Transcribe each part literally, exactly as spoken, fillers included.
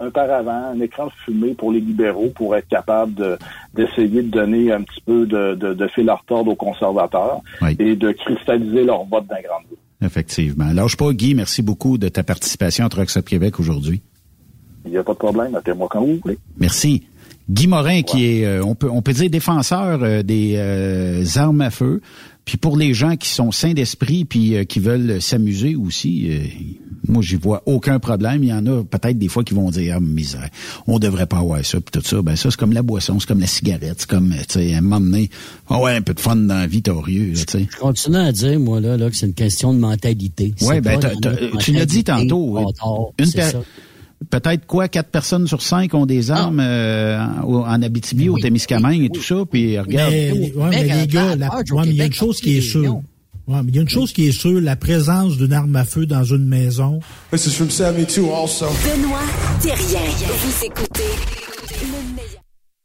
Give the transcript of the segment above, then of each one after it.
un paravent, un écran de fumée pour les libéraux pour être capable de, d'essayer de donner un petit peu de, de, de fil à retordre aux conservateurs oui. et de cristalliser leur vote d'un grand bout. Effectivement. Lâche pas, Guy, merci beaucoup de ta participation à Trucks Stop Québec aujourd'hui. Il n'y a pas de problème, appelez-moi quand vous voulez. Merci. Guy Morin, ouais. qui est, euh, on peut, on peut dire défenseur euh, des euh, armes à feu. Puis pour les gens qui sont sains d'esprit puis euh, qui veulent s'amuser aussi, euh, moi j'y vois aucun problème. Il y en a peut-être des fois qui vont dire ah misère, on devrait pas avoir ça puis tout ça. Ben ça c'est comme la boisson, c'est comme la cigarette, c'est comme tu sais à un moment donné, ah ouais un peu de fun dans la vie torieux, tu sais. Je continue à dire moi là, là que c'est une question de mentalité. Ouais ben t'as, t'as, tu l'as dit tantôt. Tard, une per- Peut-être quoi, quatre personnes sur cinq ont des armes ah. euh, en, en Abitibi, oui, au Témiscamingue oui, et tout oui. ça, puis regarde. Mais, ouais, mais, mais les gars, la, ouais, mais il y a une chose qui est sûre. Ouais, mais il y a une chose qui est sûre, la présence d'une arme à feu dans une maison. This is from Sammy too, also. Benoît Thérien, vous écoutez le meilleur.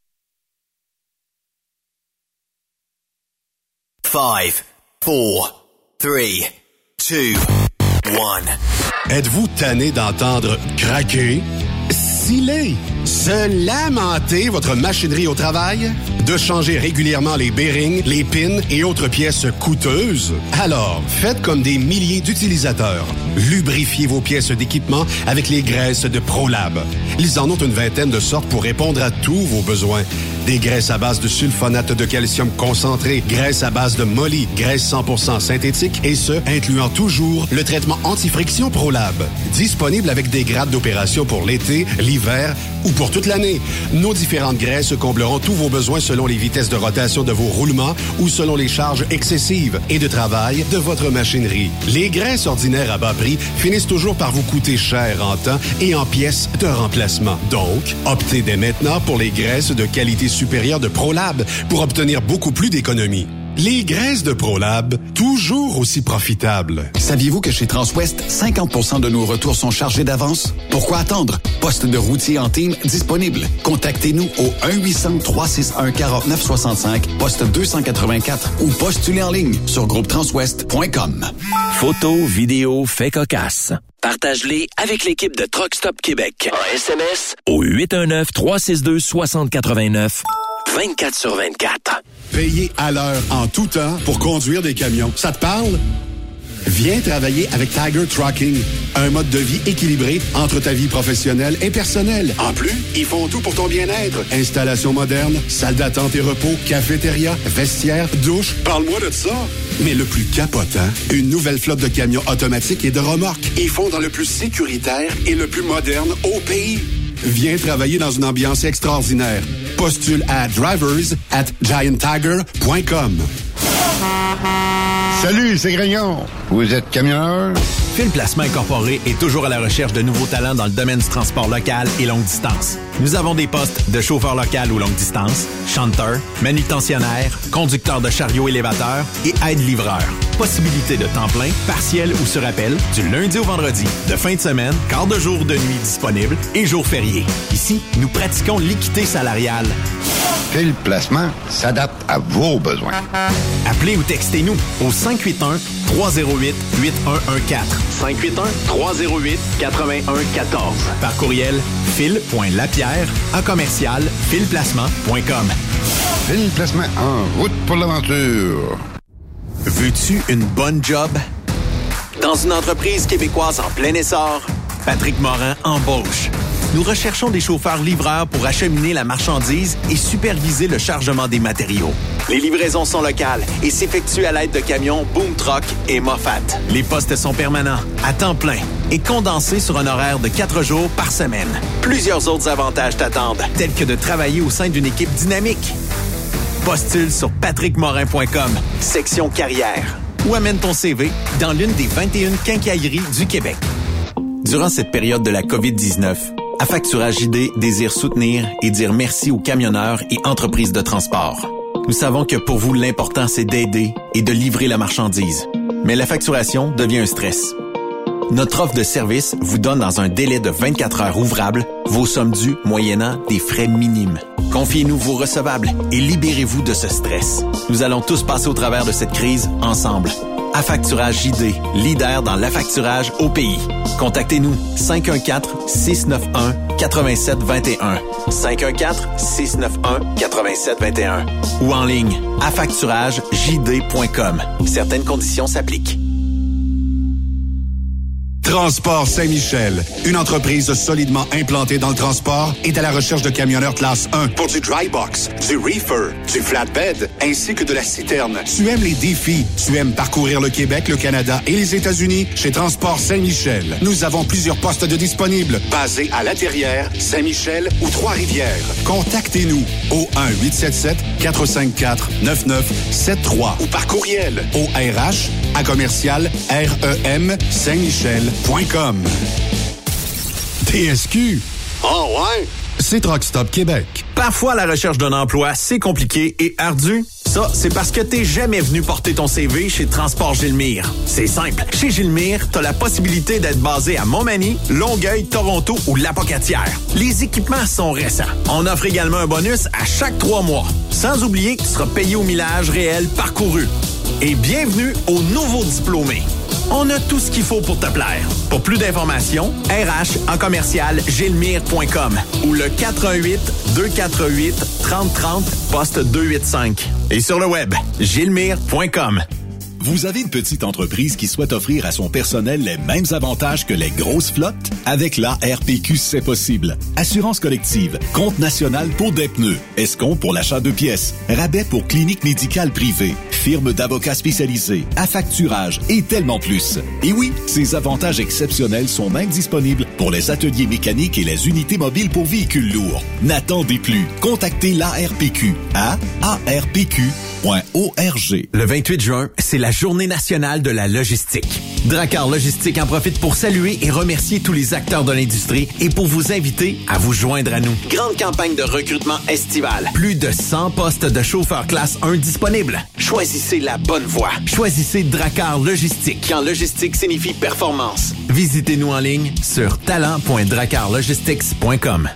Five, four, three, two, one. Êtes-vous tanné d'entendre craquer, sciller, se lamenter votre machinerie au travail? De changer régulièrement les bearings, les pins et autres pièces coûteuses? Alors, faites comme des milliers d'utilisateurs. Lubrifiez vos pièces d'équipement avec les graisses de ProLab. Ils en ont une vingtaine de sortes pour répondre à tous vos besoins. Des graisses à base de sulfonate de calcium concentré, graisses à base de molly, graisse cent pour cent synthétique et ce, incluant toujours le traitement anti-friction ProLab. Disponible avec des grades d'opération pour l'été, l'hiver ou pour toute l'année. Nos différentes graisses combleront tous vos besoins selon les vitesses de rotation de vos roulements ou selon les charges excessives et de travail de votre machinerie. Les graisses ordinaires à bas prix finissent toujours par vous coûter cher en temps et en pièces de remplacement. Donc, optez dès maintenant pour les graisses de qualité supérieure de ProLab pour obtenir beaucoup plus d'économies. Les graisses de ProLab, toujours aussi profitables. Saviez-vous que chez Transwest, cinquante pour cent de nos retours sont chargés d'avance? Pourquoi attendre? Poste de routier en team disponible. Contactez-nous au un huit cents, trois six un, quatre neuf six cinq, poste deux cent quatre-vingt-quatre ou postulez en ligne sur groupe transwest point com. Photos, vidéos, faits cocasses. Partage-les avec l'équipe de Truck Stop Québec. En S M S au huit un neuf, trois six deux, six zéro huit neuf. vingt-quatre sur vingt-quatre. Payer à l'heure en tout temps pour conduire des camions. Ça te parle? Viens travailler avec Tiger Trucking. Un mode de vie équilibré entre ta vie professionnelle et personnelle. En plus, ils font tout pour ton bien-être. Installation moderne, salle d'attente et repos, cafétéria, vestiaire, douche. Parle-moi de ça. Mais le plus capotant, une nouvelle flotte de camions automatiques et de remorques. Ils font dans le plus sécuritaire et le plus moderne au pays. Viens travailler dans une ambiance extraordinaire. Postule à drivers at giant tiger point com. Salut, c'est Grignon. Vous êtes camionneur? Fil Placement Incorporé est toujours à la recherche de nouveaux talents dans le domaine du transport local et longue distance. Nous avons des postes de chauffeur local ou longue distance, chanteur, manutentionnaire, conducteur de chariot élévateur et aide-livreur. Possibilité de temps plein, partiel ou sur appel, du lundi au vendredi, de fin de semaine, quart de jour de nuit disponible et jours fériés. Ici, nous pratiquons l'équité salariale. Fil Placement s'adapte à vos besoins. Appelez ou textez-nous au cinq huit un, trois zéro huit, huit un un quatre. cinq huit un, trois zéro huit, quatre un un quatre. Par courriel, fil point lapierre à commercial fil placement point com. Fil Placement en route pour l'aventure. Veux-tu une bonne job? Dans une entreprise québécoise en plein essor, Patrick Morin embauche. Nous recherchons des chauffeurs-livreurs pour acheminer la marchandise et superviser le chargement des matériaux. Les livraisons sont locales et s'effectuent à l'aide de camions Boom Truck et Moffat. Les postes sont permanents, à temps plein et condensés sur un horaire de quatre jours par semaine. Plusieurs autres avantages t'attendent, tels que de travailler au sein d'une équipe dynamique. Postule sur patrick morin point com, section carrière, ou amène ton C V dans l'une des vingt et une quincailleries du Québec. Durant cette période de la covid dix-neuf, Affacturage I D désire soutenir et dire merci aux camionneurs et entreprises de transport. Nous savons que pour vous, l'important, c'est d'aider et de livrer la marchandise. Mais la facturation devient un stress. Notre offre de service vous donne dans un délai de vingt-quatre heures ouvrables vos sommes dues moyennant des frais minimes. Confiez-nous vos recevables et libérez-vous de ce stress. Nous allons tous passer au travers de cette crise ensemble. Affacturage J D, leader dans l'affacturage au pays. Contactez-nous cinq un quatre, six neuf un, huit sept deux un. cinq un quatre, six neuf un, huit sept deux un. Ou en ligne, affacturage j d point com. Certaines conditions s'appliquent. Transport Saint-Michel, une entreprise solidement implantée dans le transport, est à la recherche de camionneurs classe un pour du dry box, du reefer, du flatbed, ainsi que de la citerne. Tu aimes les défis, tu aimes parcourir le Québec, le Canada et les États-Unis? Chez Transport Saint-Michel, nous avons plusieurs postes de disponibles, basés à La Terrière, Saint-Michel ou Trois-Rivières. Contactez-nous au un huit sept sept, quatre cinq quatre, neuf neuf sept trois ou par courriel au R H à commercial R E M Saint-Michel. .com. T S Q. Oh ouais? C'est Truck Stop Québec. Parfois, la recherche d'un emploi, c'est compliqué et ardu. Ça, c'est parce que t'es jamais venu porter ton C V chez Transport Gilmire. C'est simple. Chez Gilmire, t'as la possibilité d'être basé à Montmagny, Longueuil, Toronto ou Lapocatière. Les équipements sont récents. On offre également un bonus à chaque trois mois. Sans oublier que tu seras payé au millage réel parcouru. Et bienvenue aux nouveaux diplômés. On a tout ce qu'il faut pour te plaire. Pour plus d'informations, R H en commercial gilmire point com ou le quatre un huit, deux quatre huit, trente trente, poste deux cent quatre-vingt-cinq. Et sur le web, gilmire point com. Vous avez une petite entreprise qui souhaite offrir à son personnel les mêmes avantages que les grosses flottes? Avec l'A R P Q, c'est possible. Assurance collective, compte national pour des pneus, escompte pour l'achat de pièces, rabais pour clinique médicale privée, firme d'avocats spécialisés, affacturage et tellement plus. Et oui, ces avantages exceptionnels sont même disponibles pour les ateliers mécaniques et les unités mobiles pour véhicules lourds. N'attendez plus. Contactez l'A R P Q à a r p q point org. Le vingt-huit juin, c'est la Journée nationale de la logistique. Dracar Logistique en profite pour saluer et remercier tous les acteurs de l'industrie et pour vous inviter à vous joindre à nous. Grande campagne de recrutement estival. Plus de cent postes de chauffeurs classe un disponibles. Choisissez la bonne voie. Choisissez Dracar Logistique. Quand logistique signifie performance. Visitez-nous en ligne sur talent point dracar logistics point com.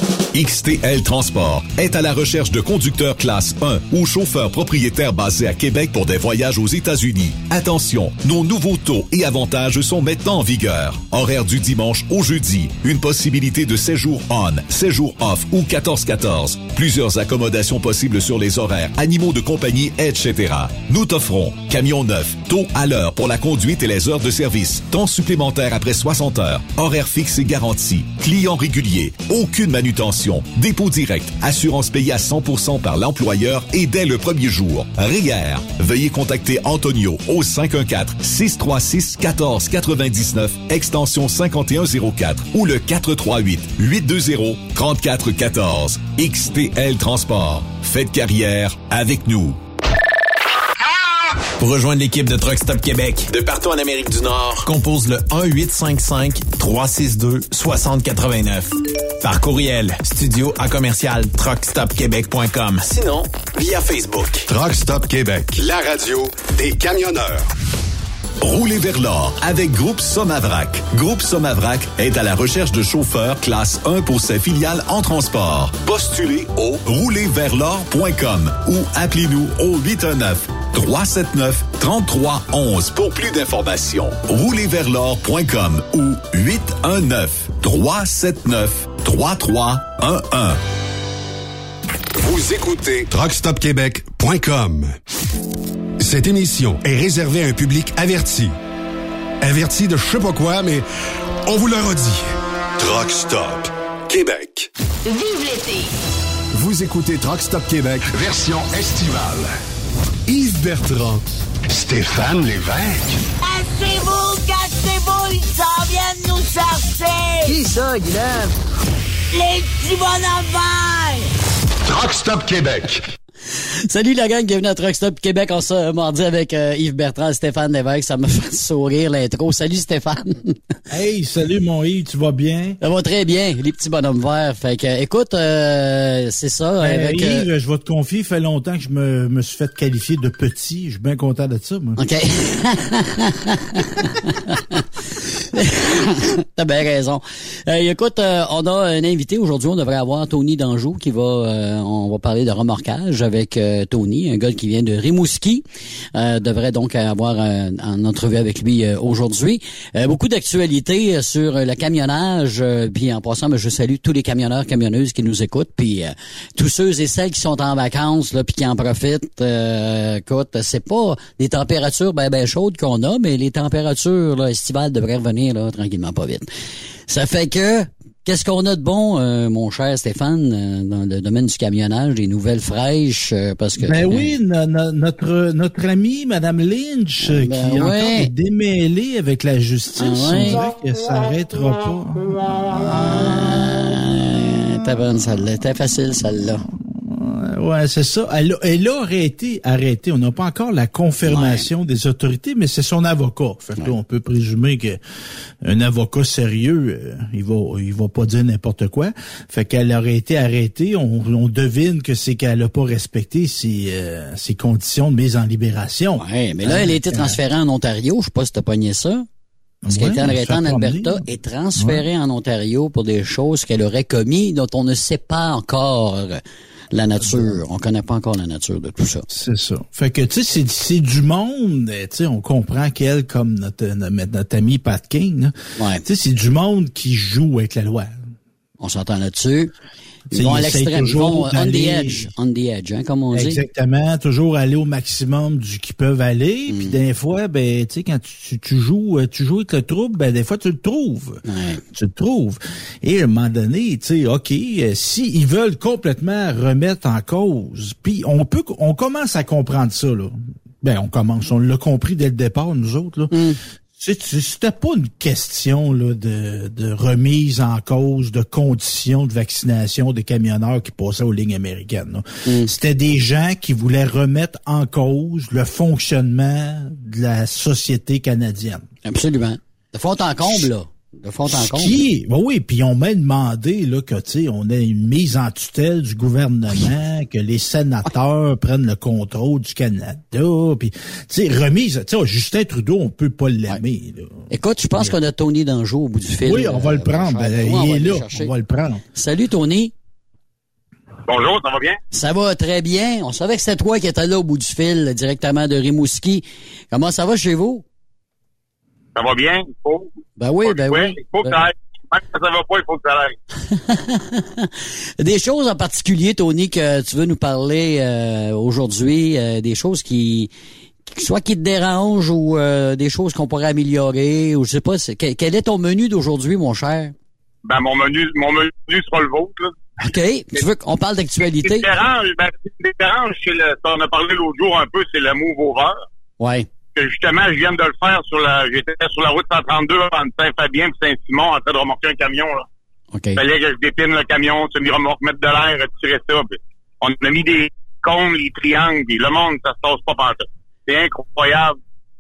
X T L Transport est à la recherche de conducteurs classe un ou chauffeurs propriétaires basés à Québec pour des voyages aux États-Unis. Attention, nos nouveaux taux et avantages sont maintenant en vigueur. Horaire du dimanche au jeudi. Une possibilité de séjour on, séjour off ou quatorze quatorze. Plusieurs accommodations possibles sur les horaires, animaux de compagnie, et cetera. Nous t'offrons camion neuf, taux à l'heure pour la conduite et les heures de service, temps supplémentaire après soixante heures, horaire fixe et garanti, client régulier, aucune manutention, dépôt direct, assurance payée à cent pour cent par l'employeur et dès le premier jour. R I E R. Veuillez contacter Antonio au cinq un quatre, six trois six, un quatre neuf neuf, extension cinquante et un zéro quatre ou le quatre trois huit, huit deux zéro, trois quatre un quatre. X T L Transport. Faites carrière avec nous. Pour rejoindre l'équipe de Truck Stop Québec, de partout en Amérique du Nord, compose le un huit cinq cinq, trois six deux, six zéro huit neuf. Par courriel, studio à commercial truck stop québec point com. Sinon, via Facebook. Truck Stop Québec, la radio des camionneurs. Roulez vers l'or avec Groupe Somavrac. Groupe Somavrac est à la recherche de chauffeurs classe un pour ses filiales en transport. Postulez au roulez vers l'or point com ou appelez-nous au huit un neuf, trois sept neuf, trois trois un un pour plus d'informations. roulez vers l'or point com ou huit un neuf, trois sept neuf, trois trois un un. Vous écoutez truck stop québec point com. Cette émission est réservée à un public averti. Averti de je sais pas quoi, mais on vous le redit. Truck Stop Québec. Vive l'été! Vous écoutez Truck Stop Québec, version estivale. Yves Bertrand, Stéphane Lévesque. Cassez-vous, cassez-vous, ils s'en viennent nous chercher! Qui ça, Guylaine? Les petits bonhommes verts! Truck Stop Québec. Salut la gang, bienvenue à Truck Stop Québec. On se mardi avec euh, Yves Bertrand et Stéphane Lévesque. Ça me fait sourire l'intro. Salut Stéphane. Hey, salut mon Yves, tu vas bien? Ça va très bien, les petits bonhommes verts. Fait que, écoute, euh, c'est ça. Ben, avec, Yves, euh... je vais te confier, il fait longtemps que je me, me suis fait qualifier de petit. Je suis bien content de ça, moi. OK. T'as bien raison. Euh, écoute, euh, on a un invité aujourd'hui. On devrait avoir Tony Danjou qui va, euh, on va parler de remorquage avec euh, Tony, un gars qui vient de Rimouski. Euh, devrait donc avoir euh, en entrevue avec lui euh, aujourd'hui. Euh, beaucoup d'actualités sur le camionnage. Euh, puis en passant, ben, je salue tous les camionneurs, camionneuses qui nous écoutent. Puis euh, tous ceux et celles qui sont en vacances là, puis qui en profitent. Euh, écoute, c'est pas des températures ben ben chaudes qu'on a, mais les températures là, estivales devraient revenir là, tranquillement, pas vite. Ça fait que, qu'est-ce qu'on a de bon, euh, mon cher Stéphane, euh, dans le domaine du camionnage, des nouvelles fraîches, euh, parce que... Ben oui, no, no, notre notre amie, Madame Lynch, ben qui ouais. encore est démêlée avec la justice, ah ouais. on dirait qu'elle s'arrêtera pas. Ah, t'as bonne, celle-là. T'as facile, celle-là. Ouais, c'est ça. Elle, elle aurait été arrêtée. On n'a pas encore la confirmation ouais. des autorités, mais c'est son avocat. Fait que ouais. là, on peut présumer que un avocat sérieux, euh, il va, il va pas dire n'importe quoi. Fait qu'elle aurait été arrêtée. On, on devine que c'est qu'elle a pas respecté ses, euh, ses conditions de mise en libération. Ouais, mais là, hein, elle a été transférée euh, en Ontario. Je sais pas si t'as pogné ça. Parce ouais, qu'elle était arrêtée en Alberta et transférée ouais. en Ontario pour des choses qu'elle aurait commis dont on ne sait pas encore la nature. On connaît pas encore la nature de tout ça. C'est ça. Fait que, tu sais, c'est, c'est du monde, tu sais, on comprend qu'elle, comme notre, notre, notre ami Pat King, ouais. tu sais, c'est du monde qui joue avec la loi. On s'entend là-dessus. Ils vont à l'extrême, ils vont on the edge, on the edge, hein, comme on dit. Exactement, toujours aller au maximum du qu'ils peuvent aller. Mm. Puis des fois, ben, tu sais, quand tu, tu joues, tu joues avec le trouble, ben des fois tu le trouves, ouais. tu le trouves. Et à un moment donné, tu sais, ok, si ils veulent complètement remettre en cause, puis on peut, on commence à comprendre ça là. Ben on commence, on l'a compris dès le départ nous autres là. Mm. C'était pas une question là de, de remise en cause de conditions de vaccination des camionneurs qui passaient aux lignes américaines. Mm. C'était des gens qui voulaient remettre en cause le fonctionnement de la société canadienne. Absolument. De fond en comble, là. De fond en comble. Qui, ben oui, puis on m'a demandé là que tu sais, on ait une mise en tutelle du gouvernement, que les sénateurs prennent le contrôle du Canada, puis tu sais remise, tu sais Justin Trudeau, on peut pas l'aimer. Ouais. Là. Écoute, je pense ouais. qu'on a Tony Danjou au bout du fil. Oui, on va euh, le prendre. Ben, il ouais, est là, on va le prendre. Salut Tony. Bonjour, ça va bien? Ça va très bien. On savait que c'était toi qui étais là au bout du fil, directement de Rimouski. Comment ça va chez vous? Ça va bien, il faut. Ben oui, ben oui. Il faut que ça aille. Même si ça va pas, il faut que ça aille. Des choses en particulier, Tony, que tu veux nous parler euh, aujourd'hui, euh, des choses qui, qui soit qui te dérangent ou euh, des choses qu'on pourrait améliorer, ou je sais pas, c'est, quel est ton menu d'aujourd'hui, mon cher? Ben mon menu, mon menu sera le vôtre, là. OK. Tu veux qu'on parle d'actualité? Ce qui me dérange, ben, ce qui me dérange, c'est le, on a parlé l'autre jour un peu, c'est le move over. Ouais. Que justement, je viens de le faire sur la, j'étais sur la route cent trente-deux entre Saint-Fabien et Saint-Simon en train de remorquer un camion, là. OK. Il fallait que je dépine le camion, semi-remorque, mettre de l'air, retirer ça. Puis on a mis des cônes, les triangles, puis le monde, ça se tasse pas par ça. C'est incroyable.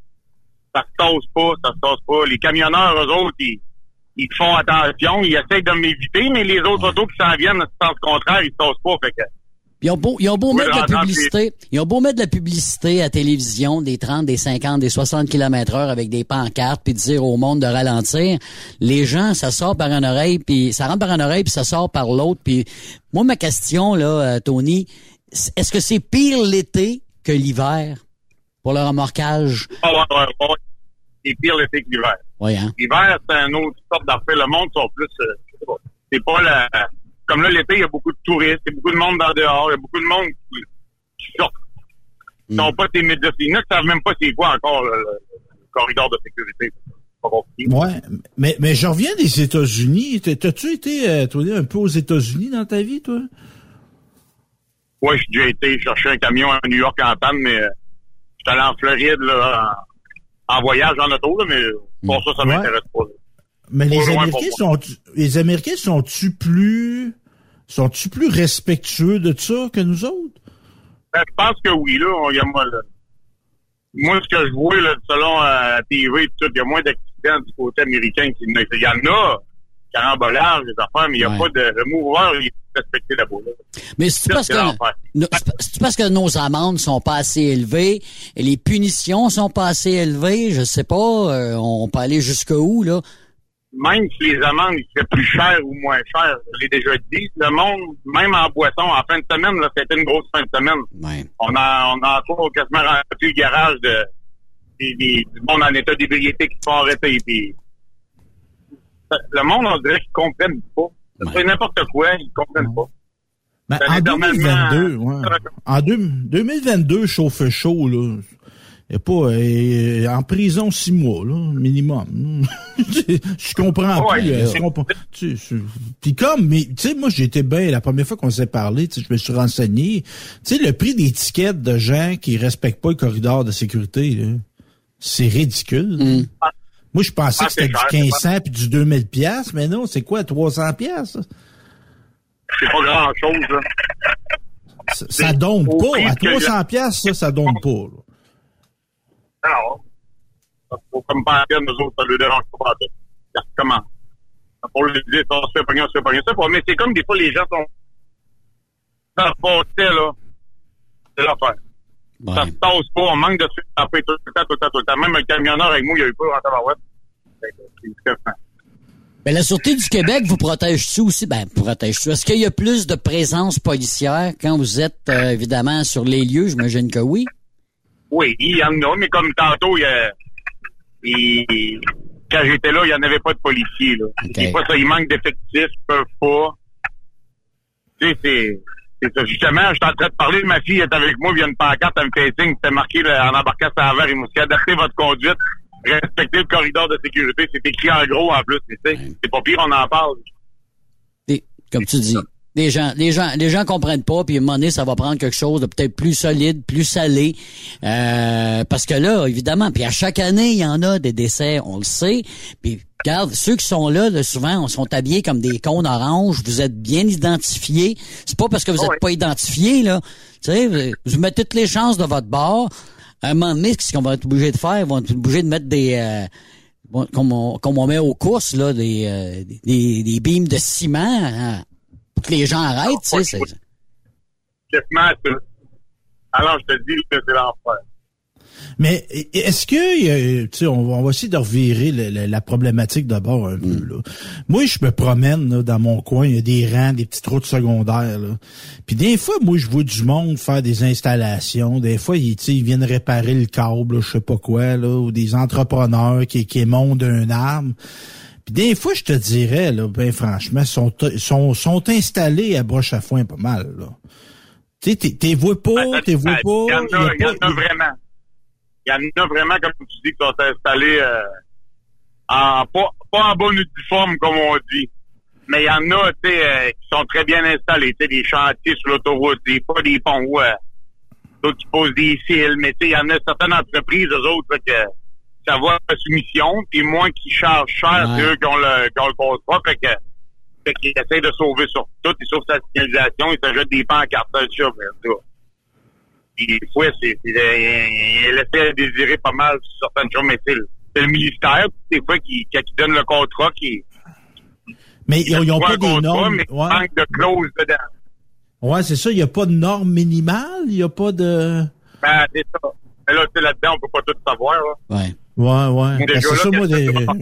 Ça se tasse pas, ça se tasse pas. Les camionneurs, eux autres, ils, ils font attention, ils essayent de m'éviter, mais les autres autos qui s'en viennent, dans ce sens contraire, ils se tassent pas, fait que Ils ont beau, ils ont beau oui, mettre de la publicité, ils ont beau mettre de la publicité à télévision, des trente, des cinquante, des soixante kilomètres heure avec des pancartes, puis dire au monde de ralentir. Les gens, ça sort par une oreille, puis ça rentre par une oreille, puis ça sort par l'autre. Puis moi, ma question là, Tony, est-ce que c'est pire l'été que l'hiver pour le remorquage? Ah ouais, ouais, ouais. C'est pire l'été que l'hiver. Oui, hein? L'hiver, c'est une autre sorte d'affaire. Le monde sont plus, euh, c'est pas, c'est pas la. Comme là, l'été, il y a beaucoup de touristes, il y a beaucoup de monde dans dehors, il y a beaucoup de monde qui, qui sortent. Ils sont mm. pas tes médias. Ils ne savent même pas c'est quoi encore le, le corridor de sécurité. Ouais, mais, mais je reviens des États-Unis. T'as-tu été, euh, toi, un peu aux États-Unis dans ta vie, toi? Oui, j'ai déjà été chercher un camion à New York en panne, mais euh, j'étais allé en Floride, là, en, en voyage en auto, là, mais pour mm. ça, ça m'intéresse ouais. pas. Là. Mais les Américains sont, les Américains sont-tu plus, sont-tu plus respectueux de ça que nous autres? Ben, je pense que oui, là. Il y a moi, là. Moi, ce que je vois, là, selon euh, la T V et tout, il y a moins d'accidents du côté américain qu'il y en a. carambolage, des affaires, mais il n'y a ouais. pas de remouveur, il est respecté là-bas. Là. Mais c'est parce, que, no, c'est parce que nos amendes sont pas assez élevées et les punitions sont pas assez élevées, je sais pas, euh, on peut aller jusqu'où, là? Même si les amendes seraient plus chères ou moins chères, je l'ai déjà dit, le monde, même en boisson, en fin de semaine, là, c'était une grosse fin de semaine. Ouais. On a, on a encore quasiment rempli le garage de, des, des, du monde en état d'ébriété qui se font arrêter, puis le monde, on dirait qu'ils comprennent pas. C'est ouais. n'importe quoi, ils comprennent pas. Ben, en deux mille vingt-deux, ouais. En deux, deux mille vingt-deux, chauffe chaud, là. Et pas euh, en prison six mois, là, minimum. Je comprends ouais, plus. Euh, comprends, tu sais, puis comme, mais tu sais, moi j'étais bien la première fois qu'on s'est parlé, tu sais, je me suis renseigné. Tu sais, le prix des tickets de gens qui respectent pas le corridor de sécurité, là, c'est ridicule. Mm. Moi, je pensais ah, que c'était du quinze cents puis du deux mille piastres, mais non, c'est quoi, trois cents piastres? C'est pas grand-chose, là. Ça, ça donne pas. À trois cents piastres, ça, ça donne pas, là. Non. Ça faut comme pas à peine, nous autres, ça ne le dérange pas. Comment? Pour le dire, on se fait pogner, on se fait pogner. Ça, mais c'est comme des fois, les gens sont dans le passé, là. C'est l'affaire. Ouais. Ça se tasse pas, on manque de se taper tout le temps, tout le temps, tout le temps. Même un camionneur avec moi, il y a eu pas en tabarouette. C'est Ben, la Sûreté du Québec vous protège-tu aussi? Ben, protège-tu. Est-ce qu'il y a plus de présence policière quand vous êtes, euh, évidemment, sur les lieux? J'imagine que oui. Oui, il y en a, mais comme tantôt, il y a, il, quand j'étais là, il n'y en avait pas de policiers, là. Okay. Des fois, ça, il manque d'effectifs, ils peuvent pas. Tu sais, c'est, c'est ça. Justement, je suis en train de parler, ma fille est avec moi, il y a une pancarte, elle me fait signe, c'était marqué, là, en embarquant sur la verre, il m'a dit, adaptez votre conduite, respectez le corridor de sécurité, c'est écrit en gros, en plus, tu sais. Ouais. C'est pas pire, on en parle. Et, comme tu dis. Les gens, les gens, les gens comprennent pas, puis à un moment donné, ça va prendre quelque chose de peut-être plus solide, plus salé, euh, parce que là, évidemment, puis à chaque année, il y en a des décès, on le sait, puis regarde, ceux qui sont là, là souvent, on sont habillés comme des cônes oranges, vous êtes bien identifiés, c'est pas parce que vous n'êtes oh, pas identifiés, là, tu sais, vous, vous mettez toutes les chances de votre bord, à un moment donné, ce qu'on va être obligé de faire, ils vont être obligés de mettre des... Euh, bon, comme, on, comme on met aux courses, là, des, euh, des, des beams de ciment, hein, que les gens arrêtent, tu sais. C'est... Quasiment, alors, je te dis que c'est l'enfer. Mais est-ce que, tu sais, on, on va essayer de revirer le, le, la problématique d'abord un mm. peu, là. Moi, je me promène là, dans mon coin, il y a des rangs, des petites routes secondaires, là. Puis des fois, moi, je vois du monde faire des installations. Des fois, ils, ils viennent réparer le câble, là, je sais pas quoi, là, ou des entrepreneurs qui, qui montent un arbre. Puis des fois, je te dirais, là, ben franchement, sont sont sont installés à broche à foin pas mal, là. Tu sais, t'es, t'es vois pas, ben, t'es vois pas. Il y en a, il y en a vraiment. Il y en a vraiment, comme tu dis, qui sont installés euh, en pas, pas en bon uniforme, comme on dit. Mais il y en a, tu sais, euh, qui sont très bien installés, tu sais, des chantiers sur l'autoroute, des pas des ponts, ouais. D'autres qui posent des fils, mais tu sais, il y en a certaines entreprises, eux autres, là, que ça va à soumission, puis moins qu'ils chargent cher, ouais. C'est eux qui ont le, qui ont le contrat, fait que, fait qu'ils essaient de sauver sur tout, ils sauvent sa signalisation, ils se jettent des pancartes, ça, ça, ça. Puis des fois, c'est, c'est, elle essaie de désirer pas mal sur certaines choses, mais c'est le, c'est le ministère, des fois, qui, qui, qui donne le contrat, qui... Mais ils n'ont pas des contrat, normes... Mais ouais. manque de clauses dedans. Ouais, c'est ça, il n'y a pas de normes minimales, il n'y a pas de... Ben, c'est ça. Mais là, tu sais, là-dedans, on peut pas tout savoir, là. Ouais. Ouais, ouais. Ben, c'est ça, moi, des... Moi,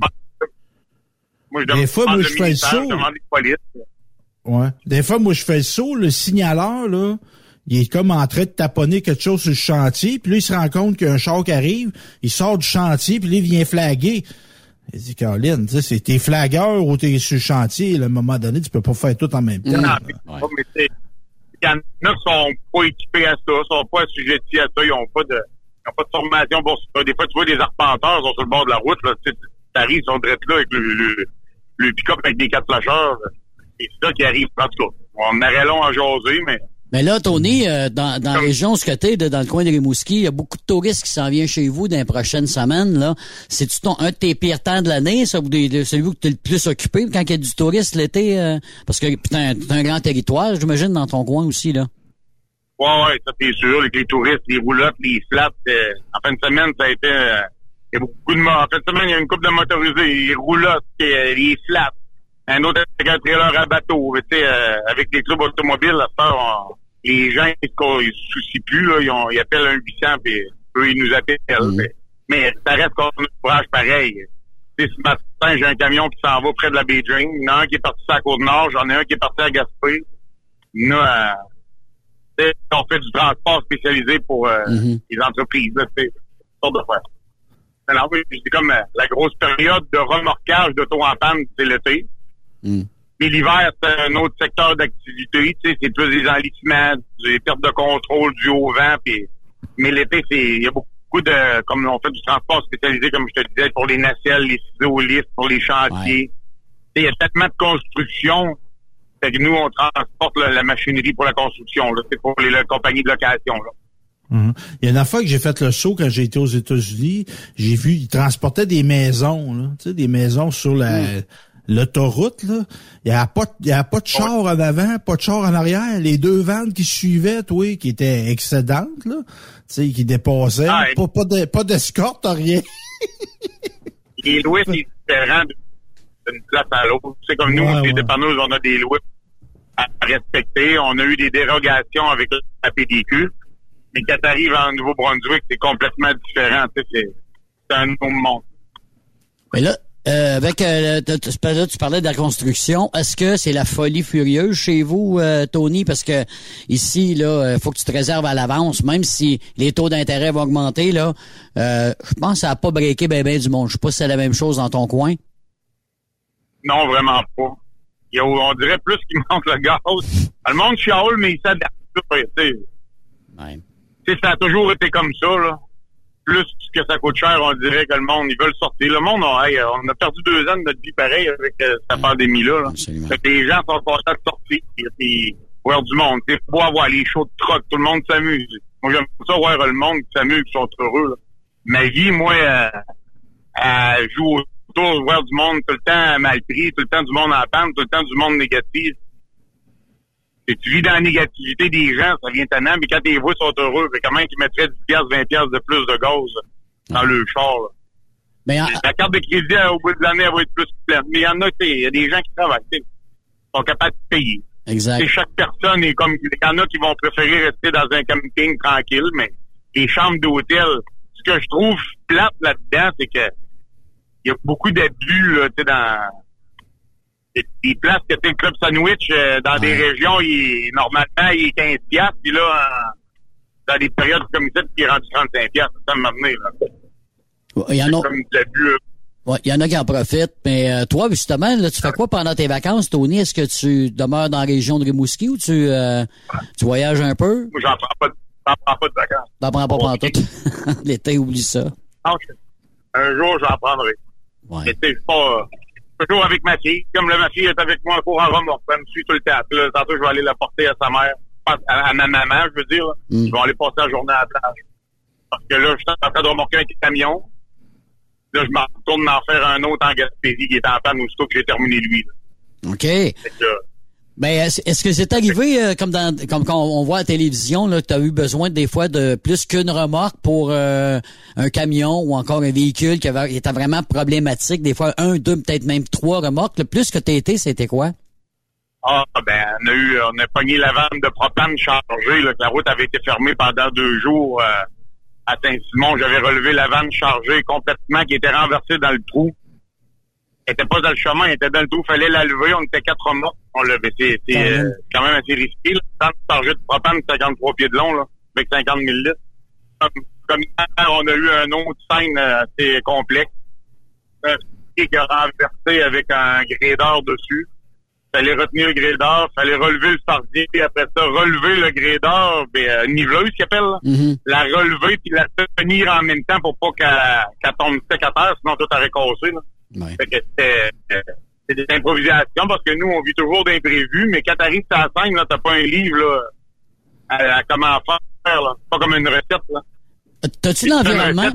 moi, des fois, moi, je fais le saut. Ouais. Des fois, moi, je fais le saut, le signaleur, là, il est comme en train de taponner quelque chose sur le chantier, puis là, il se rend compte qu'il y a un char qui arrive, il sort du chantier, puis là, il vient flaguer. Il dit, Caroline, tu sais, c'est t'es flagueur ou t'es sur le chantier, là, à un moment donné, tu peux pas faire tout en même temps. Non, mais, ouais. mais c'est, il y en a qui sont pas équipés à ça, sont pas assujettis à ça, ils ont pas de, ils ont pas de formation pour ça. Des fois, tu vois des arpenteurs, ils sont sur le bord de la route, là, tu sais, t'arrives, ils sont direct là avec le, le, le pick-up avec des quatre flasheurs. C'est ça qui arrive. En tout cas, on aurait long à jaser, mais... Mais là, Tony, euh, dans, dans la région où tu es, dans le coin de Rimouski, il y a beaucoup de touristes qui s'en viennent chez vous dans les prochaines semaines, là. C'est-tu ton, un de tes pires temps de l'année, ça, ou de, de celui où tu es le plus occupé quand il y a du tourisme l'été? Euh, parce que t'as un, t'as un grand territoire, j'imagine, dans ton coin aussi, là. Ouais, ouais, ça c'est sûr. Les, les touristes, les roulottes, les flats, euh, en fin de semaine, ça a été... Euh, il y a beaucoup de... En fin de semaine, il y a une couple de motorisés, les roulottes, euh, les flats. un autre avec un trailer à bateau. Tu sais, euh, avec les clubs automobiles, à ce temps, on, les gens, ils se soucient plus, là. Ils, ont, ils appellent un huit cents, puis eux, ils nous appellent. Mm. Mais, mais ça reste qu'on a un ouvrage pareil. Tu sais, ce matin, j'ai un camion qui s'en va près de la Beijing. Il y en a un qui est parti à la Côte-Nord. J'en ai un qui est parti à Gaspé. Il y en a, euh, on fait du transport spécialisé pour euh, mm-hmm. les entreprises, là, tu sais, sorte de faire. Alors, c'est comme euh, la grosse période de remorquage d'auto en panne, c'est l'été. Mm. Mais l'hiver, c'est un autre secteur d'activité, tu sais, c'est plus des enlissements, des pertes de contrôle, du haut vent, puis mais l'été, c'est il y a beaucoup de, comme on fait du transport spécialisé, comme je te disais, pour les nacelles, les ciseaux lifts, pour les chantiers. Il y a tellement de construction, fait que nous, on transporte là, la machinerie pour la construction, là, c'est pour les, les compagnies de location, là. Mm-hmm. Il y a une fois que j'ai fait le saut quand j'ai été aux États-Unis, j'ai vu, ils transportaient des maisons, là, tu sais, des maisons sur la, mm. l'autoroute, là. Il y a pas, il y a pas de char en avant, pas de char en arrière. Les deux vannes qui suivaient, toi, qui étaient excédentes, là, tu sais, qui dépassaient, ah, pas, pas de, pas d'escorte, rien. Les louets, c'est différent d'une place à l'autre. C'est comme nous, ouais, les ouais. dépanneuses, on a des louets à respecter. On a eu des dérogations avec la P D Q. Mais quand t'arrives en Nouveau-Brunswick, c'est complètement différent. Tu sais, c'est, c'est un nouveau monde. Mais là, euh, avec euh, tu, tu parlais de la construction, est-ce que c'est la folie furieuse chez vous, euh, Tony? Parce que ici, là, il faut que tu te réserves à l'avance, même si les taux d'intérêt vont augmenter, là. Euh, je pense que ça n'a pas breaké ben ben du monde. Je sais pas si c'est la même chose dans ton coin. Non, vraiment pas. Il y a, on dirait plus qu'il manque le gaz. Le monde chiale, mais il s'adapte. Tu sais. Ouais. Tu sais, ça a toujours été comme ça, là. Plus que ça coûte cher, on dirait que le monde, ils veulent sortir. Le monde, on, hey, on a perdu deux ans de notre vie pareil avec euh, cette ouais. pandémie-là. Là. Fait que les gens sont contents de sortir et voir du monde. Tu sais, faut avoir les shows de troc, tout le monde s'amuse. Moi, j'aime ça voir le monde qui s'amuse, qui sont heureux, là. Ma vie, moi, euh, elle joue autour de voir du monde tout le temps mal pris, tout le temps du monde en panne, tout le temps du monde négatif. Et tu vis dans la négativité des gens, ça vient tannant, mais quand tes voix sont heureux, fait comment ils mettraient dix piastres, vingt piastres de plus de gaz dans le char, là. Mais en... La carte de crédit, au bout de l'année, elle va être plus pleine. Mais il y en a, il y a des gens qui travaillent, ils sont capables de payer. Exact. T'sais, chaque personne est comme, il y en a qui vont préférer rester dans un camping tranquille, mais les chambres d'hôtel, ce que je trouve plate là-dedans, c'est que il y a beaucoup d'abus, là, tu sais, dans... Des places que c'est le club sandwich euh, dans ouais. des régions, il, normalement, il est quinze piastres, puis là, en, dans des périodes comme ça, il est rendu trente-cinq piastres. Ça m'a amené, là. Il y en a. Comme de l'abus. Ouais, il y en a qui en profitent. Mais euh, toi, justement, là, tu fais quoi pendant tes vacances, Tony? Est-ce que tu demeures dans la région de Rimouski ou tu, euh, tu voyages un peu? Moi, j'en prends pas de, j'en prends pas de vacances. T'en prends pas pendant tout. L'été, oublie ça. Okay. Un jour, j'en prendrai. Ouais. Mais tu sais, pas... Toujours avec ma fille. Comme là, ma fille est avec moi pour en remorque. Elle me suit tout le temps. Puis là, tantôt, je vais aller la porter à sa mère. À, à ma maman, je veux dire. Mm. Je vais aller passer la journée à la plage. Parce que là, je suis en train de remorquer un camion. Là, je me retourne d'en faire un autre en Gaspésie qui est en panne aussitôt que j'ai terminé lui. Là. OK. Ben, est-ce, est-ce que c'est arrivé, euh, comme dans, comme quand on voit à la télévision, là, que tu as eu besoin des fois de plus qu'une remorque pour euh, un camion ou encore un véhicule qui, avait, qui était vraiment problématique, des fois un, deux, peut-être même trois remorques. Le plus que tu as été, c'était quoi? Ah, ben, on a eu, on a pogné la vanne de propane chargée, là, que la route avait été fermée pendant deux jours euh, à Saint-Simon. J'avais relevé la vanne chargée complètement, qui était renversée dans le trou. Elle était pas dans le chemin, elle était dans le trou, fallait la lever, on était quatre remorques. On levait, c'est, c'est euh, quand même assez risqué, là. Dans le chargé de propane, cinquante-trois pieds de long, là, avec cinquante mille litres. Comme, comme hier, on a eu un autre scène euh, assez complexe. Un qui a renversé avec un grédeur dessus. Fallait retenir le grédeur, fallait relever le fardier, puis après ça, relever le grédeur, ben, euh, niveleuse qu'il appelle, là. Mm-hmm. La relever puis la tenir en même temps pour pas qu'elle, qu'elle tombe sec à terre, sinon tout aurait cassé, là. Ouais. Fait que c'était, euh, c'est des improvisations parce que nous, on vit toujours d'imprévus, mais quand t'arrives sur la scène, là, t'as pas un livre, là, à, à comment faire, là. C'est pas comme une recette, là. T'as-tu l'environnement?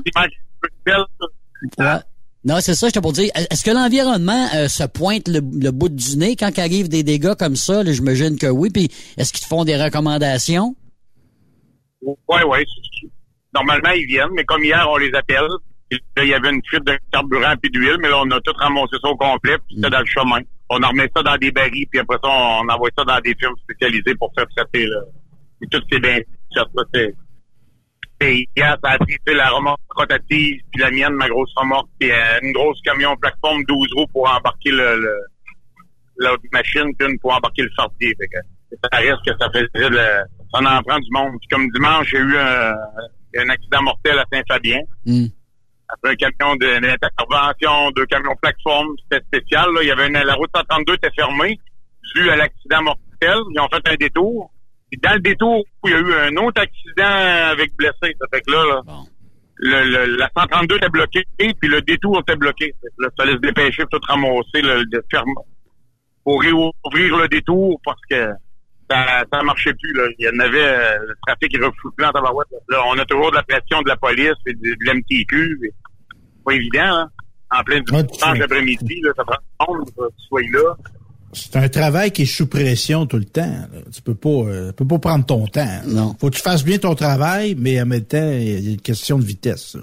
Ouais. Non, c'est ça, je t'ai pour dire. Est-ce que l'environnement euh, se pointe le, le bout du nez quand il arrive des dégâts comme ça? Là, j'imagine que oui. Puis, est-ce qu'ils te font des recommandations? Oui, oui. Normalement, ils viennent, mais comme hier, on les appelle. Là, il y avait une fuite de carburant puis d'huile, mais là, on a tout ramassé ça au complet, puis c'était mmh. dans le chemin. on en remet ça dans des barils, puis après ça, on envoie ça dans des firmes spécialisées pour faire traiter, là. Et tout c'est bien ça, c'est... Et hier, ça a pris la remorque rotative, puis la mienne, ma grosse remorque, puis euh, une grosse camion plateforme douze roues pour embarquer le, le l'autre machine, puis une pour embarquer le sortier. Fait que ça reste que ça faisait le, ça en prend du monde. Puis comme dimanche, j'ai eu un, un accident mortel à Saint-Fabien. Mm. Après un camion de, d'intervention, deux camions plateforme, c'était spécial. Là. Il y avait une, la route cent trente-deux était fermée dû à l'accident mortel. Ils ont fait un détour. Puis dans le détour, il y a eu un autre accident avec blessé. Ça fait que là, là bon. le, le, la cent trente-deux était bloquée, puis le détour était bloqué. Là, il fallait se dépêcher pour tout ramasser, le, le ferme, pour réouvrir le détour parce que ça ça marchait plus. Là. Il y en avait, le trafic est refoutu en tabarouette. Là, on a toujours de la pression de la police et de, de l'M T Q. Et, c'est pas évident, hein? En plein dimanche après-midi, là, ça prend le monde que tu sois là. C'est un travail qui est sous pression tout le temps. Là. Tu peux pas, euh, tu peux pas prendre ton temps. Là. Non. Faut que tu fasses bien ton travail, mais en même temps, il y a une question de vitesse.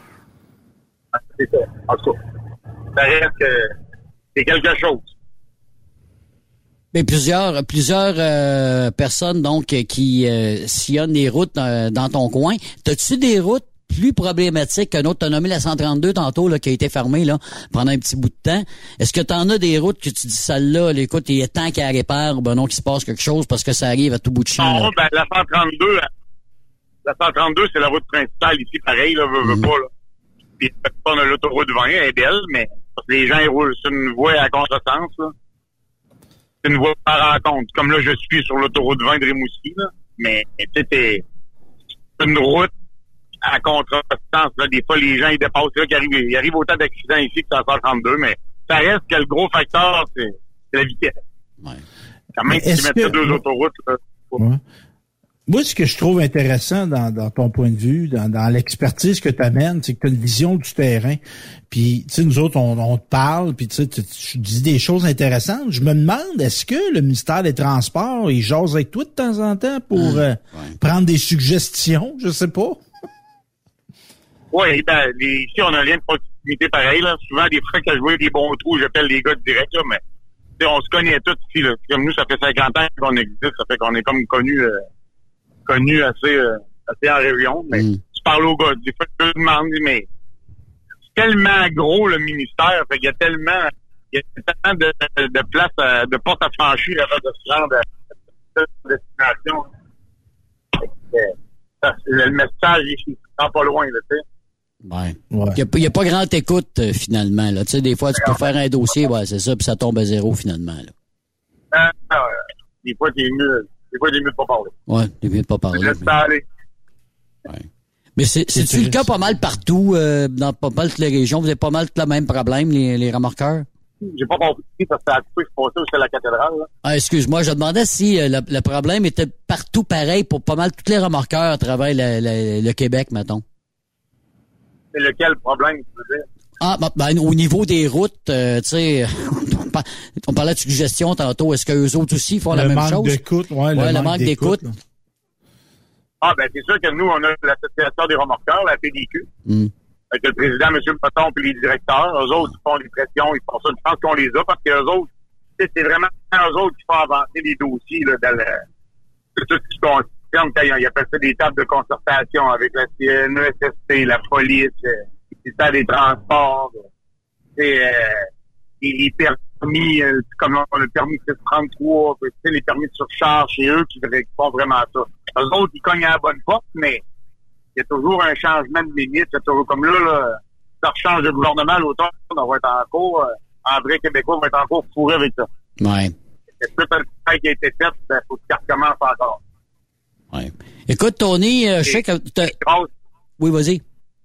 Ah, c'est ça. En tout cas, ça reste que c'est quelque chose. Mais plusieurs, plusieurs euh, personnes donc qui euh, sillonnent les routes euh, dans ton coin. T'as-tu des routes plus problématique qu'un autre? T'as nommé la cent trente-deux tantôt, là, qui a été fermée, là, pendant un petit bout de temps. Est-ce que t'en as des routes que tu dis, celle-là, là, écoute, il est temps qu'elle répare, ou ben non, qu'il se passe quelque chose parce que ça arrive à tout bout de champ? Non, ben, la cent trente-deux, la cent trente-deux, c'est la route principale ici, pareil, là, veut, veut mmh. pas, là. Puis, on a l'autoroute vingt, elle est belle, mais les gens, ils roulent sur une voie à contresens, là. C'est une voie par rencontre. Comme là, je suis sur l'autoroute vingt de Rimouski, là. Mais, tu sais, c'est une route à contresens, là, des fois, les gens, ils dépassent, là, qu'ils arrivent, il arrive autant d'accidents ici que dans cent trente-deux, mais ça reste que le gros facteur, c'est, c'est la vitesse. Ouais. Quand même, si tu mets ça deux autoroutes, là. Ouais. Moi, ce que je trouve intéressant dans, dans ton point de vue, dans, dans l'expertise que tu amènes, c'est que tu as une vision du terrain. Puis, tu sais, nous autres, on, on te parle, puis tu sais, tu, tu dis des choses intéressantes. Je me demande, est-ce que le ministère des Transports, il jase avec toi de temps en temps pour mmh. euh, ouais. prendre des suggestions? Je sais pas. Oui, ben, les, ici, on a un lien de proximité pareil, là. Souvent, des fois, quand je vois des bons trous, j'appelle les gars direct, là, mais, tu sais, on se connaît tous ici, là. Comme nous, ça fait cinquante ans qu'on existe, ça fait qu'on est comme connus, euh, connus assez, euh, assez en réunion, mais mm. tu parles aux gars, des fois, je te demande, mais, c'est tellement gros, le ministère, fait qu'il y a tellement, il y a tellement de, de, de places, à, de portes à franchir avant de se rendre à cette destination. Ça, le message, il ne pas loin, là, tu sais. Ouais. ouais. Il n'y a, a pas grande écoute, euh, finalement, là. Tu sais, des fois, tu peux faire un dossier, ouais, c'est ça, puis ça tombe à zéro, finalement, là. Ah, ah, des fois, t'es mieux, des fois, t'es mieux de pas parler. Ouais, t'es mieux de pas parler. Laisse mais... aller. Ouais. Mais c'est, c'est-tu c'est le cas pas mal partout, euh, dans pas mal toutes les régions? Vous avez pas mal tout le même problème, les, les remorqueurs? J'ai pas compris, parce que ça a coupé, je pensais aussi à la cathédrale, là. Ah, excuse-moi, je demandais si euh, le, le problème était partout pareil pour pas mal tous les remorqueurs à travers le, le, le Québec, mettons. C'est lequel problème, tu veux dire? Ah, ben, au niveau des routes, euh, tu sais, on parlait de suggestion tantôt. Est-ce qu'eux autres aussi font le la même chose? Le manque d'écoute, ouais, ouais, le, le manque d'écoute. d'écoute. Ah, ben, c'est sûr que nous, on a l'association des remorqueurs, la P D Q. Mm. Avec le président, M. Poton, puis les directeurs. Eux autres, ils font des pressions, ils font ça. Je pense qu'on les a parce qu'eux autres, c'est vraiment eux autres qui font avancer les dossiers, là, dans le, tout ce qui concerne. Quand il appelle ça des tables de concertation avec la C N E S S T, la police, euh, les ministère des transports, et, euh, et les permis, euh, comme on a le permis six cent trente-trois, tu sais, les permis de surcharge, c'est eux qui font vraiment ça. Eux autres, ils cognent à la bonne porte, mais il y a toujours un changement de limite. Il y a toujours, comme là, là, ça rechange de gouvernement, l'automne, on va être encore, euh, en vrai québécois, on va être encore fourré avec ça. Ouais. C'est tout un travail qui a été fait, il faut que ça recommence encore. Ouais. Écoute, Tony, euh, je sais que t'as... Oui, vas-y.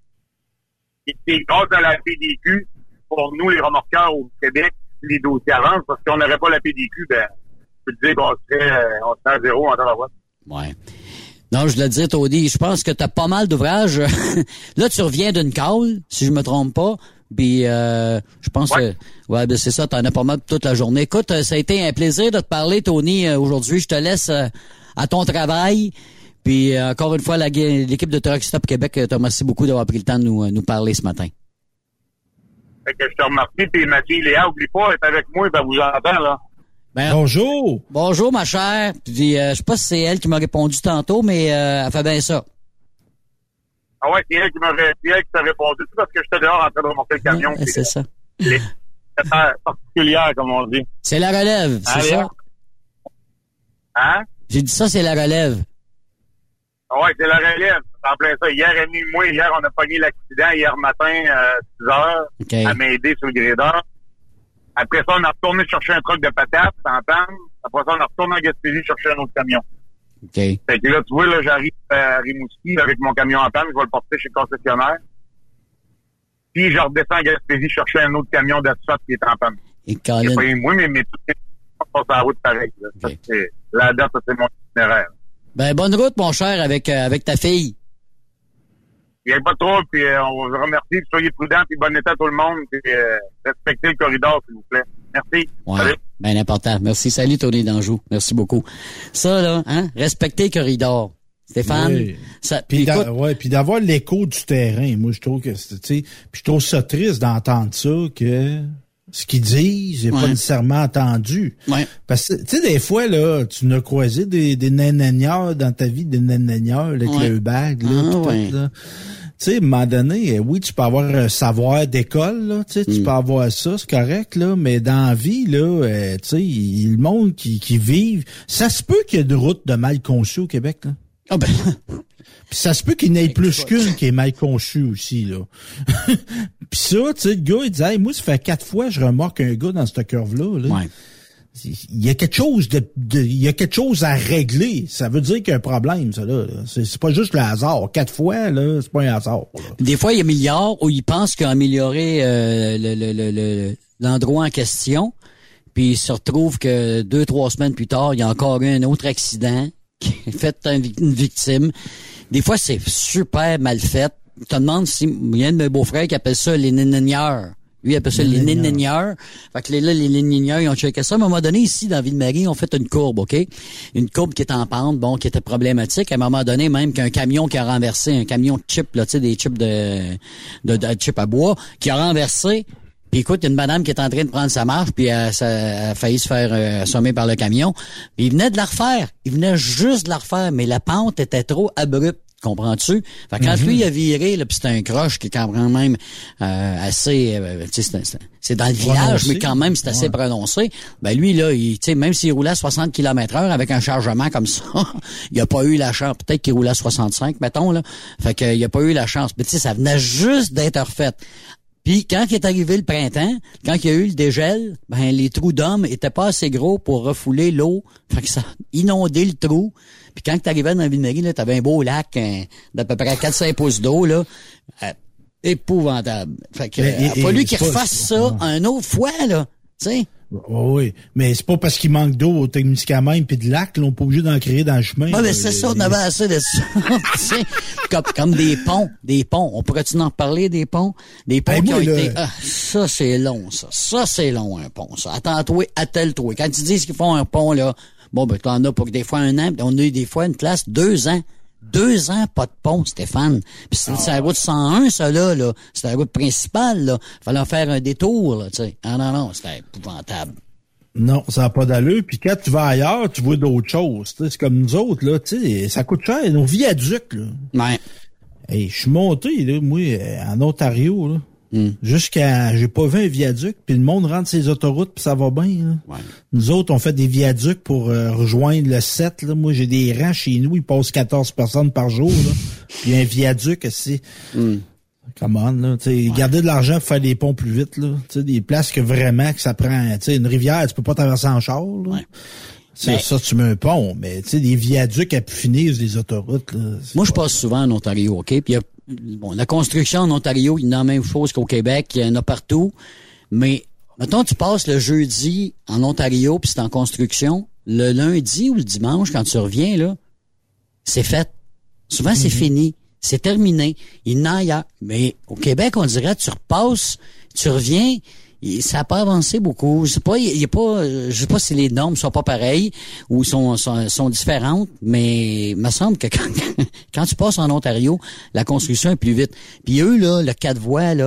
C'est grâce à la P D Q, pour nous, les remorqueurs au Québec, les dossiers avancent, parce qu'on n'aurait pas la P D Q, ben, je peux te dire qu'on serait, euh, on serait à zéro en temps d'avoir. Ouais. Non, je voulais te dire, Tony, je pense que t'as pas mal d'ouvrages. Là, tu reviens d'une call, si je me trompe pas. Puis, euh, je pense ouais. que, ouais, ben c'est ça, t'en as pas mal toute la journée. Écoute, ça a été un plaisir de te parler, Tony, aujourd'hui. Je te laisse euh, à ton travail. Puis, euh, encore une fois, la, l'équipe de Truck Stop Québec te remercie beaucoup d'avoir pris le temps de nous, nous parler ce matin. Fait que je te remercie, puis ma fille Léa, oublie pas, elle est avec moi, ben vous entend, là. Ben, bonjour! Bonjour, ma chère. Puis, euh, je sais pas si c'est elle qui m'a répondu tantôt, mais euh, elle fait bien ça. Ah ouais, c'est elle qui m'a c'est elle qui t'a répondu, parce que j'étais dehors en train de remonter le camion. Ouais, c'est ça. Les particulière, comme on dit. C'est la relève, c'est Allez, ça? Hein? J'ai dit ça, c'est la relève. Ah ouais, c'est la relève. C'est en plein ça. Hier et demi, moi, hier, on a pogné l'accident, hier matin, euh, six heures, okay. à m'aider sur le grédeur. Après ça, on a retourné chercher un truc de patates, en panne. Après ça, on a retourné en Gaspésie chercher un autre camion. OK. Fait que là, tu vois, là, j'arrive à Rimouski avec mon camion en panne, je vais le porter chez le concessionnaire. Puis, je redescends à Gaspésie chercher un autre camion d'asphalte qui est en panne. Et Colin... pas moi, mais, mais tout est sur la route pareil. Là. Okay. Ça, c'est, la date, ça, c'est mon itinéraire. Ben, bonne route, mon cher, avec, euh, avec ta fille. Il n'y a pas de trouble, puis euh, on vous remercie. Soyez prudents, puis bon état à tout le monde, puis euh, respectez le corridor, s'il vous plaît. Merci. Ouais, salut. Bien important. Merci. Salut, Tony d'Anjou. Merci beaucoup. Ça, là, hein, respecter le corridor. Stéphane, oui. ça, puis écoute, d'a, ouais, puis d'avoir l'écho du terrain. Moi, je trouve que, tu sais, puis je trouve ça triste d'entendre ça, que ce qu'ils disent, j'ai ouais. pas nécessairement entendu. Ouais. Parce que, tu sais, des fois, là, tu n'as croisé des, des nananières dans ta vie, des nananières, avec ouais. le bag, là, ah, pis ouais. tout, là. Tu sais, à un moment donné, oui, tu peux avoir un savoir d'école, là, tu sais, tu mm. peux avoir ça, c'est correct, là, mais dans la vie, là, euh, tu sais, le monde qui, qui vive, ça se peut qu'il y ait de routes de mal conçues au Québec, là. Ah ben... Puis ça se peut qu'il n'ait plus qu'une qui est mal conçue aussi, là. Puis ça, tu sais, le gars, il dit, hey, moi, ça fait quatre fois que je remorque un gars dans cette curve-là, là. Ouais. Il y a quelque chose de, de, il y a quelque chose à régler. Ça veut dire qu'il y a un problème, ça, là. C'est, c'est pas juste le hasard. Quatre fois, là, c'est pas un hasard, là. Des fois, il y a milliards où ils pensent qu'ils ont amélioré euh, le, le, le, le, l'endroit en question, puis ils se retrouvent que deux, trois semaines plus tard, il y a encore eu un autre accident qui a fait une victime. Des fois, c'est super mal fait. Je te demande si, il y a un de mes beaux-frères qui appelle ça les nénénieurs. Lui, il appelle ça les nénénieurs. Fait que là, les nénénieurs, ils ont checké ça. À un moment donné, ici, dans Ville-Marie, ils ont fait une courbe, OK? Une courbe qui est en pente, bon, qui était problématique. À un moment donné, même qu'un camion qui a renversé, un camion de chips, là, tu sais, des chips de, de, de chips à bois, qui a renversé. Puis écoute, il y a une madame qui est en train de prendre sa marche, puis elle, elle, elle a failli se faire euh, assommer par le camion. Puis il venait de la refaire. Il venait juste de la refaire, mais la pente était trop abrupte. Comprends-tu? Fait que quand mm-hmm. lui, il a viré, là, pis c'est un croche qui est quand même euh, assez... Euh, tu sais, c'est, c'est, c'est dans le village, prononcé. Mais quand même, c'est assez ouais. prononcé. Ben lui, là, il, tu sais, même s'il roulait à soixante kilomètres heure avec un chargement comme ça, il a pas eu la chance. Peut-être qu'il roulait à soixante-cinq, mettons, là. Fait qu'il a pas eu la chance. Mais tu sais, ça venait juste d'être refait. Puis quand il est arrivé le printemps, quand il y a eu le dégel, ben les trous d'hommes étaient pas assez gros pour refouler l'eau. Fait que ça a inondé le trou. Puis quand tu arrivais dans la Ville-Marie, là, t'avais un beau lac hein, d'à peu près quatre cinq pouces d'eau, là. Euh, épouvantable. Fait que, il a fallu qu'il refasse ça une autre fois, là. Tu sais. Oui, mais c'est pas parce qu'il manque d'eau au Témiscamingue puis de lac, là, on n'est pas obligé d'en créer dans le chemin. Non, mais c'est ça, on avait assez de ça. comme, comme des ponts, des ponts. On pourrait-tu en reparler des ponts? Des ponts ben qui moi, ont là... été... Ah, ça, c'est long, ça. Ça, c'est long, un pont, ça. Attends-toi, attelle-toi. Quand ils disent qu'ils font un pont, là, bon, ben, t'en as pour des fois un an, on a eu des fois une classe, deux ans. Deux ans, pas de pont, Stéphane. Puis c'est, ah. c'est la route cent un, ça, là, là. C'est la route principale, là. Fallait en faire un détour, là, tu sais. Ah non, non, c'était épouvantable. Non, ça n'a pas d'allure. Puis quand tu vas ailleurs, tu vois d'autres choses. T'sais, c'est comme nous autres, là, tu sais, ça coûte cher. Nos viaducs, là. Ouais. Hey, je suis monté, là, moi, en Ontario, là. Mm. Jusqu'à, j'ai pas vu un viaduc, puis le monde rentre ses autoroutes, puis ça va bien. Là. Ouais. Nous autres, on fait des viaducs pour euh, rejoindre le sept. Là. Moi, j'ai des rangs chez nous, ils passent quatorze personnes par jour. Là. Puis un viaduc, c'est... Mm. Come on, là. Ouais. Garder de l'argent pour faire des ponts plus vite. Là. T'sais, des places que vraiment que ça prend... T'sais, une rivière, tu peux pas traverser en char. Là. Ouais. C'est mais, ça, tu mets un pont, mais tu sais, des viaducs à pu finir sur des autoroutes. Là, moi, pas... je passe souvent en Ontario, OK? Puis il y a bon, la construction en Ontario, il y en a la même chose qu'au Québec, il y en a partout. Mais, mettons, tu passes le jeudi en Ontario, puis c'est en construction. Le lundi ou le dimanche, quand tu reviens, là, c'est fait. Souvent, mm-hmm. c'est fini. C'est terminé. Il n'en y a. Mais au Québec, on dirait, tu repasses, tu reviens... Ça n'a pas avancé beaucoup. Je sais pas, il y a pas, je sais pas si les normes sont pas pareilles ou sont, sont, sont différentes, mais il me semble que quand, quand tu passes en Ontario, la construction est plus vite. Puis eux, là, le quatre voies, là,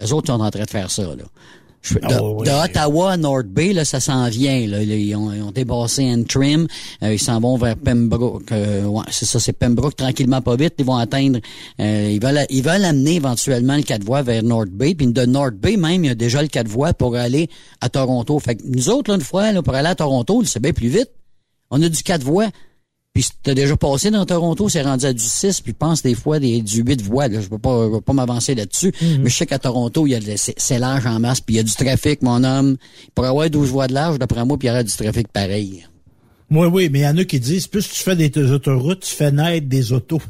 Eux autres sont en train de faire ça, là. Je, de, oh, oui. de Ottawa à North Bay, là, ça s'en vient. Là. Ils ont, ils ont dépassé Antrim. Euh, ils s'en vont vers Pembroke. Euh, ouais, c'est ça, c'est Pembroke, tranquillement, pas vite. Ils vont atteindre... Euh, ils veulent ils veulent amener éventuellement le quatre voies vers North Bay. Puis de North Bay, même, il y a déjà le quatre voies pour aller à Toronto. Fait que nous autres, là, une fois, là, pour aller à Toronto, c'est bien plus vite. On a du quatre voies. Puis t'as déjà passé dans Toronto, c'est rendu à du six, puis je pense des fois des, du huit voies. Là. Je peux pas, je peux pas m'avancer là-dessus. Mm-hmm. Mais je sais qu'à Toronto, il y a de, c'est, c'est large en masse, puis il y a du trafic, mon homme. Pour avoir douze voies de large, d'après moi, puis il y aurait du trafic pareil. Oui, oui, mais il y en a qui disent, plus tu fais des autoroutes, tu fais naître des autos.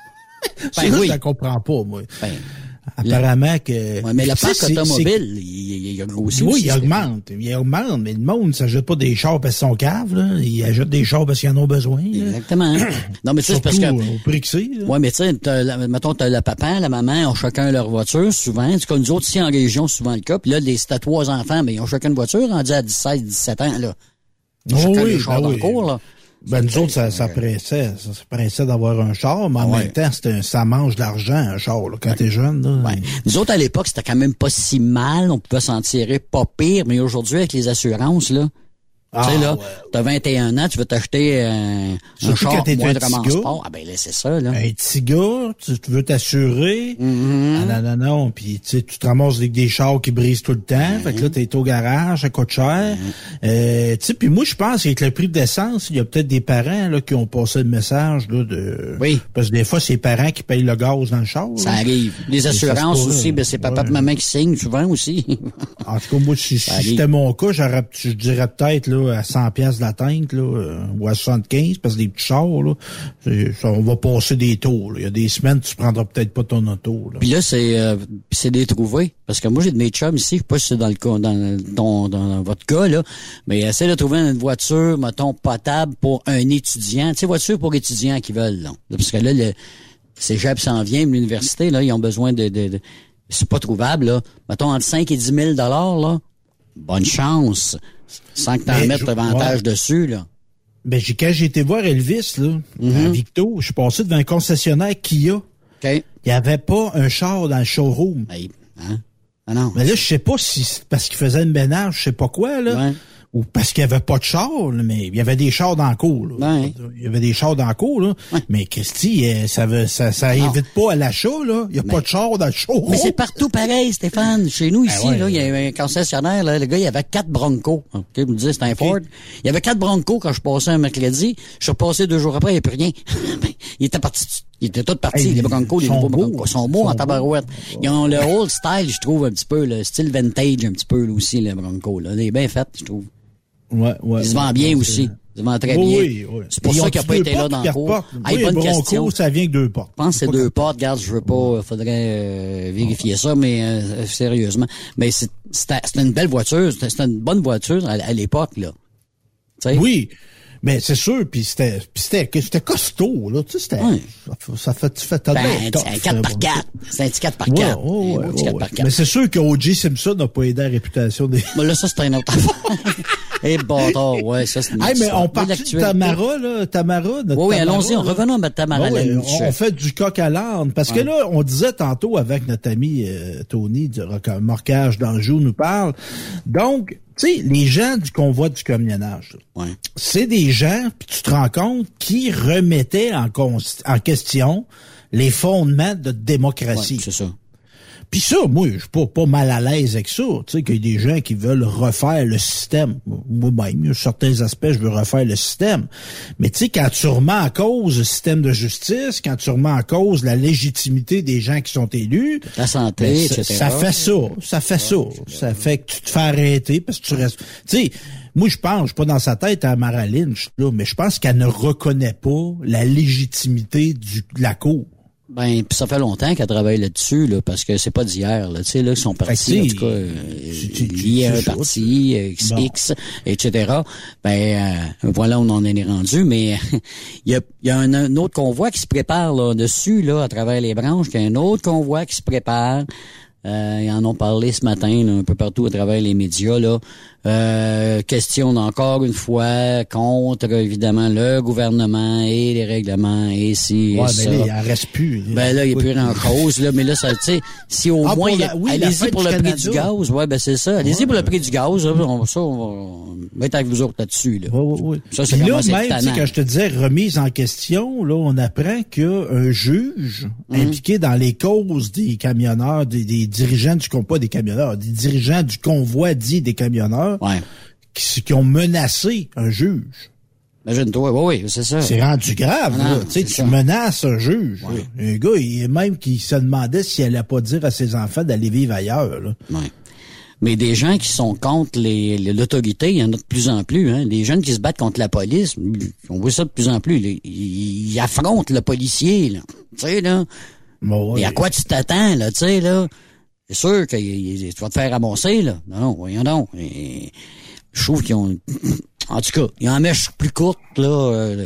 Ben ça, oui. je la comprends pas, moi. Ben, apparemment que... Ouais, mais le parc c'est, automobile, c'est... il, il a grossi oui, aussi. Oui, il augmente. Il augmente, mais le monde ne s'ajoute pas des chars parce qu'ils sont caves, là. Ils achètent des chars parce qu'ils en ont besoin. Là. Exactement. Non, mais tu sais, c'est parce que... au prix que c'est. Là. Ouais, mais tu sais, mettons, t'as le papa, la maman, ont chacun leur voiture, souvent. C'est comme nous autres, ici, en région, c'est souvent le cas. Puis là, les, si t'as trois enfants, mais ils ont chacun une voiture, rendue à dix-seize, dix-sept ans, là. Oh chacun oui, des chars ben dans oui. le cours, là. Ben, nous autres, ça, ça pressait, ça, ça pressait d'avoir un char, mais en ah ouais. même temps, c'est ça mange de l'argent, un char, là, quand ouais. t'es jeune, là. Ouais. Nous autres, à l'époque, c'était quand même pas si mal, on pouvait s'en tirer pas pire, mais aujourd'hui, avec les assurances, là, ah, tu sais, là, ouais. t'as vingt et un ans, tu veux t'acheter euh, un char moindrement sport. Ah ben là, c'est ça, là. Un petit gars, tu, tu veux t'assurer. Mm-hmm. Ah non, non, non. Puis tu sais, tu te ramasses avec des chars qui brisent tout le temps. Mm-hmm. Fait que là, t'es au garage, ça coûte cher. Mm-hmm. Euh, tu sais, puis moi, je pense qu'avec le prix d'essence, il y a peut-être des parents là qui ont passé le message là de. Oui. Parce que des fois, c'est les parents qui payent le gaz dans le char. Ça là. arrive. Les assurances aussi, ben c'est papa et ouais. maman qui signent souvent aussi. En tout cas, moi, si, si c'était mon cas, j'aurais, je dirais peut-être là à cent piastres la teinte, là, euh, ou à soixante-quinze, parce que des petits chars, là, ça, on va passer des tours. Là. Il y a des semaines, tu prendras peut-être pas ton auto. Là. Puis là, c'est euh, c'est des trouvés. Parce que moi, j'ai de mes chums ici, je sais pas si c'est dans le cas, dans, dans, dans votre cas, là, mais essaie de trouver une voiture, mettons, potable pour un étudiant. Tu sais, voiture pour étudiants qui veulent, là. Parce que là, le cégep s'en vient, l'université, là, ils ont besoin de, de, de c'est pas trouvable, là. Mettons, entre cinq et dix mille dollars, là. Bonne chance. Sans que t'en mettes davantage ouais. dessus, là. Ben, j'ai, quand j'ai été voir Elvis, là, mm-hmm. à Victo, je suis passé devant un concessionnaire Kia. OK. Il n'y avait pas un char dans le showroom. Hey, hein? Ah non. Mais là, je sais pas si c'est parce qu'il faisait une ménage, je sais pas quoi, là. Ouais. Ou parce qu'il y avait pas de char, là, mais il y avait des chars dans le cours, là. Ouais. Il y avait des chars dans le cours, là. Ouais. Mais Christy, ça veut, ça, ça évite pas à l'achat, là. Il y a mais, pas de char dans le showroom. Mais c'est partout pareil, Stéphane. Chez nous, ici, ben ouais, là, il y avait un concessionnaire, là. Le gars, il y avait quatre Broncos. OK, vous me dites, c'est un Ford. Okay. Il y avait quatre Broncos quand je passais un mercredi. Je suis repassé deux jours après, il n'y a plus rien. Il était parti. Il était tout parti, hey, les Broncos, les nouveaux beaux, Broncos. Ils sont beaux en tabarouette. Ils ont le old style, je trouve, un petit peu, le style vintage, un petit peu, là, aussi, les Broncos, là. Il est bien fait, je trouve. Ouais, ouais. Il se vend bien aussi. Il se vend très bien. Oui, oui. C'est pour ça qu'il n'a pas été là dans le cours. Ah, oui, bonne question. Ça vient que deux portes. Je pense que c'est deux portes. Regarde, je veux pas, faudrait euh, vérifier ça, mais euh, sérieusement. Mais c'est, c'était, c'était une belle voiture. C'était, c'était une bonne voiture à, à l'époque, là. T'sais? Oui. Mais c'est sûr, puis c'était, puis c'était, c'était costaud, là, tu sais, c'était, oui. ça, ça fait, tu fais ta ben, c'est un quatre par quatre. C'est un petit quatre par quatre. Ouais, ouais, ouais, ouais, ouais. Mais c'est sûr que O J Simpson n'a pas aidé à la réputation des... Mais là, ça, c'est un autre affaire. Eh, bâtard, ouais, ça, c'est une hey, mais on parle de Tamara, là, Tamara, notre Oui, oui, Tamara, allons-y, on revenons à Tamara. Ouais, la on, on fait du coq à l'âne, parce ouais. que là, on disait tantôt avec notre ami euh, Tony du remorquage d'Anjou nous parle. Donc, tu sais, les gens du convoi du camionnage, ouais. c'est des gens, puis tu te rends compte, qui remettaient en, con- en question les fondements de démocratie. Ouais, c'est ça. Puis ça, moi, je suis pas, pas mal à l'aise avec ça. Tu sais, qu'il y a des gens qui veulent refaire le système. Moi-même, il y a certains aspects, je veux refaire le système. Mais tu sais, quand tu remets en cause le système de justice, quand tu remets en cause la légitimité des gens qui sont élus... La santé, ben, et cetera. Ça, ça fait ça. Ça fait ça. Ça fait que tu te fais arrêter parce que tu restes... Tu sais, moi, je pense, je suis pas dans sa tête à Mara Lynch, là, mais je pense qu'elle ne reconnaît pas la légitimité du, de la Cour. Ben, pis ça fait longtemps qu'elle travaille là-dessus, là, parce que c'est pas d'hier, là. Tu sais, là, ils sont partis, en tout cas, euh, liés à un parti, X X, bon. et cetera. Ben, euh, voilà, on en est rendu, mais il y a, y a un, un autre convoi qui se prépare, là, dessus, là, à travers les branches, il y a un autre convoi qui se prépare. Euh, ils en ont parlé ce matin, là, un peu partout à travers les médias, là. Euh, question encore une fois contre, évidemment, le gouvernement et les règlements et si ouais, et ça. Mais là, il en reste plus. Ben là, il n'y a plus rien en cause, là, mais là, ça, tu sais, si au ah, moins, la, oui, allez-y pour le Canada. prix du gaz, ouais, ben c'est ça, allez-y ouais, pour le prix du gaz, là, on, ça, on va être avec vous autres là-dessus, là. Oui, oui, oui. Ça, c'est là, commence à être même, tu sais, quand je te disais remise en question, là, on apprend qu'un juge mmh. impliqué dans les causes des camionneurs, des, des dirigeants du convoi des camionneurs, des dirigeants du convoi dit des camionneurs, ouais. qui, qui ont menacé un juge. Imagine-toi, oui, oui, c'est ça. C'est rendu grave, non, là. Tu sais, tu ça. menaces un juge. Ouais. Un gars, il est même qui se demandait s'il allait pas dire à ses enfants d'aller vivre ailleurs, là. Ouais. Mais des gens qui sont contre les, les, l'autorité, il y en a de plus en plus. Hein. Des jeunes qui se battent contre la police, on voit ça de plus en plus. Ils, ils affrontent le policier, là. Tu sais, là. Bon, ouais. Et à quoi tu t'attends, là, tu sais, là? C'est sûr que tu vas te faire ramasser, là. Non, non, voyons donc. Et, je trouve qu'ils ont... En tout cas, ils ont la mèche plus courte, là. Euh,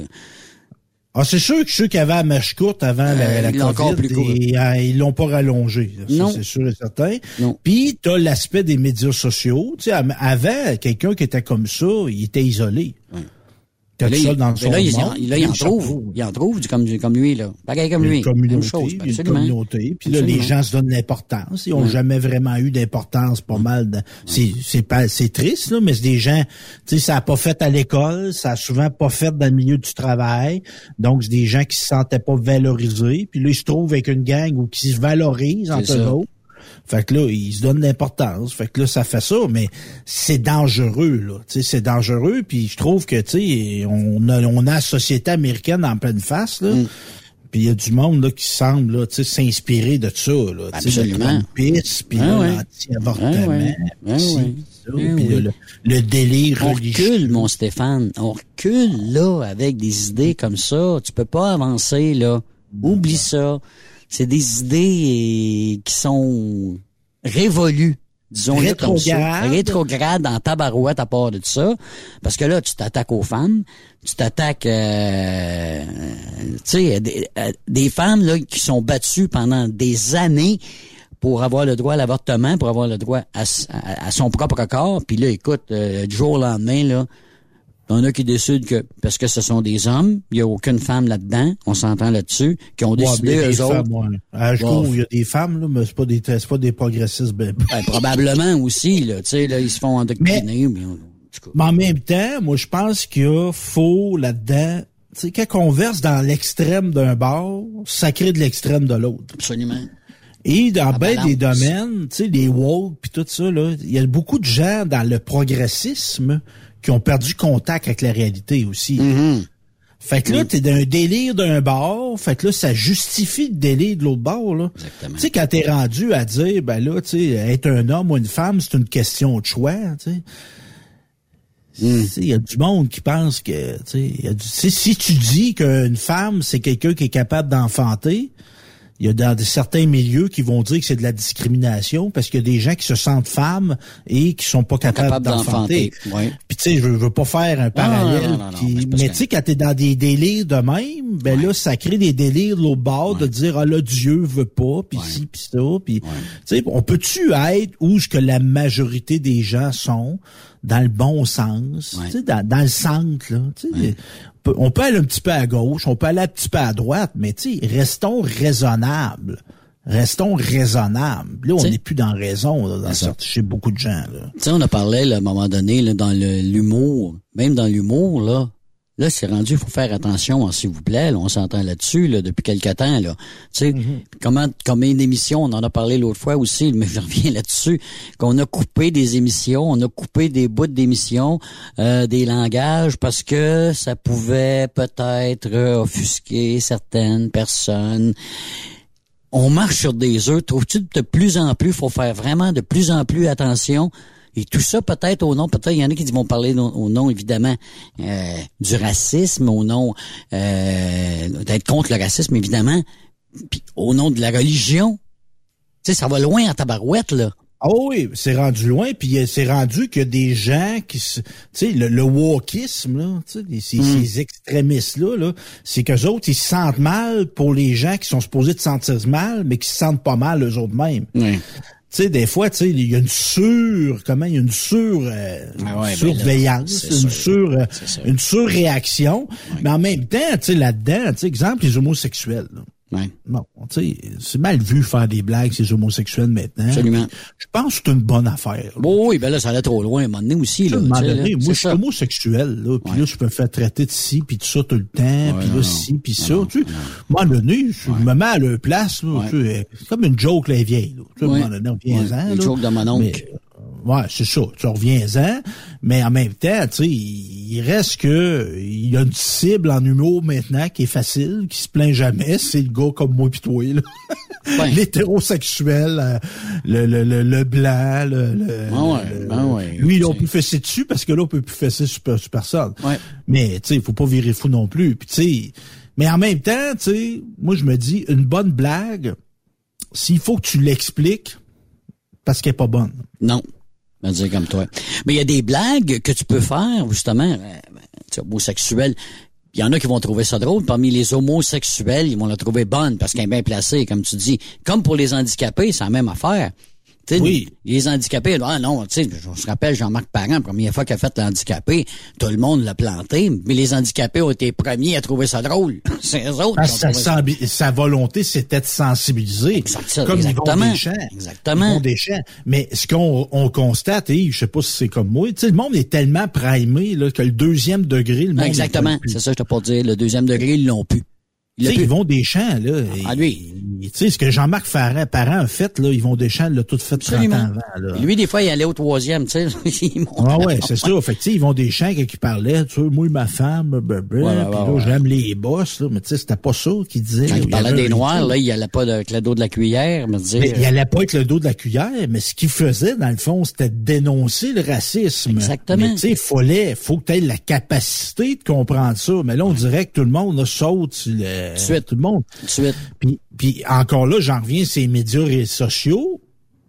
Ah, c'est sûr que ceux qui avaient la mèche courte avant euh, la, la COVID, ils, euh, ils l'ont pas rallongé. Ça, c'est sûr et certain. Non. Puis, t'as l'aspect des médias sociaux. Tu sais, avant, quelqu'un qui était comme ça, il était isolé. Ouais. T'as là, seul il, dans son là, monde. Il, il, là, il en trouve. Il en trouve du, comme, comme lui, là. Pareil comme lui. Une communauté, Même chose, une communauté. Puis là, les gens se donnent l'importance. Ils ont ouais. jamais vraiment eu d'importance, pas ouais. mal. De, c'est, c'est pas, c'est triste, là, mais c'est des gens, tu sais, ça a pas fait à l'école, ça a souvent pas fait dans le milieu du travail. Donc, c'est des gens qui se sentaient pas valorisés. Puis là, ils se trouvent avec une gang où qui se valorisent entre eux autres. Fait que là, ils se donnent l'importance. Fait que là, ça fait ça, mais c'est dangereux, là. Tu sais, c'est dangereux. Puis je trouve que, tu sais, on a, on a la société américaine en pleine face, là. Mm. Puis il y a du monde, là, qui semble, là, tu sais, s'inspirer de ça, là. Tu sais, le Trumpisme, puis ah, ouais. l'anti-avortement. Ah, ouais. Ah, ouais. Puis oui. le, le délire on religieux. recule, mon Stéphane. On recule, là, avec des idées comme ça. Tu peux pas avancer, là. Oublie ça. C'est des idées qui sont révolues, disons-le comme ça. Rétrogrades en tabarouette à part de ça. Parce que là, tu t'attaques aux femmes, tu t'attaques, euh, tu sais, des, des femmes là qui sont battues pendant des années pour avoir le droit à l'avortement, pour avoir le droit à, à, à son propre corps. Puis là, écoute, euh, du jour au lendemain, là, il y en a qui décident que, parce que ce sont des hommes, il n'y a aucune femme là-dedans, on s'entend là-dessus, qui ont décidé, ouais, eux autres. Femmes, ouais. À Jco, il y a des femmes, là, mais c'est pas des, c'est pas des progressistes, ben. ben probablement aussi, là, tu sais, là, ils se font endoctriner, mais, mais, on, mais en même temps, moi, je pense qu'il faut, là-dedans, tu sais, quand on verse dans l'extrême d'un bord, ça crée de l'extrême de l'autre. Absolument. Et dans bien des domaines, tu sais, les woke pis tout ça, là, il y a beaucoup de gens dans le progressisme qui ont perdu contact avec la réalité aussi. Mm-hmm. Fait que là, mm. t'es d'un délire d'un bord, fait que là, ça justifie le délire de l'autre bord, là. Exactement. Tu sais, quand t'es rendu à dire, ben là, tu sais, être un homme ou une femme, c'est une question de choix, tu sais. Mm. Il y a du monde qui pense que, tu sais, si tu dis qu'une femme, c'est quelqu'un qui est capable d'enfanter, il y a dans certains milieux qui vont dire que c'est de la discrimination parce qu'il y a des gens qui se sentent femmes et qui sont pas capables capable d'enfanter. Ouais. Puis tu sais, je veux pas faire un parallèle. Non, non, non, non, qui... mais, mais tu sais, quand t'es dans des délires de même, ben ouais. là, ça crée des délires de l'autre bord ouais. de dire ah là Dieu veut pas, puis ouais. ci, puis ça, puis ouais. tu sais, on peut-tu être où ce que la majorité des gens sont dans le bon sens, ouais. tu sais, dans, dans le centre là, tu sais. Ouais. On peut aller un petit peu à gauche, on peut aller un petit peu à droite, mais tu sais, restons raisonnables. Restons raisonnables. Là, on n'est plus dans raison, là, dans ça, chez beaucoup de gens. Tu sais, on a parlé, là, à un moment donné, là, dans le, l'humour, même dans l'humour, là, là, c'est rendu, il faut faire attention, hein, s'il vous plaît, là, on s'entend là-dessus, là, depuis quelque temps, là. Tu sais, mm-hmm. comment, comme une émission, on en a parlé l'autre fois aussi, mais je reviens là-dessus, qu'on a coupé des émissions, on a coupé des bouts d'émissions, euh, des langages, parce que ça pouvait peut-être offusquer certaines personnes. On marche sur des œufs. Trouves-tu de plus en plus, faut faire vraiment de plus en plus attention. Et tout ça, peut-être au nom, peut-être il y en a qui vont parler au nom, évidemment, euh, du racisme, au nom euh, d'être contre le racisme, évidemment, puis au nom de la religion. Tu sais, ça va loin en tabarouette, là. Ah oui, c'est rendu loin, puis c'est rendu qu'il y a des gens qui se... Tu sais, le, le wokisme, là, tu sais, ces, mm. ces extrémistes-là, là, c'est qu'eux autres, ils se sentent mal pour les gens qui sont supposés de se sentir mal, mais qui se sentent pas mal eux autres mêmes. Mm. Tu sais, des fois, tu sais, il y a une sur, comment, il y a une sur, euh, ah ouais, surveillance, ben là, une sur, euh, une surréaction. Ouais. Mais en même temps, tu sais, là-dedans, tu sais, exemple, les homosexuels, là. Ouais. Bon, tu sais, c'est mal vu faire des blagues ces homosexuels maintenant. Absolument. Je pense que c'est une bonne affaire. Bon, oui, ben là, ça allait trop loin à un moment donné aussi. Là, à un moment donné, là, moi, je suis homosexuel, là, puis ouais. là, je peux me faire traiter de ci, puis de ça tout le temps, ouais, puis là, ci, puis ça. Tu sais, à un moment donné, je ouais. me mets à leur place, là, ouais. tu sais, c'est comme une joke, là, vieille. Là. Tu sais, ouais. à un moment donné, reviens-en. Une joke de mon oncle. Mais, ouais, c'est ça. Tu reviens-en, mais en même temps, tu sais, il reste que il y a une cible en humour maintenant qui est facile, qui se plaint jamais. C'est le gars comme moi pis toi, là. Ouais. L'hétérosexuel, euh, le, le, le, le blanc, le, le, ah ouais, le ben ouais, lui, là, on peut fesser dessus parce que là, on peut plus fesser sur, sur personne. Ouais. Mais, tu sais, il faut pas virer fou non plus. Puis, tu sais, mais en même temps, tu sais, moi, je me dis, une bonne blague, s'il faut que tu l'expliques, parce qu'elle est pas bonne. Non. Je vais dire comme toi. Mais il y a des blagues que tu peux faire, justement, euh, tu sais, homosexuel. Il y en a qui vont trouver ça drôle. Parmi les homosexuels, ils vont la trouver bonne parce qu'elle est bien placée, comme tu dis. Comme pour les handicapés, c'est la même affaire. T'sais, oui. Les handicapés, ah non, tu sais, je me rappelle Jean-Marc Parent, la première fois qu'il a fait l'handicapé, tout le monde l'a planté, mais les handicapés ont été premiers à trouver ça drôle. C'est eux autres. Ah, sa, sa, sa volonté, c'était de sensibiliser. Exact, comme exactement. Yvon Deschamps. Exactement. Yvon Deschamps. Mais ce qu'on on constate, et je sais pas si c'est comme moi, tu sais, le monde est tellement primé là, que le deuxième degré, le monde. Exactement. C'est ça, je t'ai pas dit. Le deuxième degré, ils l'ont pu. Tu sais, Yvon Deschamps, là. Ah, lui. Tu sais, ce que Jean-Marc Parent, Parent a fait, là, Yvon Deschamps l'a tout fait trente ans avant, là. Lui, des fois, il allait au troisième, tu sais. Ah ouais, c'est ça. Fait que, tu sais, Yvon Deschamps, quand il parlait, tu sais, moi, ma femme, blablabla, ouais, ouais, pis là, ouais. j'aime les boss, là. Mais tu sais, c'était pas ça qu'il disait. Quand il, il parlait des Noirs, là, il allait pas avec le dos de la cuillère, me dire. Mais il allait pas avec le dos de la cuillère, mais ce qu'il faisait, dans le fond, c'était de dénoncer le racisme. Exactement. Mais tu sais, il fallait, faut que tu aies la capacité de comprendre ça. Mais là, on dirait que tout le monde, là, saute sur le... Suite. Tout le monde. Suite. Puis, puis encore là, j'en reviens, ces médias sociaux.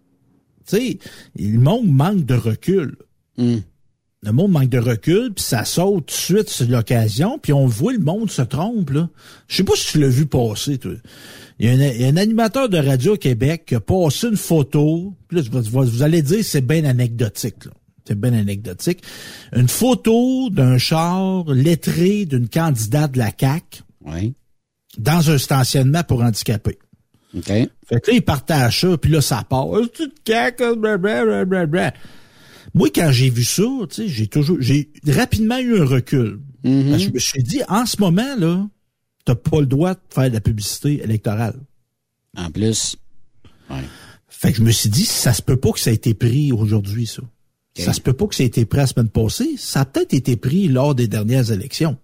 Tu sais, le monde manque de recul. Mm. Le monde manque de recul, puis ça saute tout de suite sur l'occasion, puis on voit le monde se trompe, là. Je sais pas si tu l'as vu passer, toi. Il y a un, il y a un animateur de Radio-Québec qui a passé une photo, puis là, vous, vous allez dire c'est bien anecdotique, là. C'est bien anecdotique. Une photo d'un char lettré d'une candidate de la C A Q. Oui. Dans un stationnement pour handicapés. OK. Fait que là, il partage ça, puis là, ça part. C'est une C A Q, blablabla. Moi, quand j'ai vu ça, tu sais, j'ai toujours, j'ai rapidement eu un recul. Mm-hmm. Parce que je me suis dit, en ce moment, là, t'as pas le droit de faire de la publicité électorale. En plus. Ouais. Fait que je me suis dit, ça se peut pas que ça ait été pris aujourd'hui, ça. Okay. Ça se peut pas que ça ait été pris la semaine passée. Ça a peut-être été pris lors des dernières élections.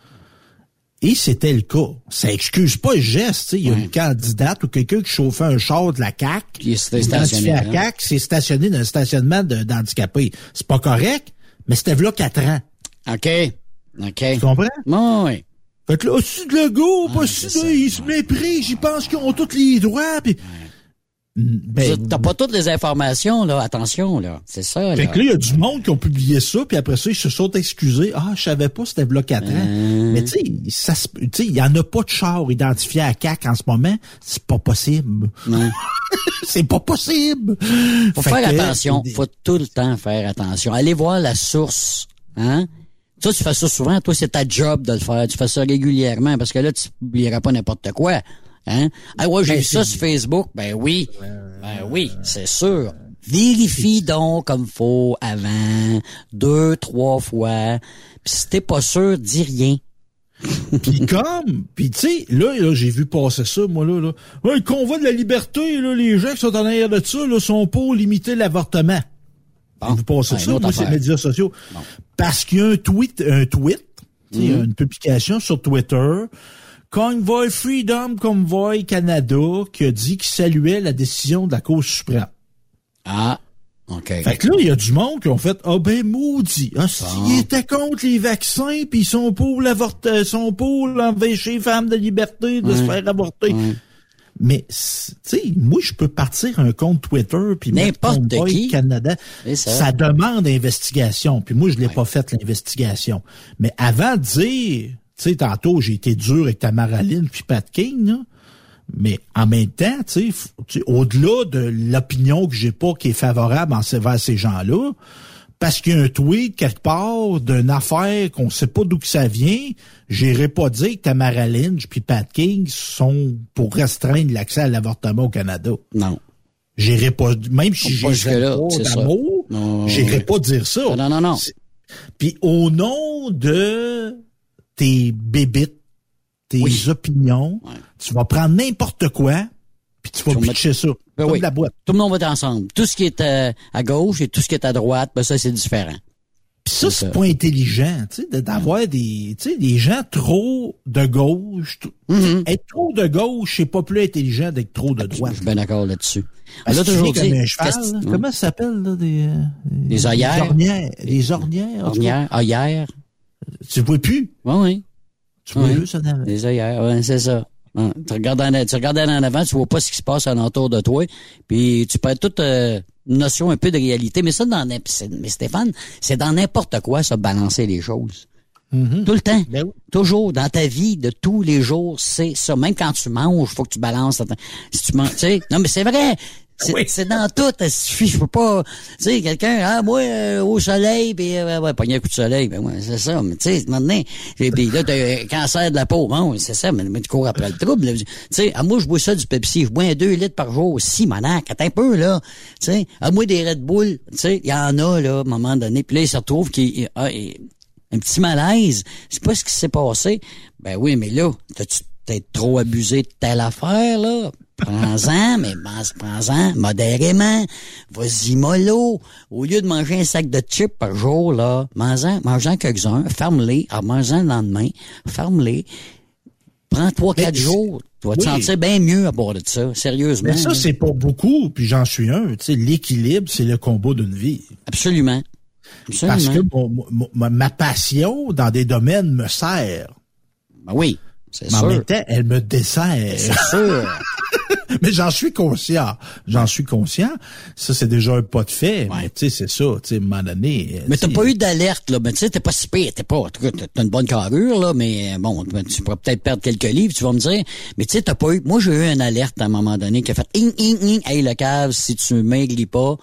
Et c'était le cas. Ça excuse pas le geste. Il y a ouais. une candidate ou quelqu'un qui chauffait un char de la C A C, qui est stationné à la C A C, c'est stationné dans un stationnement de, d'handicapés. C'est pas correct, mais c'était là quatre ans. OK. OK. Tu comprends? Oh, oui. Fait que là, au-dessus de Legault, ah, pas si là, ils se méprisent, ils pensent qu'ils ont tous les droits, pis... Ouais. Ben, t'as pas toutes les informations, là. Attention, là. C'est ça, fait là. que là, il y a du monde qui ont publié ça, puis après ça, ils se sont excusés. Ah, je savais pas, c'était là quatre ans. Euh... Mais tu sais, ça se, tu sais, il y en a pas de char identifié à C A C en ce moment. C'est pas possible. C'est pas possible. Faut fait faire que, attention. Faut tout le temps faire attention. Allez voir la source, hein. Toi, tu fais ça souvent. Toi, c'est ta job de le faire. Tu fais ça régulièrement parce que là, tu publieras pas n'importe quoi. Hein? Ah ouais, j'ai ben, vu ça sur Facebook. Ben oui. Ben oui, c'est sûr. Vérifie donc comme faut avant, deux, trois fois. Puis si t'es pas sûr, dis rien. Puis comme, puis tu sais, là, là j'ai vu passer ça, moi, là, là. Ouais, le convoi de la liberté, là, les gens qui sont en arrière de ça, là, sont pour limiter l'avortement. Bon. Vous passez ouais, ça, moi, c'est les médias sociaux. Bon. Parce qu'il y a un tweet, un tweet, tu sais, mm-hmm. une publication sur Twitter, Convoy Freedom Convoy Canada, qui a dit qu'il saluait la décision de la Cour suprême. Ah, OK. Fait que là, il y a du monde qui ont fait, ah ben maudit, ah, s'ils étaient contre les vaccins, puis ils sont pour l'avorter, sont pour l'empêcher les femmes de liberté de ouais. se faire avorter. Ouais. Mais, tu sais, moi, je peux partir un compte Twitter, puis mettre Convoy Canada. Ça. ça demande investigation. Puis moi, je l'ai ouais. pas fait, l'investigation. Mais avant de dire... Tu sais, tantôt, j'ai été dur avec Tamara Lynn puis Pat King, là. Mais en même temps, tu sais, au-delà de l'opinion que j'ai pas qui est favorable envers ces gens-là, parce qu'il y a un tweet quelque part d'une affaire qu'on sait pas d'où que ça vient, j'irai pas dire que Tamara Lynch puis Pat King sont pour restreindre l'accès à l'avortement au Canada. Non. J'irai pas, même si j'ai pas d'amour, j'irai oui. pas dire ça. Non, non, non. Puis au nom de tes bébites, tes oui. opinions, ouais. tu vas prendre n'importe quoi, puis tu vas pitcher mettre... ça. Ben comme oui. la boîte. Tout le monde va être ensemble. Tout ce qui est euh, à gauche et tout ce qui est à droite, ben ça, c'est différent. Puis ça, c'est, c'est pas intelligent, tu sais, d'avoir mm. des, tu sais, des gens trop de gauche. T- mm-hmm. Être trop de gauche, c'est pas plus intelligent d'être trop de droite. Je suis bien d'accord là-dessus. Parce là, toujours dit, comme un cheval, là, mm. comment ça s'appelle, là, des... Euh, des ornières. Des ornières. Des ornières. Ornières, œillères. Tu vois plus? Oui, oui. Tu vois oui. plus, ça n'avait. Des œillères, oui, c'est ça. Hein, tu regardes en, tu regardes en avant, tu vois pas ce qui se passe alentour de toi, puis tu perds toute euh, une notion un peu de réalité. Mais ça, dans mais Stéphane, c'est dans n'importe quoi, ça, balancer les choses. Mm-hmm. Tout le temps. Ben oui. Toujours. Dans ta vie de tous les jours, c'est ça. Même quand tu manges, faut que tu balances. Si tu manges, tu sais. Non, mais c'est vrai. C'est, oui. c'est dans tout, il suffit, je peux pas, tu sais, quelqu'un, ah, moi, euh, au soleil, pis, euh, ouais, pogner un coup de soleil, ben, ouais, c'est ça, mais tu sais, maintenant, pis là, t'as un cancer de la peau, bon, c'est ça, mais, mais tu cours après le trouble, tu sais, à moi, je bois ça du Pepsi, je bois un deux litres par jour, si, manac, attends un peu, là, tu sais, à moi, des Red Bull, tu sais, il y en a, là, à un moment donné, pis là, il se retrouve qu'il a un petit malaise, c'est pas ce qui s'est passé, ben oui, mais là, t'as-tu peut-être trop abusé de telle affaire, là? Prends-en, mais prends-en modérément. Vas-y mollo. Au lieu de manger un sac de chips par jour, là, mange-en, mange-en quelques-uns, ferme-les, alors mange-en le lendemain, ferme-les. Prends trois, quatre jours. Tu vas te oui. sentir bien mieux à bord de ça, sérieusement. Mais ça, là. C'est pas beaucoup, puis j'en suis un. Tu sais, l'équilibre, c'est le combat d'une vie. Absolument. Absolument. Parce que mon, mon, ma passion dans des domaines me sert. Ben oui. C'est mais sûr. en même temps, elle me dessert. C'est sûr. Mais j'en suis conscient. J'en suis conscient. Ça, c'est déjà un pas de fait. Ouais. Mais tu sais, c'est ça. Tu sais, à un moment donné. Mais t'as pas eu d'alerte, là. Mais tu sais, t'es pas si pire. T'es pas, en tout cas, t'as une bonne carrure, là. Mais bon, tu pourrais peut-être perdre quelques livres, tu vas me dire. Mais tu sais, t'as pas eu. Moi, j'ai eu une alerte à un moment donné qui a fait ing, ing, ing. Hey, le cave, si tu maigris pas,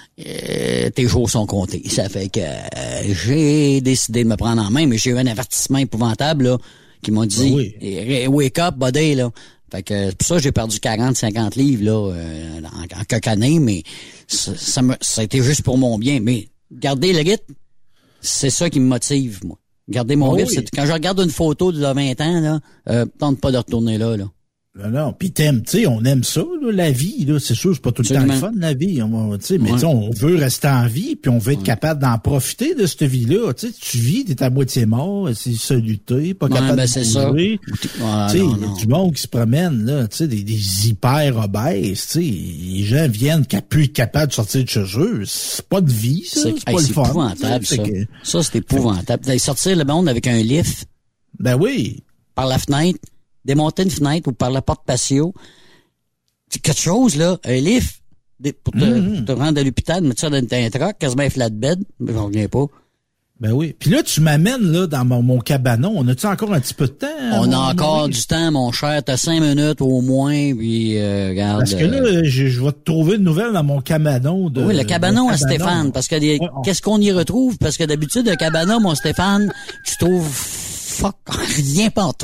euh, tes jours sont comptés. Ça fait que euh, j'ai décidé de me prendre en main, mais j'ai eu un avertissement épouvantable, là, qui m'ont dit, ben oui. Wake up, buddy, là. Fait que, pour ça, j'ai perdu quarante, cinquante livres, là, euh, en, en quelques années, mais ça, ça, me, ça a été juste pour mon bien. Mais, garder le rythme, c'est ça qui me motive, moi. Garder mon oh rythme, oui. c'est, quand je regarde une photo de vingt ans, là, euh, tente pas de retourner là, là. Non, non. Puis t'aimes, tu sais, on aime ça, là, la vie, là. C'est sûr, c'est pas tout le temps le fun, la vie. On, tu sais, mais ouais. on veut rester en vie, puis on veut être ouais. capable d'en profiter de cette vie-là. Tu sais, tu vis, t'es à moitié mort, c'est soluté, pas ouais, capable ben de c'est ça. tu sais, il y a du monde qui se promène, là, tu sais, des, des hyper obèses, tu sais. Les gens viennent qui a pu être capables de sortir de chez eux. C'est pas de vie, ça. C'est, c'est pas hey, le c'est fun. Épouvantable, ça. Que... Ça, c'est épouvantable. D'aller sortir le monde avec un lift. Ben oui. Par la fenêtre. Démonter une fenêtre ou par la porte patio. C'est quelque chose, là. Un lift, pour te, mm-hmm. pour te rendre à l'hôpital, mettre ça dans un truck, quasiment un flatbed, mais j'en reviens pas. Ben oui. Puis là, tu m'amènes, là, dans mon, mon cabanon. On a-tu encore un petit peu de temps? On a encore mari? du temps, mon cher. T'as cinq minutes au moins, puis euh, regarde. Parce que là, je, je vais te trouver une nouvelle dans mon cabanon. De, oui, le cabanon à cabanon. Stéphane. Parce que des, ouais, on... qu'est-ce qu'on y retrouve? Parce que d'habitude, le cabanon, mon Stéphane, tu trouves... fuck, rien pas en tout.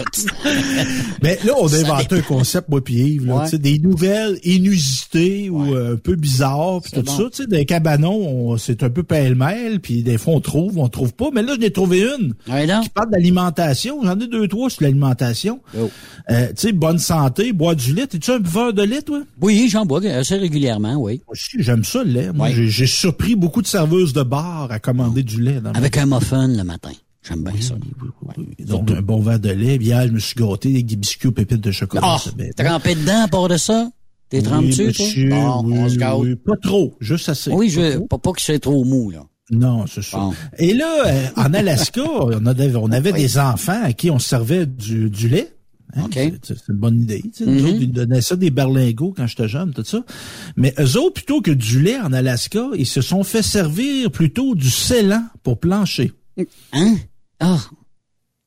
Mais là, on a inventé un concept, moi pis Yves, là, ouais. tu sais, des nouvelles inusitées ouais. ou euh, un peu bizarres, puis tout bon. ça, tu sais, des cabanons, on, c'est un peu pêle-mêle, puis des fois on trouve, on trouve pas, mais là, j'en ai trouvé une ouais, qui parle d'alimentation, j'en ai deux, trois sur l'alimentation. Oh. Euh, tu sais, bonne santé, boire du lait, es-tu un buveur de lait, toi? Oui, j'en bois assez régulièrement, oui. Moi aussi, j'aime ça, le lait. Moi, ouais. j'ai, j'ai surpris beaucoup de serveuses de bar à commander du lait. Dans Avec un muffin le matin. J'aime bien oui, ça. Oui, oui, oui. Donc, un bon verre de lait. Hier, je me suis gâté avec des biscuits aux pépites de chocolat. Oh, trempé dedans à part de ça? T'es oui, trempé-tu, monsieur, toi? Bon, oui, on se gâte. Oui, pas trop, juste assez. Oui, je, pas, pas que c'est trop mou, là. Non, c'est ça. Bon. Et là, euh, en Alaska, on avait, on avait oui. des enfants à qui on servait du, du lait. Hein? Okay. C'est, c'est une bonne idée. Tu sais, mm-hmm. Nous autres, ils donnaient ça des berlingots quand j'étais jeune, tout ça. Mais eux autres, plutôt que du lait en Alaska, ils se sont fait servir plutôt du scellant pour plancher. Hein? Ah!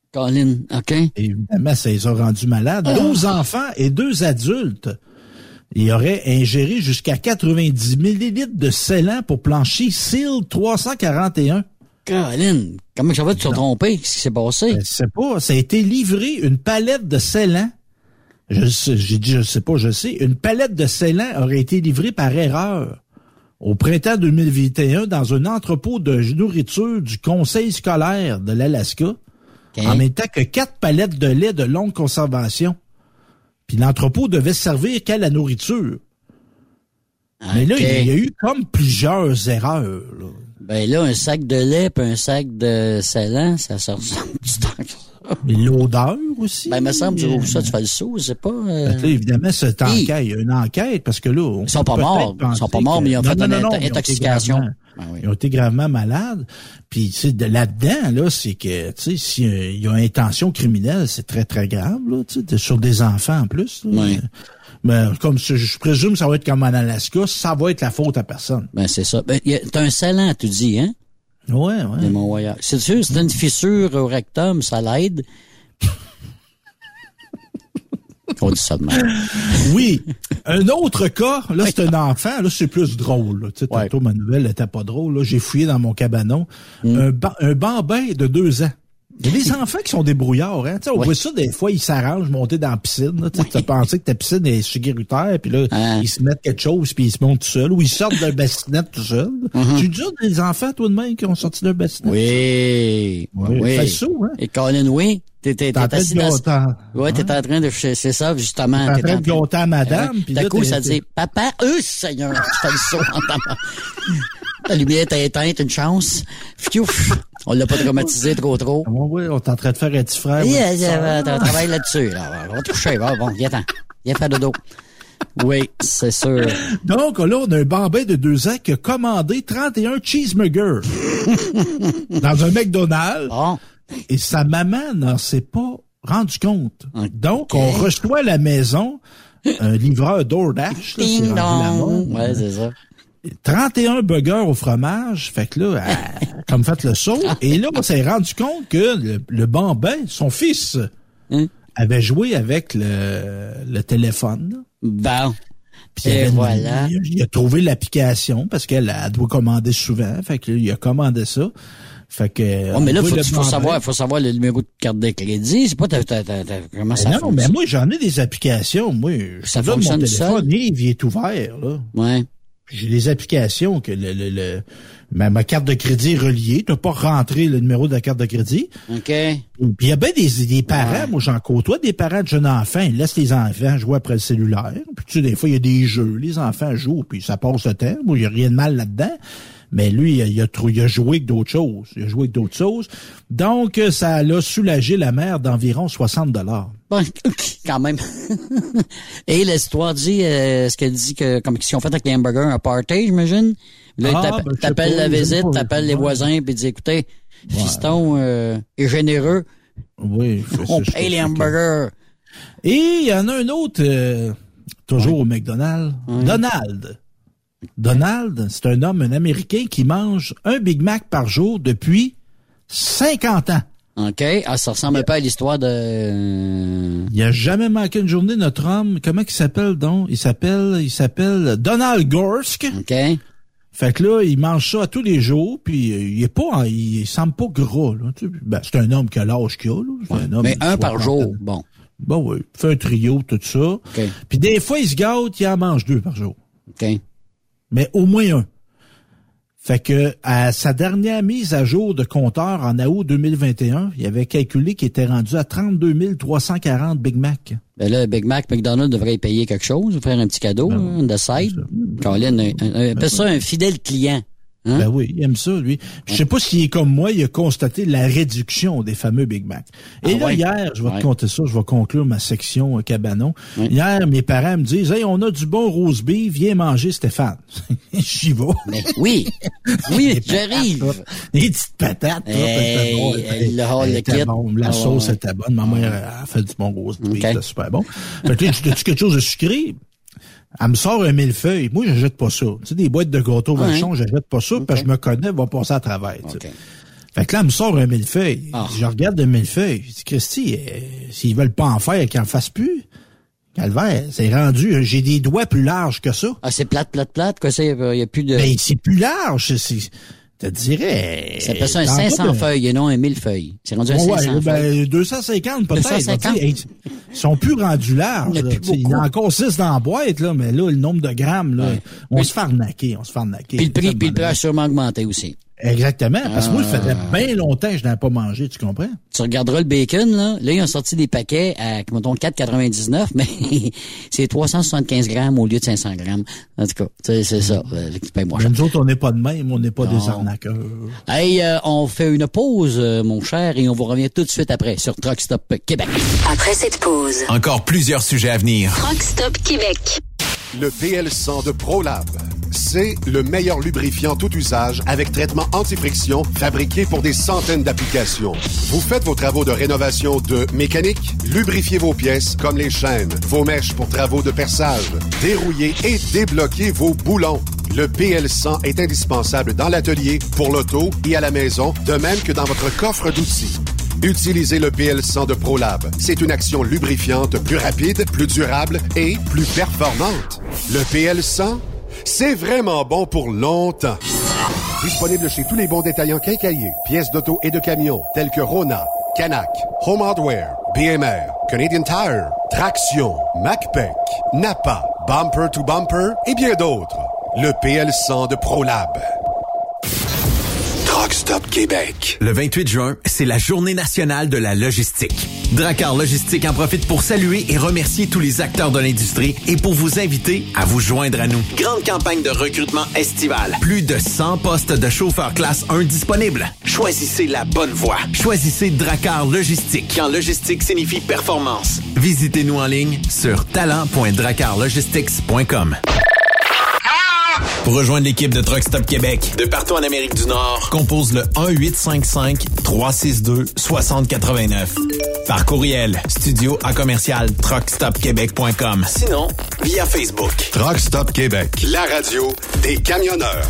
Colin, OK. Évidemment, ça les a rendus malades. Ah. douze enfants et deux adultes. Ils auraient ingéré jusqu'à quatre-vingt-dix millilitres de scellant pour plancher Seal trois cent quarante et un. Colin, comment ça va te tromper? Qu'est-ce qui s'est passé? Je sais pas. Ça a été livré, une palette de scellant. Je sais, j'ai dit, je sais pas, je sais. Une palette de scellant aurait été livrée par erreur au printemps deux mille vingt et un dans un entrepôt de nourriture du conseil scolaire de l'Alaska. Okay. En même temps que quatre palettes de lait de longue conservation. Puis l'entrepôt devait servir qu'à la nourriture. Okay. Mais là, il y a eu comme plusieurs erreurs. Là. Ben là, un sac de lait puis un sac de scellant, ça se ressemble du temps que ça. Mais l'odeur aussi. Ben, il me semble, tu ouvres ça, tu fais le saut, c'est pas... Euh... Là, évidemment, c'est enquête. Il y a une enquête, parce que là... On ils sont pas morts. Ils sont pas morts, mais ils ont non, fait non, une non, non, intoxication. Ils ont, ben oui. ils ont été gravement malades. Puis, tu sais, de là-dedans, là, c'est que, tu sais, s'il euh, y a une intention criminelle, c'est très, très grave, là, tu sais, sur des enfants en plus. Là. Oui. Mais comme je présume, ça va être comme en Alaska, ça va être la faute à personne. Ben, c'est ça. Ben, y a, t'as un scellant, tu dis, hein? Ouais, ouais. De mon voyage. C'est sûr, c'est une fissure au rectum, ça l'aide. On dit ça de même. Oui. Un autre cas, là, c'est un enfant, là, c'est plus drôle, là. Tu sais, tantôt, ouais. Ma nouvelle était pas drôle, là. J'ai fouillé dans mon cabanon. Mm. Un, ba- un bambin de deux ans. Il y a des enfants qui sont débrouillards, hein. Tu sais, on ouais. voit ça, des fois, ils s'arrangent monter dans la piscine, là. Tu sais, ouais. pensé que ta piscine est sécuritaire, puis là, ah. ils se mettent quelque chose, puis ils se montent tout seuls, ou ils sortent d'un bassinet tout seul. Mm-hmm. Tu dis des enfants, toi, de même, qui ont sorti d'un bassinet? Oui. Oui. oui. Fais ça, hein. Et Colin, oui. T'es, t'es, t'es assis dans... Ouais, t'es en train de... C'est ça, justement. T'es en train de gâter à madame. Puis d'un coup, ça dit, papa, eux, Seigneur, tu fais le saut en ta main. La lumière est éteinte, une chance. Fiouf. On l'a pas traumatisé trop trop. Oui, oui, on est en train de faire un petit frère. Oui, on travaille là-dessus. Là. On va te coucher. Bon, bon, viens-t'en. Viens faire dodo. Oui, c'est sûr. Donc, là, on a un bambin de deux ans qui a commandé trente et un cheeseburgers dans un McDonald's. Bon. Et sa maman n'en s'est pas rendu compte. Okay. Donc, on reçoit à la maison un livreur DoorDash. Là, Ding dong. Ouais, c'est ça. trente et un burgers au fromage. Fait que là, elle, comme fait le saut. Et là, on s'est rendu compte que le, le bambin, son fils, hein? avait joué avec le, le téléphone. Bon. Puis et il, voilà. Il, il a trouvé l'application parce qu'elle elle doit commander souvent. Fait que là, il a commandé ça. Fait que. Oh, mais là, faut, faut, faut savoir, faut savoir le numéro de carte de crédit. C'est pas ta, ta, ta, ta, comment ça non, fonctionne. mais moi, j'en ai des applications. Moi, ça je fonctionne mon téléphone, ça? il est ouvert, là. Ouais. J'ai des applications que le, le, le ma, ma carte de crédit est reliée. Tu n'as pas rentré le numéro de la carte de crédit. OK. Puis il y a bien des, des parents, ouais. Moi j'en côtoie, des parents de jeunes enfants, ils laissent les enfants jouer après le cellulaire. Puis tu sais, des fois, il y a des jeux, les enfants jouent, puis ça passe le temps. Moi, il n'y a rien de mal là-dedans. Mais lui, il a, il, a, il a joué avec d'autres choses. Il a joué avec d'autres choses. Donc, ça l'a soulagé la mère d'environ soixante dollars. Bon, quand même. Et l'histoire dit, euh, ce qu'elle dit que, comme si on fait avec les hamburgers, un party, j'imagine. Là, ah, t'appelles, ben, t'appelles la visite, pas, t'appelles les voisins, puis dis, écoutez, ouais. Fiston euh, est généreux. Oui. On ça, paye les hamburgers. Que... Et il y en a un autre, euh, toujours ouais. au McDonald's. Ouais. Donald. Donald, c'est un homme, un Américain qui mange un Big Mac par jour depuis cinquante ans. OK. Ah, ça ressemble un peu à l'histoire de... Il a jamais manqué une journée, notre homme. Comment il s'appelle donc? Il s'appelle, il s'appelle Donald Gorsk. OK. Fait que là, il mange ça à tous les jours, puis il est pas, il semble pas gras, là. Ben, c'est un homme qui a l'âge qu'il a, là. C'est ouais, un homme mais un par jour, bon. Bon, oui. Il fait un trio, tout ça. Okay. Puis des fois, il se gâte, il en mange deux par jour. OK. Mais au moins un. Fait que à sa dernière mise à jour de compteur en août deux mille vingt et un, il avait calculé qu'il était rendu à trente-deux mille trois cent quarante Big Mac. Ben là, Big Mac, McDonald's devrait y payer quelque chose, faire un petit cadeau, ben, on the side. Colin, un, un, appelle ça un fidèle client. Hein? Ben oui, il aime ça, lui. Je sais pas s'il est comme moi, il a constaté la réduction des fameux Big Mac. Et ah là, ouais? hier, je vais ouais. te conter ça, je vais conclure ma section euh, cabanon. Ouais. Hier, mes parents me disent, hey, on a du bon rose beef, viens manger, Stéphane. J'y vais. Mais oui. Oui, j'arrive. Les petites patates, hey, bon, hey, le hall, le kit. Bon, la oh, sauce ouais. était bonne. Ma mère a fait du bon rose beef, okay. C'était super bon. Fait que, as-tu quelque chose de sucré? Elle me sort un millefeuille. Moi, je jette pas ça. Tu sais, des boîtes de gâteaux vachons, ouais. je jette pas ça, okay. parce que je me connais, va passer à travers. Okay. Fait que là, elle me sort un millefeuille. Ah. Je regarde le millefeuille. Je dis, Christy, euh, s'ils veulent pas en faire, qu'ils en fassent plus. Calvaire, c'est rendu, j'ai des doigts plus larges que ça. Ah, c'est plate, plate, plate, quoi, ça, il n'y a plus de... Ben, c'est plus large, c'est, te dirais... Ça peut être un cinq cents de... feuilles et non un mille feuilles. C'est rendu un ouais, cinq cents ben, feuilles. deux cent cinquante peut-être. deux cent cinquante Là, ils sont plus rendus larges. Il y, là, il y en a encore six dans la boîte, là, mais là, le nombre de grammes, là, ouais. on puis, se fait arnaquer, on se fait arnaquer. Puis le prix, puis le prix a sûrement augmenté aussi. Exactement, parce que ah. moi, ça faisait bien longtemps que je n'avais pas mangé, tu comprends? Tu regarderas le bacon, là. Là, ils ont sorti des paquets à, mettons, quatre quatre-vingt-dix-neuf, mais c'est trois cent soixante-quinze grammes au lieu de cinq cents grammes. En tout cas, c'est, c'est ça. C'est pas moi. Nous autres, on n'est pas de même, on n'est pas non. des arnaqueurs. Hey, euh, on fait une pause, euh, mon cher, et on vous revient tout de suite après sur Truck Stop Québec. Après cette pause. Encore plusieurs sujets à venir. Truck Stop Québec. Le P L cent de ProLab. C'est le meilleur lubrifiant tout usage avec traitement anti-friction fabriqué pour des centaines d'applications. Vous faites vos travaux de rénovation de mécanique, lubrifiez vos pièces comme les chaînes, vos mèches pour travaux de perçage, dérouillez et débloquez vos boulons. Le P L cent est indispensable dans l'atelier, pour l'auto et à la maison, de même que dans votre coffre d'outils. Utilisez le P L cent de ProLab. C'est une action lubrifiante plus rapide, plus durable et plus performante. Le P L cent, c'est vraiment bon pour longtemps. Disponible chez tous les bons détaillants quincailliers, pièces d'auto et de camions, tels que Rona, Canac, Home Hardware, B M R, Canadian Tire, Traction, MacPac, Napa, Bumper to Bumper et bien d'autres. Le P L cent de ProLab. Truck Stop Québec. Le vingt-huit juin, c'est la Journée nationale de la logistique. Dracar Logistique en profite pour saluer et remercier tous les acteurs de l'industrie et pour vous inviter à vous joindre à nous. Grande campagne de recrutement estival. Plus de cent postes de chauffeurs classe un disponibles. Choisissez la bonne voie. Choisissez Dracar Logistique, quand logistique signifie performance. Visitez-nous en ligne sur talent point dracar logistics point com. Pour rejoindre l'équipe de Truck Stop Québec, de partout en Amérique du Nord, compose le un huit cinq cinq trois six deux six zéro huit neuf. Par courriel, studio à commercial truck stop québec point com. Sinon, via Facebook. Truck Stop Québec, la radio des camionneurs.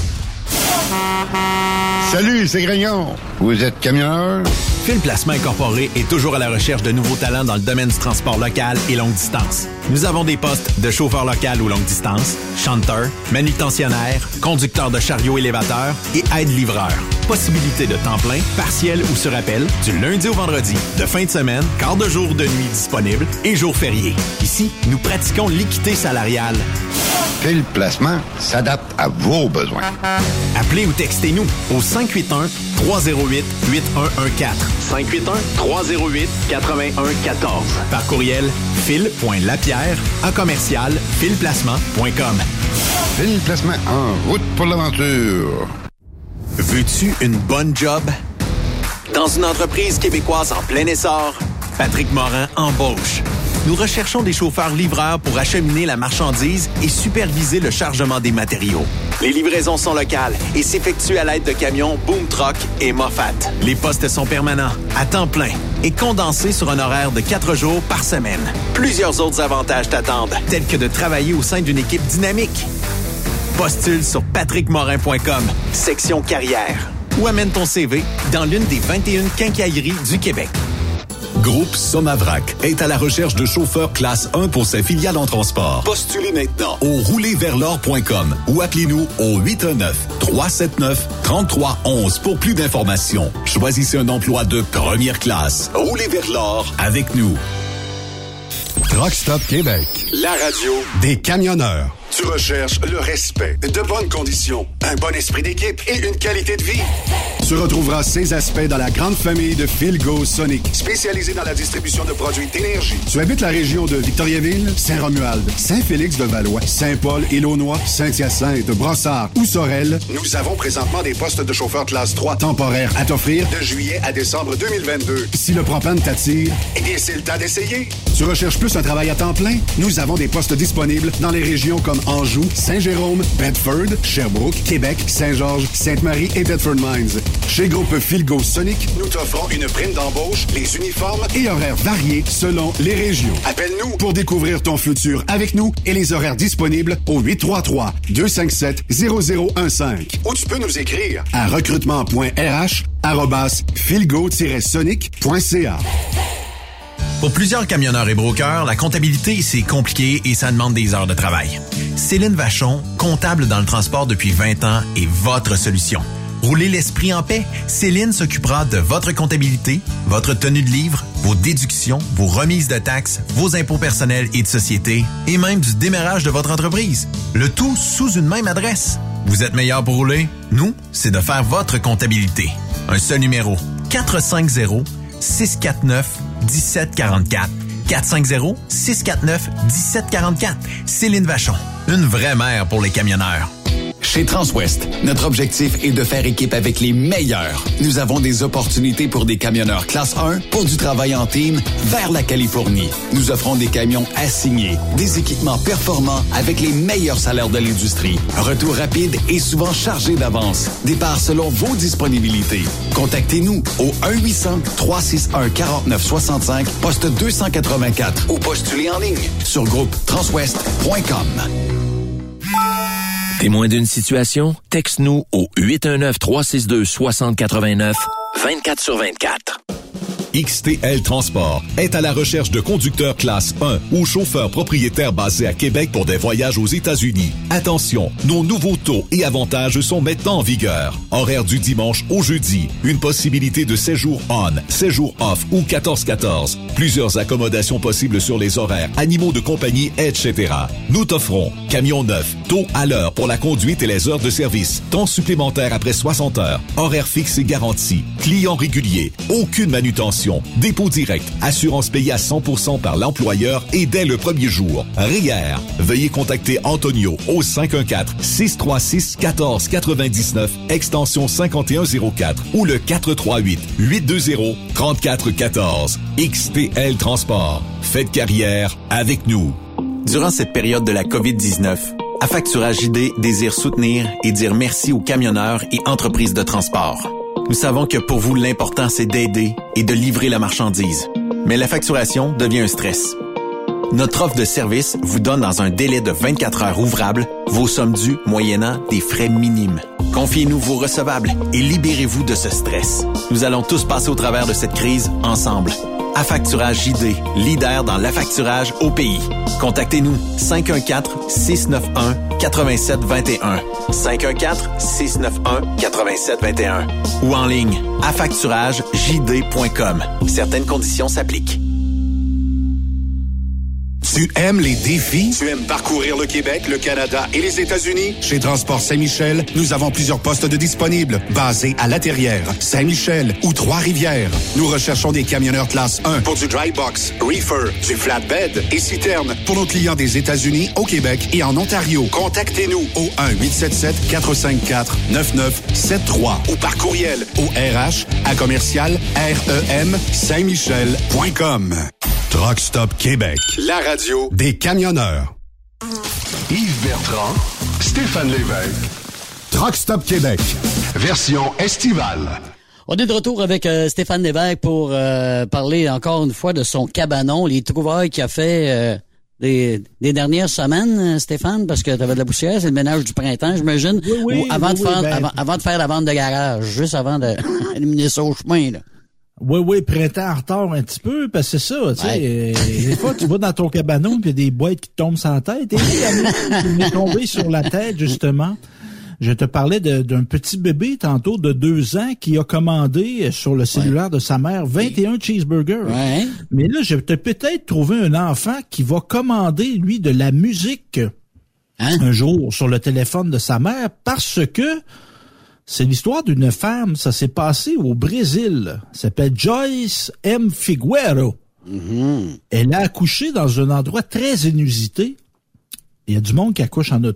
Salut, c'est Grignon. Vous êtes camionneur? Fil Placement Incorporé est toujours à la recherche de nouveaux talents dans le domaine du transport local et longue distance. Nous avons des postes de chauffeur local ou longue distance, chanteur, manutentionnaire, conducteur de chariot élévateur et aide-livreur. Possibilité de temps plein, partiel ou sur appel, du lundi au vendredi, de fin de semaine, quart de jour de nuit disponible et jours fériés. Ici, nous pratiquons l'équité salariale. Fil Placement s'adapte à vos besoins. Appelez ou textez-nous au cinq huit un trois zéro huit huit un un quatre. cinq huit un trois zéro huit quatre un un quatre. Par courriel, fil point lapierre à commercial fil placement point com. Fil Placement en route pour l'aventure. Veux-tu une bonne job? Dans une entreprise québécoise en plein essor, Patrick Morin embauche. Nous recherchons des chauffeurs-livreurs pour acheminer la marchandise et superviser le chargement des matériaux. Les livraisons sont locales et s'effectuent à l'aide de camions Boom Truck et Moffat. Les postes sont permanents, à temps plein et condensés sur un horaire de quatre jours par semaine. Plusieurs autres avantages t'attendent, tels que de travailler au sein d'une équipe dynamique. Postule sur patrick morin point com, section carrière, ou amène ton C V dans l'une des vingt et une quincailleries du Québec. Groupe Somavrac est à la recherche de chauffeurs classe un pour ses filiales en transport. Postulez maintenant au rouler vers l'or point com ou appelez-nous au huit un neuf trois sept neuf trois trois un un pour plus d'informations. Choisissez un emploi de première classe. Roulez vers l'or avec nous. Truck Stop Québec, la radio des camionneurs. Tu recherches le respect, de bonnes conditions, un bon esprit d'équipe et une qualité de vie. Tu retrouveras ces aspects dans la grande famille de Philgo Sonic, spécialisée dans la distribution de produits d'énergie. Tu habites la région de Victoriaville, Saint-Romuald, Saint-Félix-de-Valois, Saint-Paul, Île-aux-Noix, Saint-Hyacinthe, Brossard ou Sorel. Nous avons présentement des postes de chauffeur classe trois temporaires à t'offrir de juillet à décembre deux mille vingt-deux. Si le propane t'attire, eh bien, c'est le temps d'essayer. Tu recherches plus un travail à temps plein? Nous avons des postes disponibles dans les régions comme Anjou, Saint-Jérôme, Bedford, Sherbrooke, Québec, Saint-Georges, Sainte-Marie et Bedford Mines. Chez Groupe Philgo Sonic, nous t'offrons une prime d'embauche, les uniformes et horaires variés selon les régions. Appelle-nous pour découvrir ton futur avec nous et les horaires disponibles au huit trois trois, deux cinq sept, zéro zéro un cinq. Ou tu peux nous écrire à recrutement point r h arobase philgo tiret sonic point c a. Pour plusieurs camionneurs et brokers, la comptabilité, c'est compliqué et ça demande des heures de travail. Céline Vachon, comptable dans le transport depuis vingt ans, est votre solution. Roulez l'esprit en paix. Céline s'occupera de votre comptabilité, votre tenue de livre, vos déductions, vos remises de taxes, vos impôts personnels et de société, et même du démarrage de votre entreprise. Le tout sous une même adresse. Vous êtes meilleur pour rouler? Nous, c'est de faire votre comptabilité. Un seul numéro. quatre cinq zéro, six quatre neuf, un sept quatre quatre. quatre cinq zéro, six quatre neuf, un sept quatre quatre. Céline Vachon. Une vraie mère pour les camionneurs. Chez Transwest, notre objectif est de faire équipe avec les meilleurs. Nous avons des opportunités pour des camionneurs classe un, pour du travail en team, vers la Californie. Nous offrons des camions assignés, des équipements performants avec les meilleurs salaires de l'industrie. Retour rapide et souvent chargé d'avance. Départ selon vos disponibilités. Contactez-nous au un huit cents, trois six un, quatre neuf six cinq, poste deux cent quatre-vingt-quatre ou postulez en ligne sur groupe transwest point com. Témoin d'une situation? Texte-nous au huit un neuf, trois six deux, six zéro huit neuf, vingt-quatre sur vingt-quatre. X T L Transport est à la recherche de conducteurs classe un ou chauffeurs propriétaires basés à Québec pour des voyages aux États-Unis. Attention, nos nouveaux taux et avantages sont maintenant en vigueur. Horaire du dimanche au jeudi, une possibilité de séjour on, séjour off ou quatorze quatorze. Plusieurs accommodations possibles sur les horaires, animaux de compagnie, et cetera. Nous t'offrons camion neuf, taux à l'heure pour la conduite et les heures de service, temps supplémentaire après soixante heures, horaire fixe et garanti, client régulier, aucune manutention, dépôt direct, assurance payée à cent pour cent par l'employeur et dès le premier jour. R I E R. Veuillez contacter Antonio au cinq un quatre, six trois six, un quatre neuf neuf, extension cinquante et un zéro quatre ou le quatre trois huit, huit deux zéro, trois quatre un quatre. X T L Transport. Faites carrière avec nous. Durant cette période de la covid dix-neuf, Affacturage J D désire soutenir et dire merci aux camionneurs et entreprises de transport. Nous savons que pour vous, l'important, c'est d'aider et de livrer la marchandise. Mais la facturation devient un stress. Notre offre de service vous donne dans un délai de vingt-quatre heures ouvrables vos sommes dues moyennant des frais minimes. Confiez-nous vos recevables et libérez-vous de ce stress. Nous allons tous passer au travers de cette crise ensemble. Affacturage J D, leader dans l'affacturage au pays. Contactez-nous cinq un quatre, six neuf un, quatre sept deux un. cinq un quatre, six neuf un, quatre sept deux un. Ou en ligne, affacturage j d point com. Certaines conditions s'appliquent. Tu aimes les défis? Tu aimes parcourir le Québec, le Canada et les États-Unis? Chez Transport Saint-Michel, nous avons plusieurs postes de disponibles, basés à La Terrière, Saint-Michel ou Trois-Rivières. Nous recherchons des camionneurs classe un pour du dry box, reefer, du flatbed et citerne pour nos clients des États-Unis, au Québec et en Ontario. Contactez-nous au un huit sept sept, quatre cinq quatre, neuf neuf sept trois ou par courriel au R H à commercial R E M saint michel point com. Truck Stop Québec, la radio des camionneurs. Yves Bertrand, Stéphane Lévesque. Truck Stop Québec, version estivale. On est de retour avec euh, Stéphane Lévesque pour euh, parler encore une fois de son cabanon, les trouvailles qu'il a fait euh, des, des dernières semaines, Stéphane, parce que tu avais de la poussière, c'est le ménage du printemps, j'imagine. Oui, oui, avant, oui, de faire, oui, ben... avant, avant de faire la vente de garage, juste avant d'éliminer ça au chemin, là. Oui, oui, printemps en retard un petit peu, parce que c'est ça, tu sais, ouais. euh, des fois, tu vas dans ton cabanon, puis il y a des boîtes qui te tombent sur la tête, et il m'est tombé sur la tête, justement. Je te parlais de, d'un petit bébé, tantôt, de deux ans, qui a commandé sur le cellulaire ouais. de sa mère vingt et un cheeseburgers. Ouais. Mais là, je vais peut-être trouver un enfant qui va commander, lui, de la musique hein? un jour sur le téléphone de sa mère, parce que c'est l'histoire d'une femme, ça s'est passé au Brésil. Elle s'appelle Joyce M. Figueiro. Mm-hmm. Elle a accouché dans un endroit très inusité. Il y a du monde qui accouche en auto.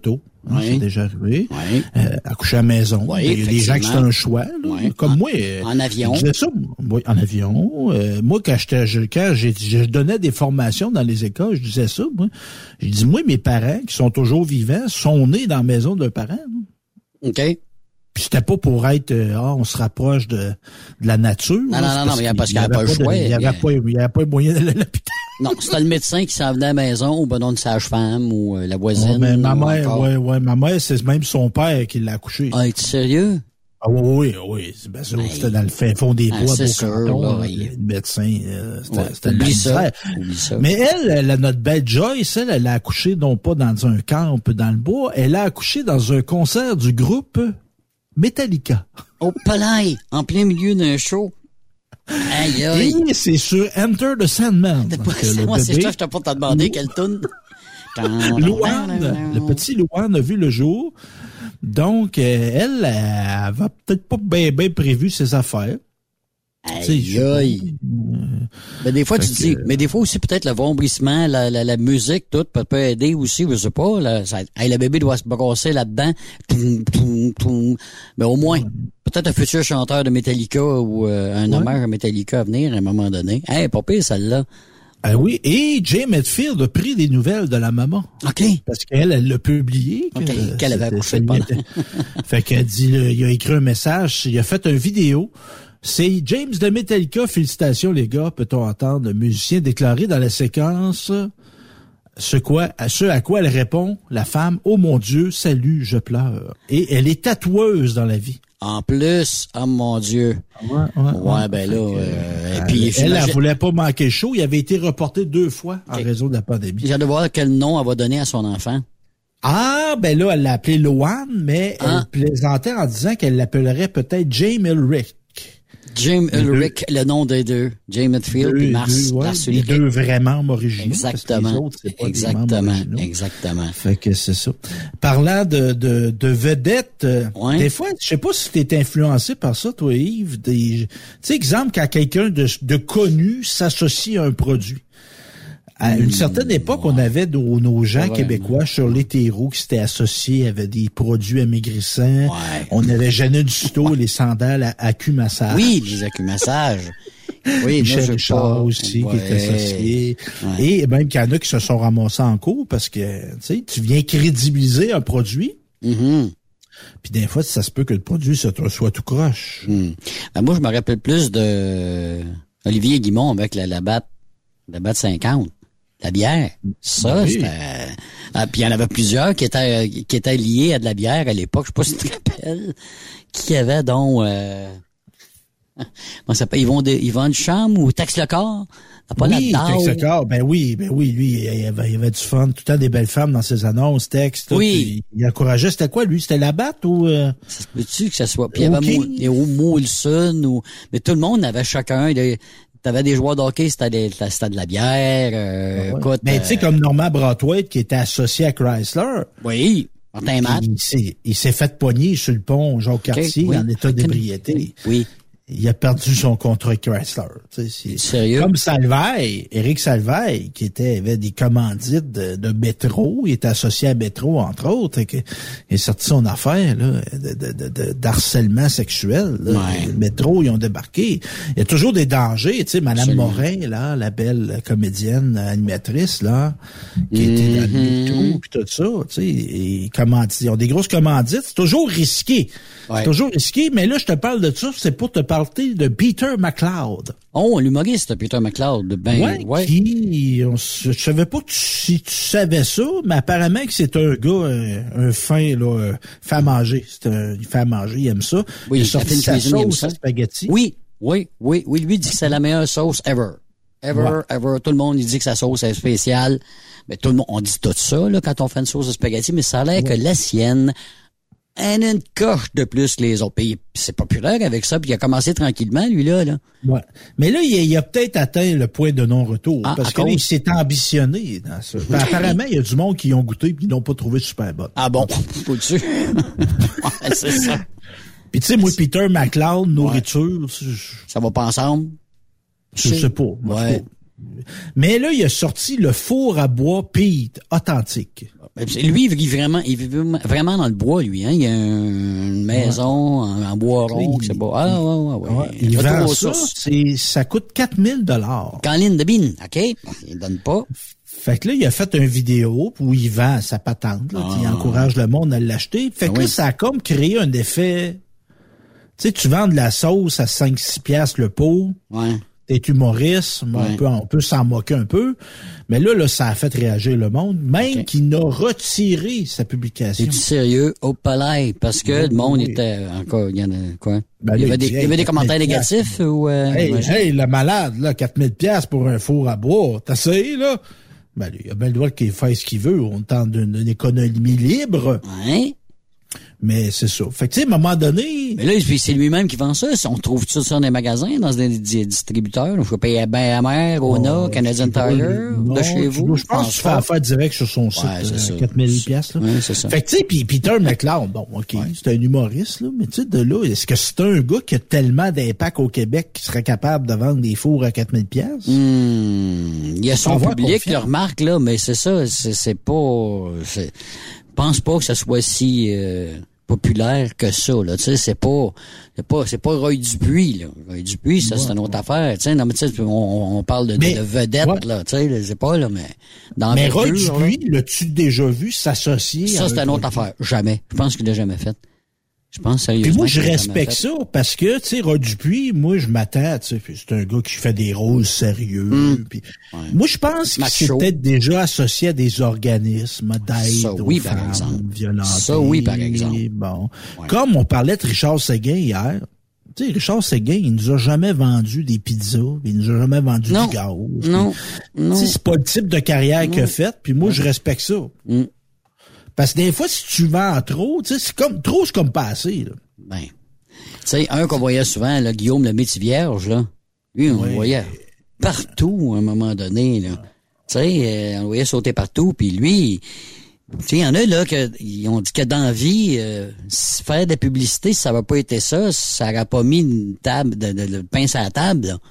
Hein, oui. C'est déjà arrivé. Oui. Euh, accoucher à la maison. Oui, il y a des gens qui c'est un choix. Là, oui. comme en, moi. En avion. Je disais ça. Oui, en avion. Euh, moi, quand j'étais, je, quand j'ai, je donnais des formations dans les écoles, je disais ça. Moi. Je dis, moi, mes parents, qui sont toujours vivants, sont nés dans la maison d'un parent. Là. OK. Puis c'était pas pour être, euh, ah, on se rapproche de, de la nature. Non, là, non, non, mais parce qu'il n'y avait pas le choix. Il n'y avait, pas, il y avait pas moyen d'aller à l'hôpital. Non, c'était le médecin qui s'en venait à la maison, ou ben non, une sage-femme, ou euh, la voisine. Ouais, mais ma mère, encore... ouais, ouais, ma mère, c'est même son père qui l'a accouché. Ah, es-tu sérieux? Ah oui, oui, oui. C'est bien sûr, c'était dans le fin fond des bois, ah, c'est sûr, canton, là, là, oui. le médecin, euh, c'était, ouais, c'était oublie ça, oublie ça. Mais elle, elle, a notre belle Joyce, elle, elle a accouché non pas dans un camp dans le bois, elle a accouché dans un concert du groupe Metallica. Au palais, en plein milieu d'un show. Aïe, aïe. Et c'est sur Enter the Sandman. Donc, moi, c'est ça, je t'ai pas t'as demandé quelle toune. Louane, le petit Louane a vu le jour. Donc, elle, elle va peut-être pas bien bien prévu ses affaires. Aïe, aïe. Mais des fois, tu te dis, mais des fois aussi, peut-être le vombrissement, la, la, la musique, tout, peut, peut aider aussi, je sais pas, là, ça, hey, le bébé doit se brosser là-dedans. Toum, toum, toum. Mais au moins, peut-être un futur chanteur de Metallica ou euh, un ouais. hommage à Metallica à venir à un moment donné. Hey, pas pire, celle-là. Ah oui, et Jay Medfield a pris des nouvelles de la maman. OK. Parce qu'elle, elle l'a publié. OK, que, qu'elle avait accouché pendant. Fait qu'elle dit, là, il a écrit un message, il a fait une vidéo. C'est James de Metallica. Félicitations, les gars. Peut-on entendre le musicien déclarer dans la séquence ce, quoi, ce à quoi elle répond, la femme, « Oh mon Dieu, salut, je pleure. » Et elle est tatoueuse dans la vie. En plus, oh mon Dieu. Ouais, ouais, ouais, ouais ben là. Euh, et puis, elle, elle, elle voulait pas manquer le show. Il avait été reporté deux fois en okay. raison de la pandémie. J'ai hâte de voir quel nom elle va donner à son enfant. Ah, ben là, elle l'a appelé Loane, mais ah. elle plaisantait en disant qu'elle l'appellerait peut-être James Ulrich. James Ulrich, le nom des deux. James Medfield puis Mars. Ouais, les deux vraiment originaux. Exactement. Les autres, c'est pas exactement. Exactement. Fait que c'est ça. Parlant de, de, de vedettes, ouais. des fois, je sais pas si t'es influencé par ça, toi, Yves. Tu sais, exemple, quand quelqu'un de, de connu s'associe à un produit. À une certaine époque, ouais. on avait nos, nos gens ouais, québécois ouais. sur les terreaux qui s'étaient associés avec des produits amaigrissants. Ouais. On avait Jeannot Dusto, les sandales à acumassage. Oui, les acumassages. Oui, Michel Richard aussi ouais. qui est associé. Ouais. Et même qu'il y en a qui se sont ramassés en cours parce que tu sais, tu viens crédibiliser un produit. Mm-hmm. Puis des fois, ça se peut que le produit soit tout croche. Mm. Ben, moi, je me rappelle plus de Olivier Guimond avec la, la batte, la batte cinquante. La bière, ça, oui. c'était... Ah, puis il y en avait plusieurs qui étaient qui étaient liés à de la bière à l'époque. Je sais pas si tu te rappelles. Qui avait donc... Euh... Comment ça s'appelle? Yvon, de... Yvon Duchamp ou Tex Le Corps? Pas oui, Tex Le Corps, ben oui, ben oui, lui, il y avait, il y avait du fun. Tout le temps des belles femmes dans ses annonces, Tex. Tout, oui. Il, il encourageait, c'était quoi, lui? C'était la batte ou... Euh... Ça se peut-tu que ça soit... Puis il y avait okay. Molson ou... Mais tout le monde avait chacun... Il T'avais des joueurs de hockey, c'était, des, c'était de la bière. Euh, ouais. écoute, mais tu sais, euh... comme Norman Brathwaite qui était associé à Chrysler. Oui, Martin Matt. Il s'est, il s'est fait pogner sur le pont Jacques-Cartier okay, oui. en état d'ébriété. Oui. Il a perdu son contrat avec Chrysler. Tu sais, c'est sérieux? Comme Salvaille, Éric Salvaille, qui était, avait des commandites de, de métro, il était associé à métro, entre autres, et que, il a sorti son affaire, là, de, de, de, de d'harcèlement sexuel, là. Ouais. Le métro, ils ont débarqué. Il y a toujours des dangers, tu sais, Madame Absolument. Morin, là, la belle comédienne, animatrice, là, qui mm-hmm. était dans le métro, puis tout ça, tu sais, et commandites. Ils ont des grosses commandites. C'est toujours risqué. Ouais. C'est toujours risqué, mais là, je te parle de ça, c'est pour te parler de Peter McLeod. Oh, l'humoriste Peter McLeod. Ben, ouais, ouais. Qui, on, je savais pas que tu, si tu savais ça, mais apparemment que c'est un gars, un, un fin, là, un fait à manger. C'est un, il fait à manger, il aime ça. Oui, il a sorti sa sauce à spaghetti. Oui, oui, oui, oui. Lui dit que c'est la meilleure sauce ever. Ever, ouais. ever. Tout le monde, il dit que sa sauce est spéciale. Mais tout le monde, on dit tout ça, là, quand on fait une sauce de spaghetti, mais ça a l'air ouais. que la sienne, elle a une coche de plus que les autres. Puis c'est populaire avec ça, puis il a commencé tranquillement, lui-là. Là. Ouais. Mais là, il a, il a peut-être atteint le point de non-retour, ah, parce que là, il s'est ambitionné dans ça. Ben, apparemment, il y a du monde qui ont goûté et qui n'ont pas trouvé super bon. Ah bon? Faut-tu? Ouais, c'est ça. Puis tu sais, moi, Peter McLeod, nourriture... Ouais. Ça va pas ensemble? Je sais pas. Moi, ouais. Mais là, il a sorti le four à bois Pete authentique. Lui, il vit vraiment, il vit vraiment dans le bois, lui, hein. Il y a une maison ouais. en, en bois rond, c'est beau. Ah, ouais, ouais, ouais. ouais il vend ça, c'est, ça coûte quatre mille dollars. Caroline de Bine, OK? Il donne pas. Fait que là, il a fait une vidéo où il vend sa patente, là. Ah. Il encourage le monde à l'acheter. Fait que ah, là, oui. ça a comme créé un effet. Tu sais, tu vends de la sauce à cinq six piastres le pot. Ouais. T'es humoriste, ouais. on peut, on peut s'en moquer un peu. Mais là, là, ça a fait réagir le monde, même okay. qu'il a retiré sa publication. C'est du sérieux au palais, parce que oui, le monde oui. était encore, il y en a quoi? Ben, il y avait des, il y avait des commentaires négatifs ou, euh, hey, hey, le malade, là, quatre mille piastres pour un four à bois. T'as essayé, là? Ben, il a bien le droit qu'il fasse ce qu'il veut. On tente d'une, d'une économie libre. Ouais. Mais c'est ça. Fait que, tu sais, à un moment donné... Mais là, c'est lui-même qui vend ça. On trouve tout ça dans les magasins, dans des, des distributeurs. Il faut payer à Ben Amer, Rona, oh, Canadian Tire, de chez vous. Je pense que tu fais affaire direct sur son site. Ouais, c'est euh, quatre mille piastres, là. Ouais, c'est ça. Fait que, tu sais, puis Peter McLeod, bon, OK, ouais. c'est un humoriste, là. Mais tu sais, de là, est-ce que c'est un gars qui a tellement d'impact au Québec qui serait capable de vendre des fours à quatre mille piastres? Mmh, il y a son public, le remarque, là, mais c'est ça, c'est, c'est pas... C'est... Je pense pas que ça soit si euh, populaire que ça, là. Tu sais, c'est pas, c'est pas, c'est pas Roy Dupuis, là. Roy Dupuis, ça, ouais, c'est une autre ouais. affaire. Tu sais, non, mais tu sais, on, on parle de, mais, de, de vedette, ouais. là. Tu sais, c'est pas, là, mais dans mais Roy Dupuis, là, l'as-tu déjà vu s'associer? Ça, c'est une autre affaire. Jamais. Je pense qu'il l'a jamais fait. Je pense sérieusement. Puis moi, je respecte ça parce que, tu sais, Rod Dupuis, moi, je m'attends, tu sais, c'est un gars qui fait des rôles sérieux. Mmh. Puis, ouais. Moi, je pense qu'il s'est peut-être déjà associé à des organismes d'aide ça, oui, aux par femmes exemple. violentées. Ça, oui, par exemple. Bon. Ouais. Comme on parlait de Richard Séguin hier, tu sais, Richard Séguin, il nous a jamais vendu des pizzas, il nous a jamais vendu non. du gaz. Non, puis, non. Tu sais, c'est pas le type de carrière qu'il a fait, puis moi, ouais. je respecte ça. Mmh. Parce que des fois, si tu vends trop, tu sais, c'est comme, trop, c'est comme pas assez, là. Ben. Tu sais, un qu'on voyait souvent, là, Guillaume le métier vierge, là. Lui, on oui. le voyait partout, à un moment donné, là. Tu sais, euh, on le voyait sauter partout, puis lui, tu sais, il y en a, là, que, ils ont dit que dans la vie, euh, faire de la publicité, si ça n'avait pas été ça, ça n'aurait pas mis une table, de, de, de pince à la table, là.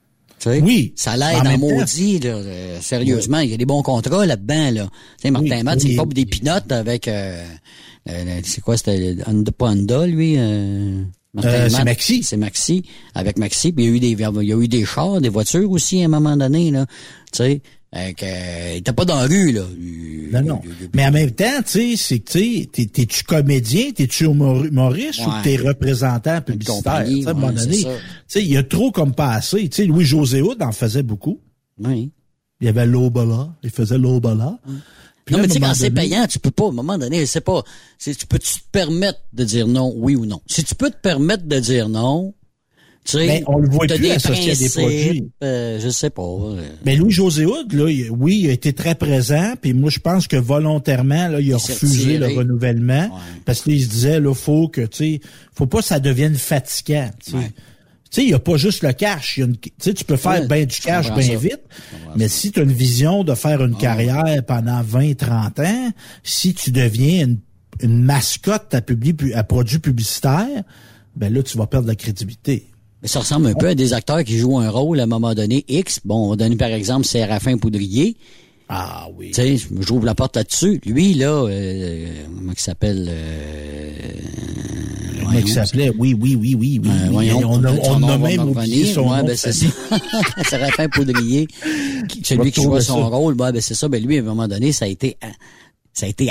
Oui. Ça l'aide en maudit, là. Euh, sérieusement, oui. Il y a des bons contrats là-dedans, là. Tu sais, Martin oui, Matt, oui. il pop des pinottes avec, euh, euh, c'est quoi, c'était pas Honda, lui, euh, Martin euh, Matt, c'est Maxi. C'est Maxi, avec Maxi. Puis il y a eu des, il y a eu des chars, des voitures aussi, à un moment donné, là. Tu sais. Avec, euh, il était pas dans la rue, là. Non, non. Mais en même temps, tu sais, c'est que, tu sais, t'es-tu comédien, t'es-tu humoriste ouais. ou t'es représentant publicitaire? Tu sais, à un moment donné, tu sais, il y a trop comme pas assez. Tu sais, Louis-José Hood en faisait beaucoup. Oui. Il y avait l'Obala. Il faisait l'Obala. Oui. Non, là, mais tu sais, quand c'est payant, tu peux pas, à un moment donné, c'est pas, c'est, tu peux-tu te permettre de dire non, oui ou non? Si tu peux te permettre de dire non, tu sais, mais on le voit plus associé à des produits. Euh, je sais pas. Euh. Mais Louis-José Hood, là, il, oui, il a été très présent, puis moi, je pense que volontairement, là, il a il refusé le renouvellement, ouais. parce qu'il se disait, là, faut que, tu sais, faut pas que ça devienne fatigant, tu sais. Ouais. Tu sais, il y a pas juste le cash. Tu sais, tu peux faire ouais, ben du cash bien vite, mais ça. Si tu as une vision de faire une ah, carrière ouais. pendant vingt, trente ans, si tu deviens une, une mascotte à, publi, à produits publicitaires, ben là, tu vas perdre la crédibilité. Mais ça ressemble un peu à des acteurs qui jouent un rôle à un moment donné X. Bon, on va donner par exemple Séraphin Poudrier. Ah oui. Tu sais, j'ouvre la porte là-dessus. Lui, là, euh, comment il s'appelle? Euh, comment il s'appelait? Oui, oui, oui, oui. oui. Euh, voyons, on, on, on, on a même oublié son ouais, nom. Ben, c'est ça. Séraphin Poudrier. Celui qui jouait son ça. rôle, ben, ben c'est ça. Ben lui, à un moment donné, ça a été, ça a été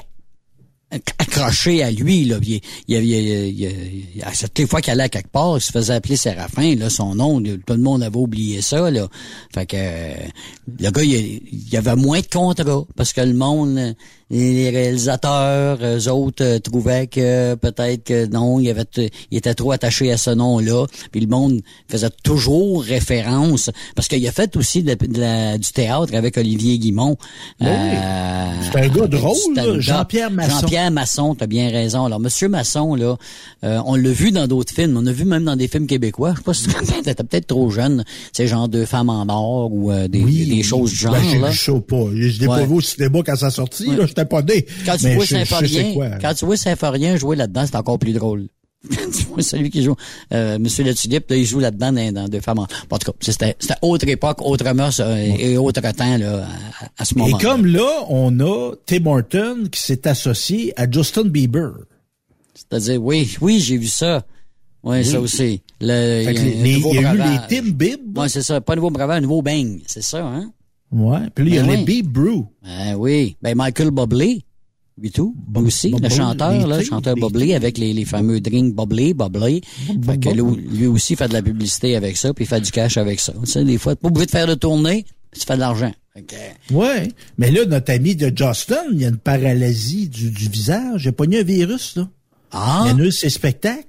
accroché à lui, là. Il, il, il, il, il, à toutes les fois qu'il allait à quelque part, il se faisait appeler Séraphin, là, son nom, tout le monde avait oublié ça, là. Fait que, le gars, il, il avait moins de contrats, parce que le monde, les réalisateurs, eux autres, euh, trouvaient que peut-être que non, il avait, il était trop attaché à ce nom-là, puis le monde faisait toujours référence, parce qu'il a fait aussi de, de la, du théâtre avec Olivier Guimont. Oui. Euh, c'est un gars drôle, là, Jean-Pierre Masson. Jean-Pierre Masson, t'as bien raison. Alors, Monsieur Masson, là, euh, on l'a vu dans d'autres films, on l'a vu même dans des films québécois. Je sais pas si tu t'étais peut-être trop jeune, c'est genre Deux femmes en or ou euh, des, oui, des choses du genre. Ben, j'ai là. vu ça pas. Je l'ai ouais. pas vu au cinéma quand ça sortit, ouais. là, j'étais pas né. Quand tu vois Saint-Forien, quand tu vois Saint-Forien jouer là-dedans, c'est encore plus drôle. celui qui joue, euh, Monsieur Le Tulipe, là, il joue là-dedans dans, dans Deux femmes en... Bon, en tout cas, c'était, c'était autre époque, autre mœurs euh, et autre temps, là, à, à ce moment-là. Et comme là, on a Tim Horton qui s'est associé à Justin Bieber. C'est-à-dire, oui, oui, j'ai vu ça. Oui, oui. Ça aussi. Le, fait il y a, les, les, nouveau il y a eu les breuvage. Tim Bibb. Oui, c'est ça. Pas un nouveau breuvage, un nouveau Bang. C'est ça, hein? Ouais. Puis là, il y a ben les oui. Bibb Brew. Ben oui. Ben Michael Bublé. Lui tout, lui aussi, Bob, le chanteur, les là, le thés, chanteur les Bublé thés. avec les, les fameux drinks Bublé, Bublé. Fait que lui, lui aussi fait de la publicité avec ça, puis il fait du cash avec ça. Tu sais, des fois, t'es pas obligé de faire de tournée, puis tu fais de l'argent. Okay. Ouais. Mais là, notre ami de Justin, il y a une paralysie du, du visage. Il a pogné un virus, là. Ah! Il annule ses spectacles.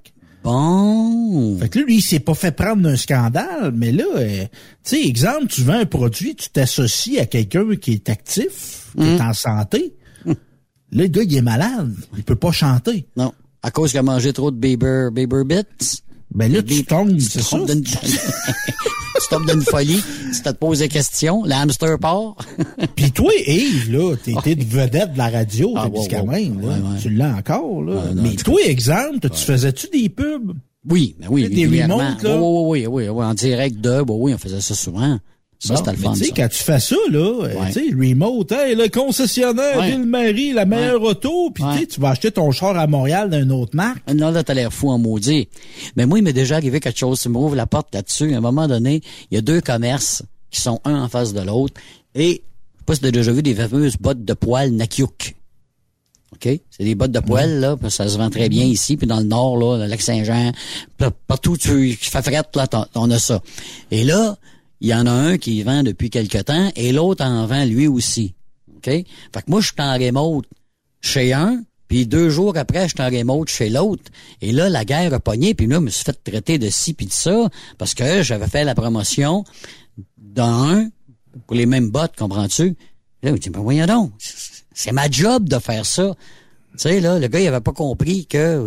Bon! Fait que là, lui, il s'est pas fait prendre d'un scandale, mais là, euh, tu sais, exemple, tu vends un produit, tu t'associes à quelqu'un qui est actif, qui Mm. est en santé. Là, le gars, il est malade. Il peut pas chanter. Non. À cause qu'il a mangé trop de Bieber, Bieber Bits. Ben là, tu Bieber- tombes, tu c'est ça. tombes d'une- tu tombes d'une folie. Tu te poses des questions. Le hamster part. Puis toi, Yves, là, t'étais une vedette de la radio, Ah, t'es ouais, quand ouais, même, là. ouais, ouais. Tu l'as encore, là. Ouais, non, mais tu toi, exemple, tu faisais-tu des pubs? Oui, mais oui, Des régulièrement. remotes, là? Oui, oui, oui, oui, oui, en direct de, oui, oui, on faisait ça souvent. Ça, Bon, c'était le mais fun, tu sais, ça. quand tu fais ça, là, euh, Ouais. tu sais, remote, hey, le concessionnaire Ouais. Ville-Marie, la meilleure auto, puis Ouais. tu sais, tu vas acheter ton char à Montréal d'une autre marque. Non, là, t'as l'air fou en maudit. Mais moi, il m'est déjà arrivé quelque chose. Tu m'ouvres la porte là-dessus. À un moment donné, il y a deux commerces qui sont un en face de l'autre. Et, je sais pas si t'as déjà vu des fameuses bottes de poêle Nakiuk. OK? C'est des bottes de poêle, là, parce que ça se vend très bien ici, puis dans le nord, là, le Lac-Saint-Jean, puis là, partout où tu qui fait frette, là, t'en- on a ça. Et là, il y en a un qui vend depuis quelque temps, et l'autre en vend lui aussi. OK? Fait que moi, je suis en remote chez un, puis deux jours après, je suis en remote chez l'autre. Et là, la guerre a pogné, puis là, je me suis fait traiter de ci puis de ça, parce que j'avais fait la promotion dans un, pour les mêmes bottes, comprends-tu? Là, je me dis, ben voyons donc, c'est ma job de faire ça. Tu sais, là, le gars, il avait pas compris que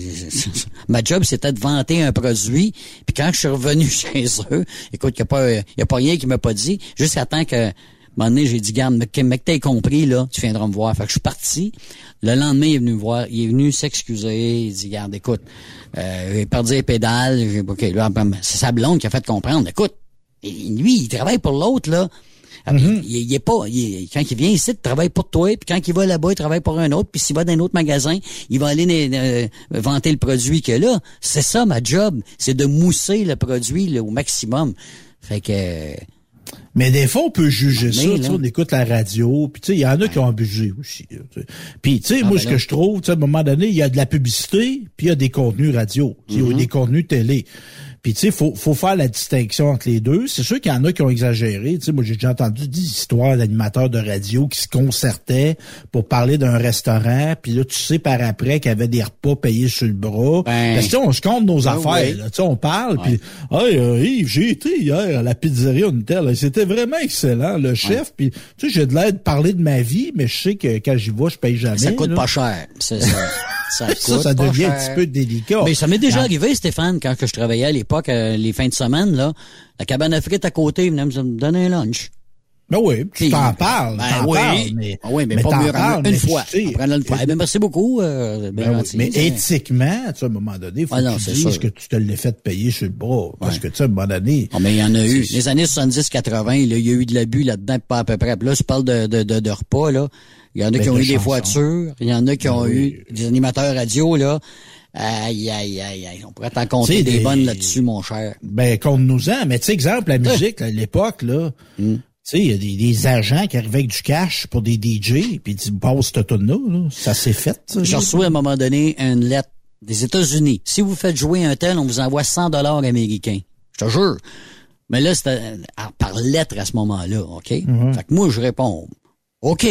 ma job, c'était de vanter un produit. Puis quand je suis revenu chez eux, écoute, il n'y a pas, il y a pas rien qui m'a pas dit, jusqu'à temps que, un moment donné, j'ai dit, garde, mec, mec, t'as compris, là, tu viendras me voir. Fait que je suis parti. Le lendemain, il est venu me voir, il est venu s'excuser, il dit, garde, écoute, euh, j'ai perdu les pédales, j'ai, ok, là, c'est sa blonde qui a fait comprendre, écoute, lui, il travaille pour l'autre, là. Mm-hmm. il, il est pas, il, quand il vient ici, il travaille pour toi, puis quand il va là-bas, il travaille pour un autre, puis s'il va dans un autre magasin, il va aller euh, vanter le produit qu'il a là. C'est ça ma job, c'est de mousser le produit là, au maximum. Fait que... Mais des fois, on peut juger Mais, ça, tu sais, on écoute la radio, puis tu sais, il y en a qui ont abusé aussi. Là, tu sais. Puis tu sais, Ah, moi, ben ce là. que je trouve, tu sais, à un moment donné, il y a de la publicité, puis il y a des contenus radio, il y a Mm-hmm. des contenus télé. Puis tu sais, faut faut faire la distinction entre les deux. C'est sûr qu'il y en a qui ont exagéré. Tu sais, moi j'ai déjà entendu des histoires d'animateurs de radio qui se concertaient pour parler d'un restaurant. Puis là, tu sais par après qu'il y avait des repas payés sur le bras. Ben. Parce que tu sais, on se compte nos Ah, affaires. oui. Là. Tu sais, on parle. Ouais. Puis hey, euh, Yves, j'ai été hier à la pizzeria une telle. C'était vraiment excellent, le chef. Puis tu sais, j'ai de l'air de parler de ma vie, mais je sais que quand j'y vais, je paye jamais. Ça coûte là. pas cher. C'est ça. Ça, coûte Ça, ça pas devient un cher. petit peu délicat. Mais ça m'est déjà Ah. arrivé, Stéphane, quand que je travaillais à l'époque, euh, les fins de semaine, là, la cabane à frites à côté, ils venaient me donner un lunch. Ben oui, tu Puis, t'en parles. Ben t'en oui. parles, mais, Ah oui, mais, mais pas t'en mieux parles, une mais fois. tu sais, En prenant une fois. Eh ben, merci beaucoup. Euh, bien Ben oui, gentil. mais C'est- éthiquement, tu sais, à un moment donné, il faut Ah non, que tu c'est dises sûr. que tu te l'as fait payer sur le bras. Parce que, tu sais, à un moment donné... Oh, mais il y en a eu. c'est- Les années soixante-dix quatre-vingt, là, il y a eu de l'abus là-dedans, pas à peu près. Puis là, je parle de, de, de, de repas, là. Il y en a Ben, qui ont de eu des chansons. voitures. Il y en a qui Ben ont oui. eu des animateurs radio, là. Aïe, aïe, aïe, aïe. On pourrait t'en compter Tu sais, des, des- bonnes là-dessus, mon cher. Ben, compte-nous-en. Mais, tu sais, exemple, la musique, là, à l'époque, là... Mm. Tu sais, il y a des, des agents qui arrivaient avec du cash pour des D J, puis ils disent, passe cette tonne-là, là. Ça s'est fait, ça. J'ai reçu à un moment donné une lettre des États-Unis. Si vous faites jouer un tel, on vous envoie cent dollars américains. Je te jure. Mais là, c'était euh, par lettre à ce moment-là, OK? Mm-hmm. Fait que moi, je réponds, OK.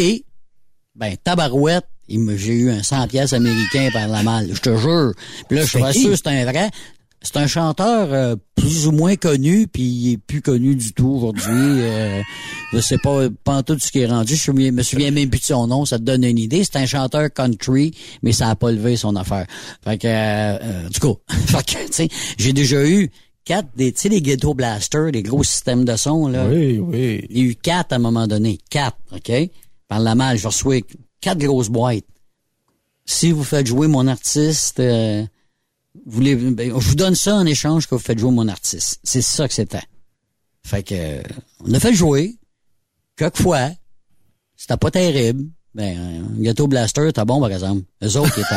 Ben, tabarouette, il me- j'ai eu un cent pièces américains par la malle. Je te jure. Puis là, je suis C'est pas qui? sûr que c'est un vrai. C'est un chanteur euh, plus ou moins connu, puis il est plus connu du tout aujourd'hui. Euh, je sais pas, pas en tout ce qui est rendu. Je me me souviens même plus de son nom, ça te donne une idée. C'est un chanteur country, mais ça a pas levé son affaire. Fait que, euh, euh, du coup, fait que, tu sais, j'ai déjà eu quatre des, tu sais, les ghetto blasters, les gros systèmes de son, là. Oui, oui. Il y a eu quatre à un moment donné. Quatre, OK? Par la malle, je reçois quatre grosses boîtes. Si vous faites jouer mon artiste, euh, vous voulez, ben, je vous donne ça en échange que vous faites jouer mon artiste. C'est ça que c'était. Fait que, euh, on a fait jouer. Quelquefois, c'était pas terrible. Ben, un Ghetto Blaster était bon, par exemple. Eux autres, ils étaient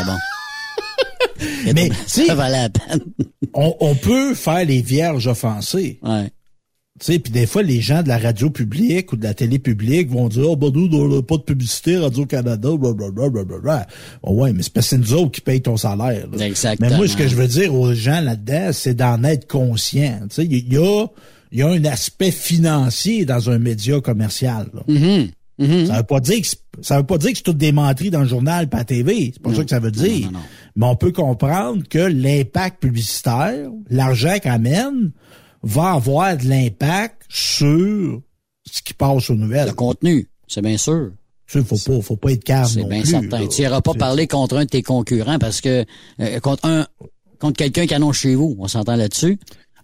bons. Mais, ça valait la peine. on, on peut faire les vierges offensées. Ouais. Tu sais, puis des fois, les gens de la radio publique ou de la télé publique vont dire « Oh, ben nous, on n'a pas de publicité, Radio-Canada, blablabla. Bla, bla, bla. » Oh, ouais, mais c'est parce que c'est nous autres qui payent ton salaire. Là. Exactement. Mais moi, ce que je veux dire aux gens là-dedans, c'est d'en être conscient. Tu sais, il y a, il y a un aspect financier dans un média commercial. Là. Mm-hmm. Mm-hmm. Ça veut pas dire que c'est, ça veut pas dire que c'est toutes des menteries dans le journal et à la T V. C'est pas non. ça que ça veut dire. Non, non, non. Mais on peut comprendre que l'impact publicitaire, l'argent qu'amène, va avoir de l'impact sur ce qui passe aux nouvelles. Le contenu, c'est bien sûr. Tu sais, faut pas, faut pas être calme non plus. C'est bien certain. Tu n'iras pas c'est parler contre un de tes concurrents parce que, euh, contre un, contre quelqu'un qui annonce chez vous. On s'entend là-dessus?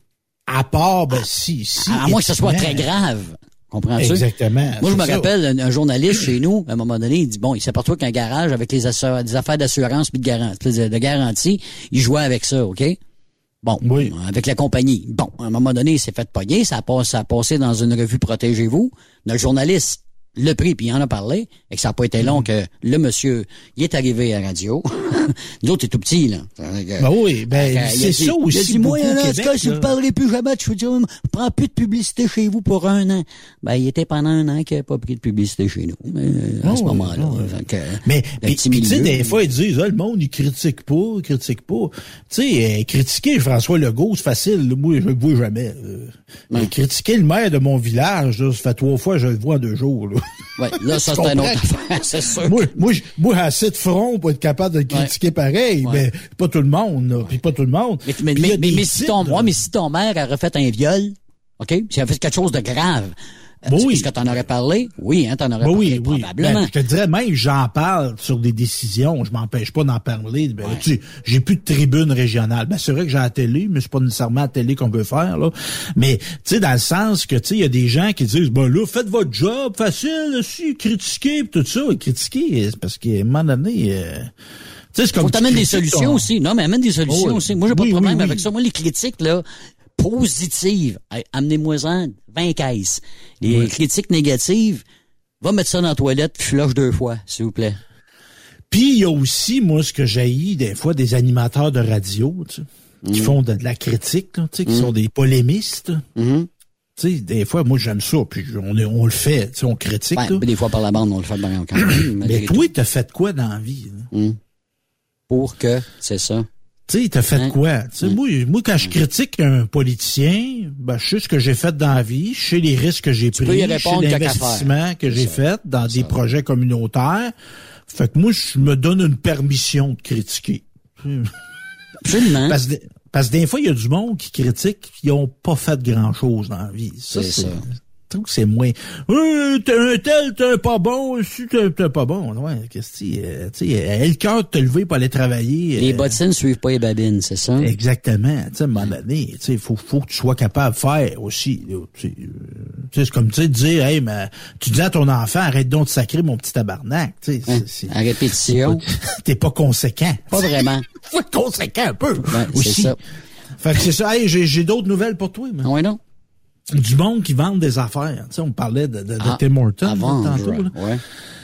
À part, ben, si, si. À, à moins que ce soit très grave. Comprends-tu? Exactement. Moi, je me ça. rappelle, un, un journaliste chez nous, à un moment donné, il dit, bon, il s'aperçoit qu'un garage avec les assur- des affaires d'assurance puis de garantie, de garantie, il jouait avec ça, OK? Bon, oui. Avec la compagnie. Bon, à un moment donné, il s'est fait pogner, ça a, passé, ça a passé dans une revue Protégez-vous. Notre journaliste le pris, puis il en a parlé, et que ça n'a pas été long mmh. que le monsieur, il est arrivé à la radio. Nous autres, t'es tout petit, là. Ben oui, ben, euh, c'est ça aussi. Il a dit, moi, là, en tout cas, si vous ne parlerez plus jamais, je vous dis, je prends plus de publicité chez vous pour un an. Ben, il était pendant un an qu'il n'avait pas pris de publicité chez nous, mais, à oh, ce moment-là. Oh, donc, euh, mais, puis, tu sais, des fois, ils disent, ah, le monde, il critique pas, il critique pas. Tu sais, euh, critiquer François Legault, c'est facile, là, moi, je le vois jamais. Euh, ouais. Critiquer le maire de mon village, là, ça fait trois fois, je le vois en deux jours, là. Ouais, là, ça, c'est un autre affaire, c'est sûr. Moi, moi, moi, assez de front pour être capable de le critiquer ouais. pareil, ouais. mais pas tout le monde, là. Puis pas tout le monde. Mais, mais, mais, mais, mais si ton, ouais, mais si ton mère a refait un viol, OK? Si elle a fait quelque chose de grave, bon, oui. Est-ce que t'en aurais parlé? Oui, hein, t'en aurais bon, parlé, oui, probablement. Ben, je te dirais, même, j'en parle sur des décisions, je m'empêche pas d'en parler. Ben, ouais. tu sais, j'ai plus de tribune régionale. Ben, c'est vrai que j'ai la télé, mais c'est pas nécessairement la télé qu'on veut faire, là. Mais, tu sais, dans le sens que, tu sais, il y a des gens qui disent, ben là, faites votre job, facile, aussi, critiquer, pis tout ça. Et critiquer, c'est parce qu'à un moment donné, euh, tu sais, c'est comme. Faut t'amener des solutions ton... aussi. Non, mais amène des solutions oh, aussi. Moi, j'ai pas oui, de problème oui, oui. avec ça. Moi, les critiques, là, positives, hey, amenez-moi-en vingt caisses. Les oui. critiques négatives, va mettre ça dans la toilette puis flush deux fois, s'il vous plaît. Puis il y a aussi, moi, ce que j'haïs des fois, des animateurs de radio, tu sais, mmh. qui font de, de la critique, là, tu sais, qui mmh. sont des polémistes. Mmh. Tu sais, des fois, moi, j'aime ça, puis on, est, on le fait, tu sais, on critique. Ouais, des fois, par la bande, on le fait bien quand même. Mais toi, t'as fait quoi dans la vie? Mmh. Pour que, c'est ça. Tu sais, t'as fait hein? quoi? Tu sais, hein? moi, moi, quand je critique un politicien, ben, je sais ce que j'ai fait dans la vie, je sais les risques que j'ai tu pris, je sais l'investissement que j'ai fait dans des projets communautaires. Fait que moi, je me donne une permission de critiquer. Absolument. Parce que, parce que des fois, il y a du monde qui critique, qui n'ont pas fait grand-chose dans la vie. Ça, c'est, c'est ça. Je trouve que c'est moins. Euh, t'es un tel, t'es un pas bon, si t'es, t'es pas bon. Ouais, qu'est-ce que euh, tu sais, elle le cœur de te lever pour aller travailler. Les euh, bottines suivent pas les babines, c'est ça? Exactement. Tu sais, à un moment donné, tu sais, faut, faut que tu sois capable de faire aussi. Tu sais, euh, c'est comme, tu sais, dire, hey, mais, tu dis à ton enfant, arrête donc de sacrer mon petit tabarnak. Tu sais, hein, c'est, à répétition. T'es pas, t'es pas conséquent. Pas vraiment. Faut être conséquent un peu. Ouais, aussi. C'est ça. Fait que c'est ça. Hey, j'ai, j'ai d'autres nouvelles pour toi, mais. Oui, non? Du monde qui vend des affaires. Tu sais, on parlait de, de, de ah, Tim Hortons tantôt. Là. Ouais.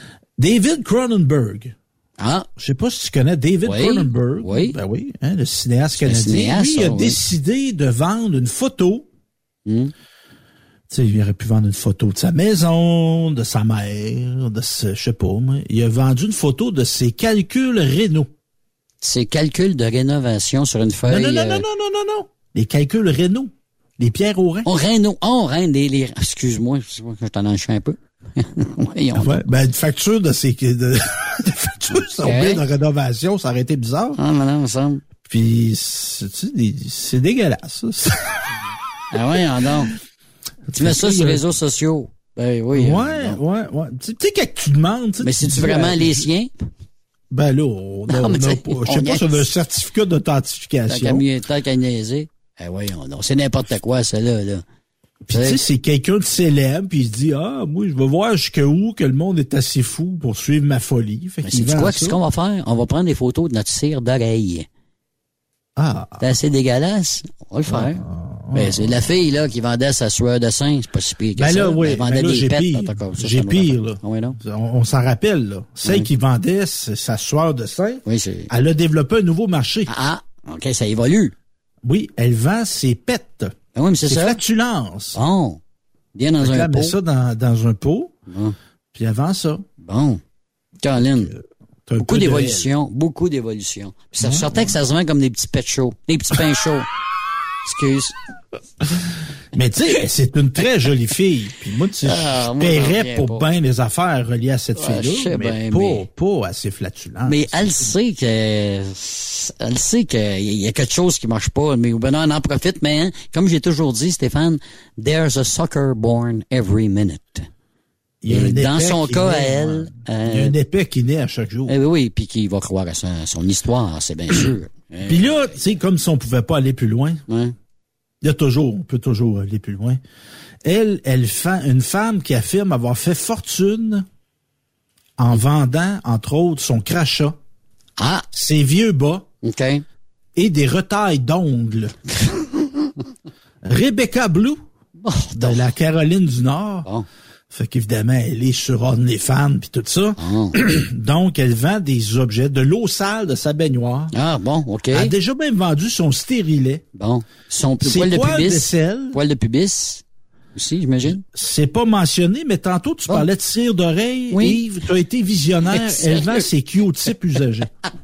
David Cronenberg. Ah. Je sais pas si tu connais David oui, Cronenberg. Oui. Ben oui, hein, le cinéaste canadien. Cinéaste, Lui, il a oui. décidé de vendre une photo. Mm. Tu sais, il aurait pu vendre une photo de sa maison, de sa mère, de ce, je sais pas, moi. Il a vendu une photo de ses calculs rénaux. Ses calculs de rénovation sur une feuille. Non, non, non, euh... non, non, non, non, non. Les calculs rénaux. Les pierres au rein. Oh, Renault. Oh, Renault. Les, les, excuse-moi, je t'en enchaîne un peu. Voyons. Ouais, ben, une facture de ces, de, de facture okay. de rénovation, ça aurait été bizarre. Ah, madame, ça me semble. Puis, c'est, c'est dégueulasse, ça. Ah ouais, non. Tu mets ça sur les réseaux sociaux. Ben oui. Ouais, ouais, ouais. Tu sais, quand tu demandes, mais c'est-tu vraiment les siens? Ben là, on a, on a pas, je sais pas si on a un certificat d'authentification. Tant qu'à niaiser. Eh oui, non, c'est n'importe quoi, ça, là, là. Puis tu sais, c'est quelqu'un de célèbre, puis il se dit, ah, moi, je veux voir jusqu'à où que le monde est assez fou pour suivre ma folie. Fait mais c'est quoi, qu'est-ce qu'on va faire? On va prendre des photos de notre cire d'oreille. Ah. C'est assez dégueulasse. On va le faire. Ah. Ben, c'est la fille, là, qui vendait sa sueur de sein. C'est pas si pire que ben ça. Là, oui. Elle vendait ben là, des j'ai pets. pire. J'ai pire, là. Ah, oui, non? On, on s'en rappelle, là. Celle oui. qui vendait sa sueur de sein, oui, c'est... elle a développé un nouveau marché. Ah, OK, ça évolue. Oui, elle vend ses pets. Ben oui, mais c'est ça. Flatulences. Bon. Bien dans un elle pot. met ça dans, dans un pot, bon. Puis elle vend ça. Bon. Caroline. Euh, beaucoup d'évolution, beaucoup d'évolution. Puis ça ouais, sortait ouais. que ça se vend comme des petits pets chauds, des petits pains chauds. Excuse. Mais tu sais, c'est une très jolie fille. Puis moi, tu sais, ah, je paierais pour bien les affaires reliées à cette ouais, fille-là, mais, ben, pas, mais pas assez flatulente. Mais elle sait que, elle sait qu'il y a quelque chose qui marche pas, mais ben non, elle en profite, mais hein, comme j'ai toujours dit, Stéphane, there's a sucker born every minute. Il y a dans son cas, naît, à elle... Euh, il y a un épée qui naît à chaque jour. Eh oui, puis qui va croire à son, son histoire, c'est bien sûr. Puis là, tu sais, comme si on pouvait pas aller plus loin, ouais. il y a toujours, on peut toujours aller plus loin. Elle, elle fait une femme qui affirme avoir fait fortune en vendant, entre autres, son crachat, ah. ses vieux bas okay. et des retailles d'ongles. Rebecca Blue, oh, de la Caroline du Nord. Oh. Fait qu'évidemment, elle est sur OnlyFans puis tout ça. Oh. Donc, elle vend des objets, de l'eau sale de sa baignoire. Ah, bon, OK. Elle a déjà même vendu son stérilet. Bon. Son ses poil de poils pubis. de sel. Poil de pubis aussi, j'imagine. C'est pas mentionné, mais tantôt, tu bon. parlais de cire d'oreille. Oui. Yves, tu as été visionnaire. Elle vend ses Q-tips usagés.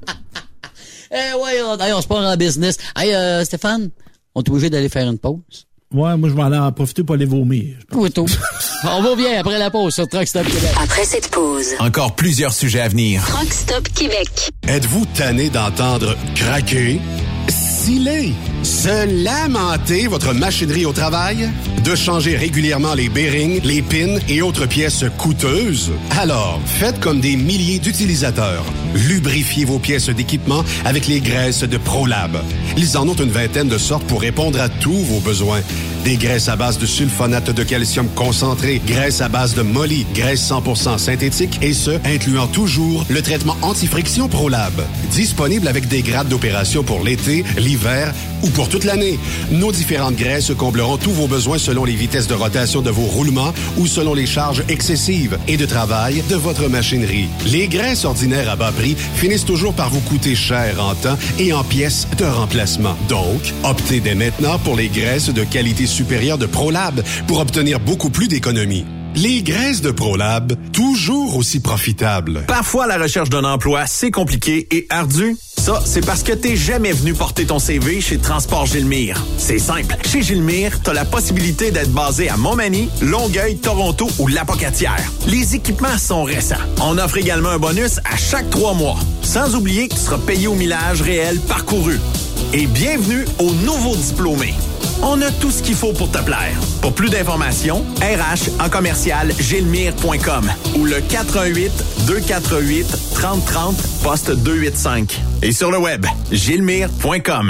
Eh ouais, on, on se part en business. Hey, euh, Stéphane, on est obligé d'aller faire une pause. Ouais, moi, je vais aller en profiter pour aller vomir. Oui, tout. On va bien après la pause sur Truck Stop Québec. Après cette pause, encore plusieurs sujets à venir. Truck Stop Québec. Êtes-vous tanné d'entendre craquer, sciller, se lamenter votre machinerie au travail? De changer régulièrement les bearings, les pins et autres pièces coûteuses? Alors, faites comme des milliers d'utilisateurs. Lubrifiez vos pièces d'équipement avec les graisses de ProLab. Ils en ont une vingtaine de sortes pour répondre à tous vos besoins. Des graisses à base de sulfonate de calcium concentré, graisses à base de molly, graisse cent pour cent synthétique et ce, incluant toujours le traitement anti-friction ProLab. Disponible avec des grades d'opération pour l'été, l'hiver ou pour toute l'année. Nos différentes graisses combleront tous vos besoins selon les vitesses de rotation de vos roulements ou selon les charges excessives et de travail de votre machinerie. Les graisses ordinaires à bas prix finissent toujours par vous coûter cher en temps et en pièces de remplacement. Donc, optez dès maintenant pour les graisses de qualité supérieure de ProLab pour obtenir beaucoup plus d'économies. Les graisses de ProLab, toujours aussi profitables. Parfois, la recherche d'un emploi, c'est compliqué et ardu. Ça, c'est parce que t'es jamais venu porter ton C V chez Transport Gilmire. C'est simple. Chez Gilmire, t'as la possibilité d'être basé à Montmagny, Longueuil, Toronto ou Lapocatière. Les équipements sont récents. On offre également un bonus à chaque trois mois. Sans oublier que tu seras payé au millage réel parcouru. Et bienvenue aux nouveaux diplômés. On a tout ce qu'il faut pour te plaire. Pour plus d'informations, R H en commercial gilmire point com ou le quatre un huit, deux quatre huit, trente trente, poste deux huit cinq. Et sur le web, gilmire point com.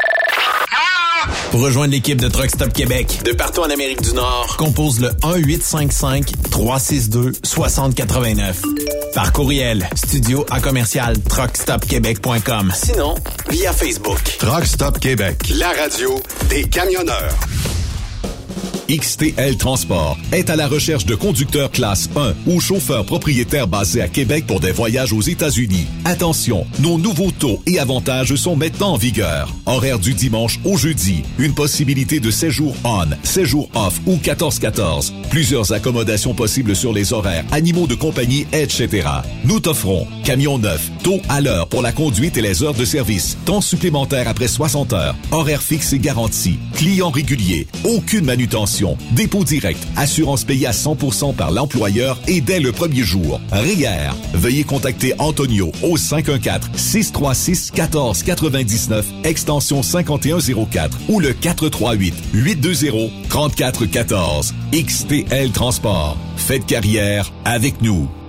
Pour rejoindre l'équipe de Truck Stop Québec, de partout en Amérique du Nord, compose le un huit cinq cinq, trois six deux, six zéro huit neuf. Par courriel, studio à commercial truck stop québec point com. Sinon, via Facebook. Truck Stop Québec, la radio des camionneurs. X T L Transport est à la recherche de conducteurs classe un ou chauffeurs propriétaires basés à Québec pour des voyages aux États-Unis. Attention, nos nouveaux taux et avantages sont maintenant en vigueur. Horaire du dimanche au jeudi. Une possibilité de séjour on, séjour off ou quatorze quatorze. Plusieurs accommodations possibles sur les horaires, animaux de compagnie, et cetera. Nous t'offrons camion neuf, taux à l'heure pour la conduite et les heures de service, temps supplémentaire après soixante heures, horaire fixe et garanti, client régulier, aucune manutention, dépôt direct, assurance payée à cent pour cent par l'employeur et dès le premier jour. R I E R. Veuillez contacter Antonio au cinq un quatre, six trois six, un quatre neuf neuf, extension cinquante et un zéro quatre ou le quatre trois huit, huit deux zéro, trois quatre un quatre. X T L Transport. Faites carrière avec nous.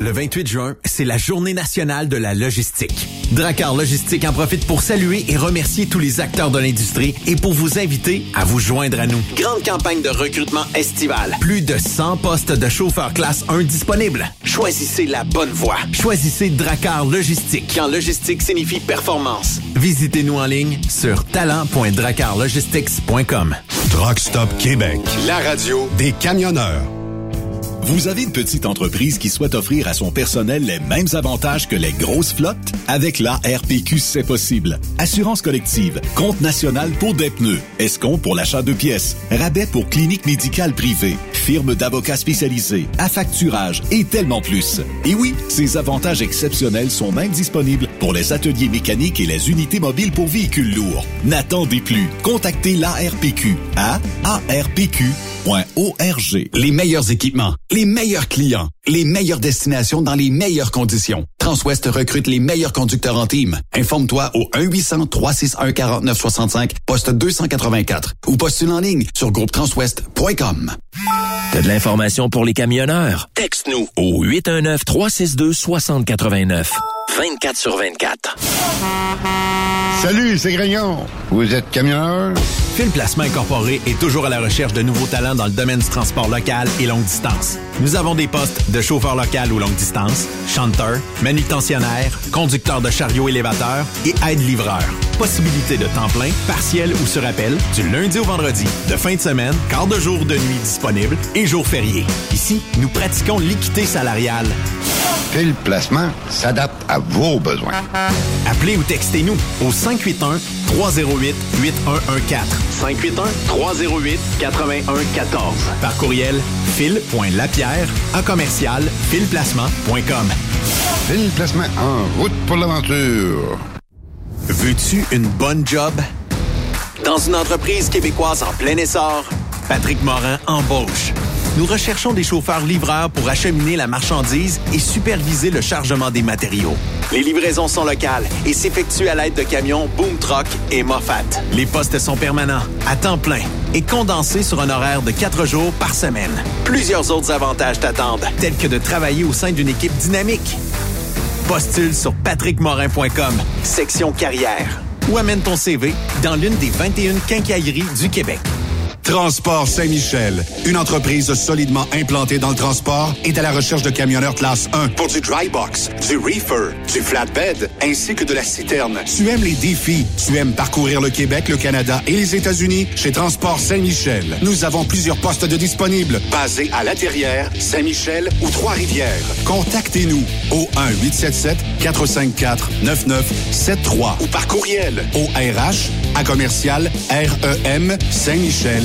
Le vingt-huit juin, c'est la Journée nationale de la logistique. Dracar Logistique en profite pour saluer et remercier tous les acteurs de l'industrie et pour vous inviter à vous joindre à nous. Grande campagne de recrutement estival. Plus de cent postes de chauffeurs classe un disponibles. Choisissez la bonne voie. Choisissez Dracar Logistique. Quand logistique signifie performance. Visitez-nous en ligne sur talent point dracar logistics point com. Truck Stop Québec, la radio des camionneurs. Vous avez une petite entreprise qui souhaite offrir à son personnel les mêmes avantages que les grosses flottes? Avec l'A R P Q, c'est possible. Assurance collective, compte national pour des pneus, escompte pour l'achat de pièces, rabais pour clinique médicale privée, firme d'avocats spécialisés, affacturage et tellement plus. Et oui, ces avantages exceptionnels sont même disponibles pour les ateliers mécaniques et les unités mobiles pour véhicules lourds. N'attendez plus. Contactez l'A R P Q à a r p q point org. Les meilleurs équipements, les meilleurs clients, les meilleures destinations dans les meilleures conditions. Transwest recrute les meilleurs conducteurs en team. Informe-toi au un huit cents, trois six un, quatre neuf six cinq, poste deux cent quatre-vingt-quatre ou postule en ligne sur groupe transwest point com. T'as de l'information pour les camionneurs? Texte-nous au huit un neuf, trois six deux, six zéro huit neuf. vingt-quatre sur vingt-quatre. Salut, c'est Grignon. Vous êtes camionneur? Fil Placement Incorporé est toujours à la recherche de nouveaux talents dans le domaine du transport local et longue distance. Nous avons des postes de chauffeur local ou longue distance, chanteur, manutentionnaire, conducteur de chariot élévateur et aide-livreur. Possibilité de temps plein, partiel ou sur appel, du lundi au vendredi, de fin de semaine, quart de jour de nuit disponible et jours fériés. Ici, nous pratiquons l'équité salariale. Fil Placement s'adapte à vos besoins. Appelez ou textez-nous au cinq huit un, trois zéro huit, huit un un quatre. cinq huit un, trois zéro huit, quatre un un quatre. Par courriel, fil point lapierre à commercial fil placement point com. Fil Placement en route pour l'aventure. Veux-tu une bonne job? Dans une entreprise québécoise en plein essor, Patrick Morin embauche. Nous recherchons des chauffeurs-livreurs pour acheminer la marchandise et superviser le chargement des matériaux. Les livraisons sont locales et s'effectuent à l'aide de camions Boom Truck et Moffat. Les postes sont permanents, à temps plein et condensés sur un horaire de quatre jours par semaine. Plusieurs autres avantages t'attendent, tels que de travailler au sein d'une équipe dynamique. Postule sur patrick morin point com, section carrière, ou amène ton C V dans l'une des vingt et une quincailleries du Québec. Transport Saint-Michel, une entreprise solidement implantée dans le transport, est à la recherche de camionneurs classe un pour du dry box, du reefer, du flatbed, ainsi que de la citerne. Tu aimes les défis, tu aimes parcourir le Québec, le Canada et les États-Unis? Chez Transport Saint-Michel, nous avons plusieurs postes de disponibles, basés à La Terrière, Saint-Michel ou Trois-Rivières. Contactez-nous au un huit sept sept, quatre cinq quatre, neuf neuf sept trois ou par courriel au R H à commercial R E M Saint-Michel.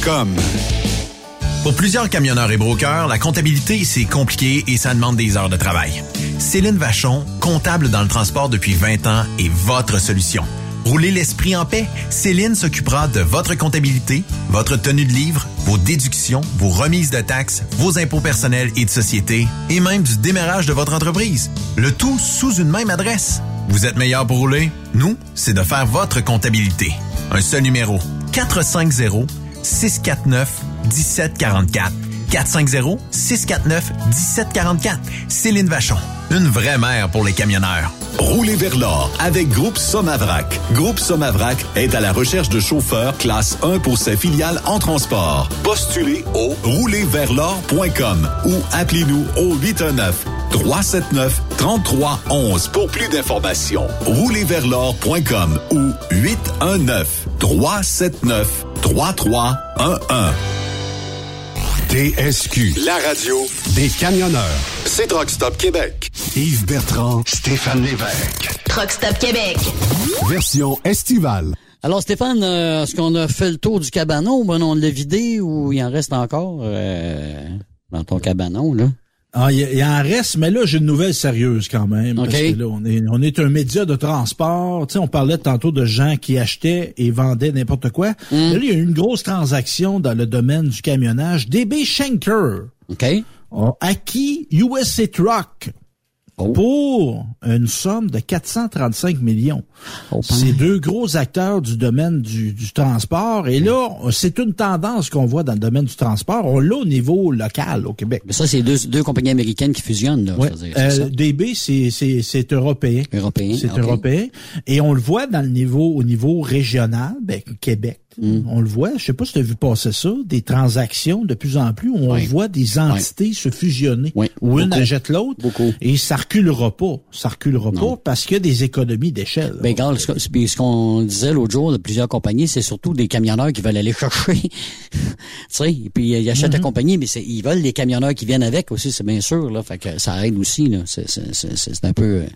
Pour plusieurs camionneurs et brokers, la comptabilité, c'est compliqué et ça demande des heures de travail. Céline Vachon, comptable dans le transport depuis vingt ans, est votre solution. Roulez l'esprit en paix. Céline s'occupera de votre comptabilité, votre tenue de livre, vos déductions, vos remises de taxes, vos impôts personnels et de société, et même du démarrage de votre entreprise. Le tout sous une même adresse. Vous êtes meilleur pour rouler? Nous, c'est de faire votre comptabilité. Un seul numéro. quatre cinq zéro, six quatre neuf, un sept quatre quatre. quatre cinq zéro, six quatre neuf, un sept quatre quatre. Céline Vachon, une vraie mère pour les camionneurs. Roulez vers l'or avec Groupe Somavrac. Groupe Somavrac est à la recherche de chauffeurs classe un pour ses filiales en transport. Postulez au roulez vers l'or point com ou appelez-nous au huit un neuf, trois sept neuf, trois trois un un pour plus d'informations. roulez vers l'or point com ou huit un neuf, trois sept neuf, trois trois un un. T S Q, la radio des camionneurs. C'est Truck Stop Québec. Yves Bertrand, Stéphane Lévesque. Truck Stop Québec. Version estivale. Alors Stéphane, euh, est-ce qu'on a fait le tour du cabanon? Ben, on l'a vidé ou il en reste encore euh, dans ton cabanon, là? Ah, il, il en reste, mais là, j'ai une nouvelle sérieuse quand même. Okay. Parce que là, on est, on est un média de transport. Tu sais, on parlait tantôt de gens qui achetaient et vendaient n'importe quoi. Mm. Là, il y a eu une grosse transaction dans le domaine du camionnage. D B Schenker okay. a acquis U S A Truck. oh. pour une somme de quatre cent trente-cinq millions. Oh, c'est deux gros acteurs du domaine du, du transport. Et là, c'est une tendance qu'on voit dans le domaine du transport. On l'a au niveau local au Québec. Mais ça, c'est deux, deux compagnies américaines qui fusionnent. Là, ouais. dire, euh, D B, c'est, c'est, c'est européen. Européen. C'est okay. européen. Et on le voit dans le niveau, au niveau régional, ben, Québec. Mm. On le voit, je sais pas si tu as vu passer ça, des transactions de plus en plus où on oui. voit des entités oui. se fusionner, oui. où une Beaucoup. achète l'autre, Beaucoup. et ça reculera pas. Ça reculera non. pas parce qu'il y a des économies d'échelle. Ben, regarde, ce, ce qu'on disait l'autre jour de plusieurs compagnies, c'est surtout des camionneurs qui veulent aller chercher. tu sais, et puis ils achètent mm-hmm. la compagnie, mais c'est, ils veulent les camionneurs qui viennent avec aussi, c'est bien sûr, là. Fait que ça aide aussi, là. C'est, c'est, c'est, c'est un peu... Euh,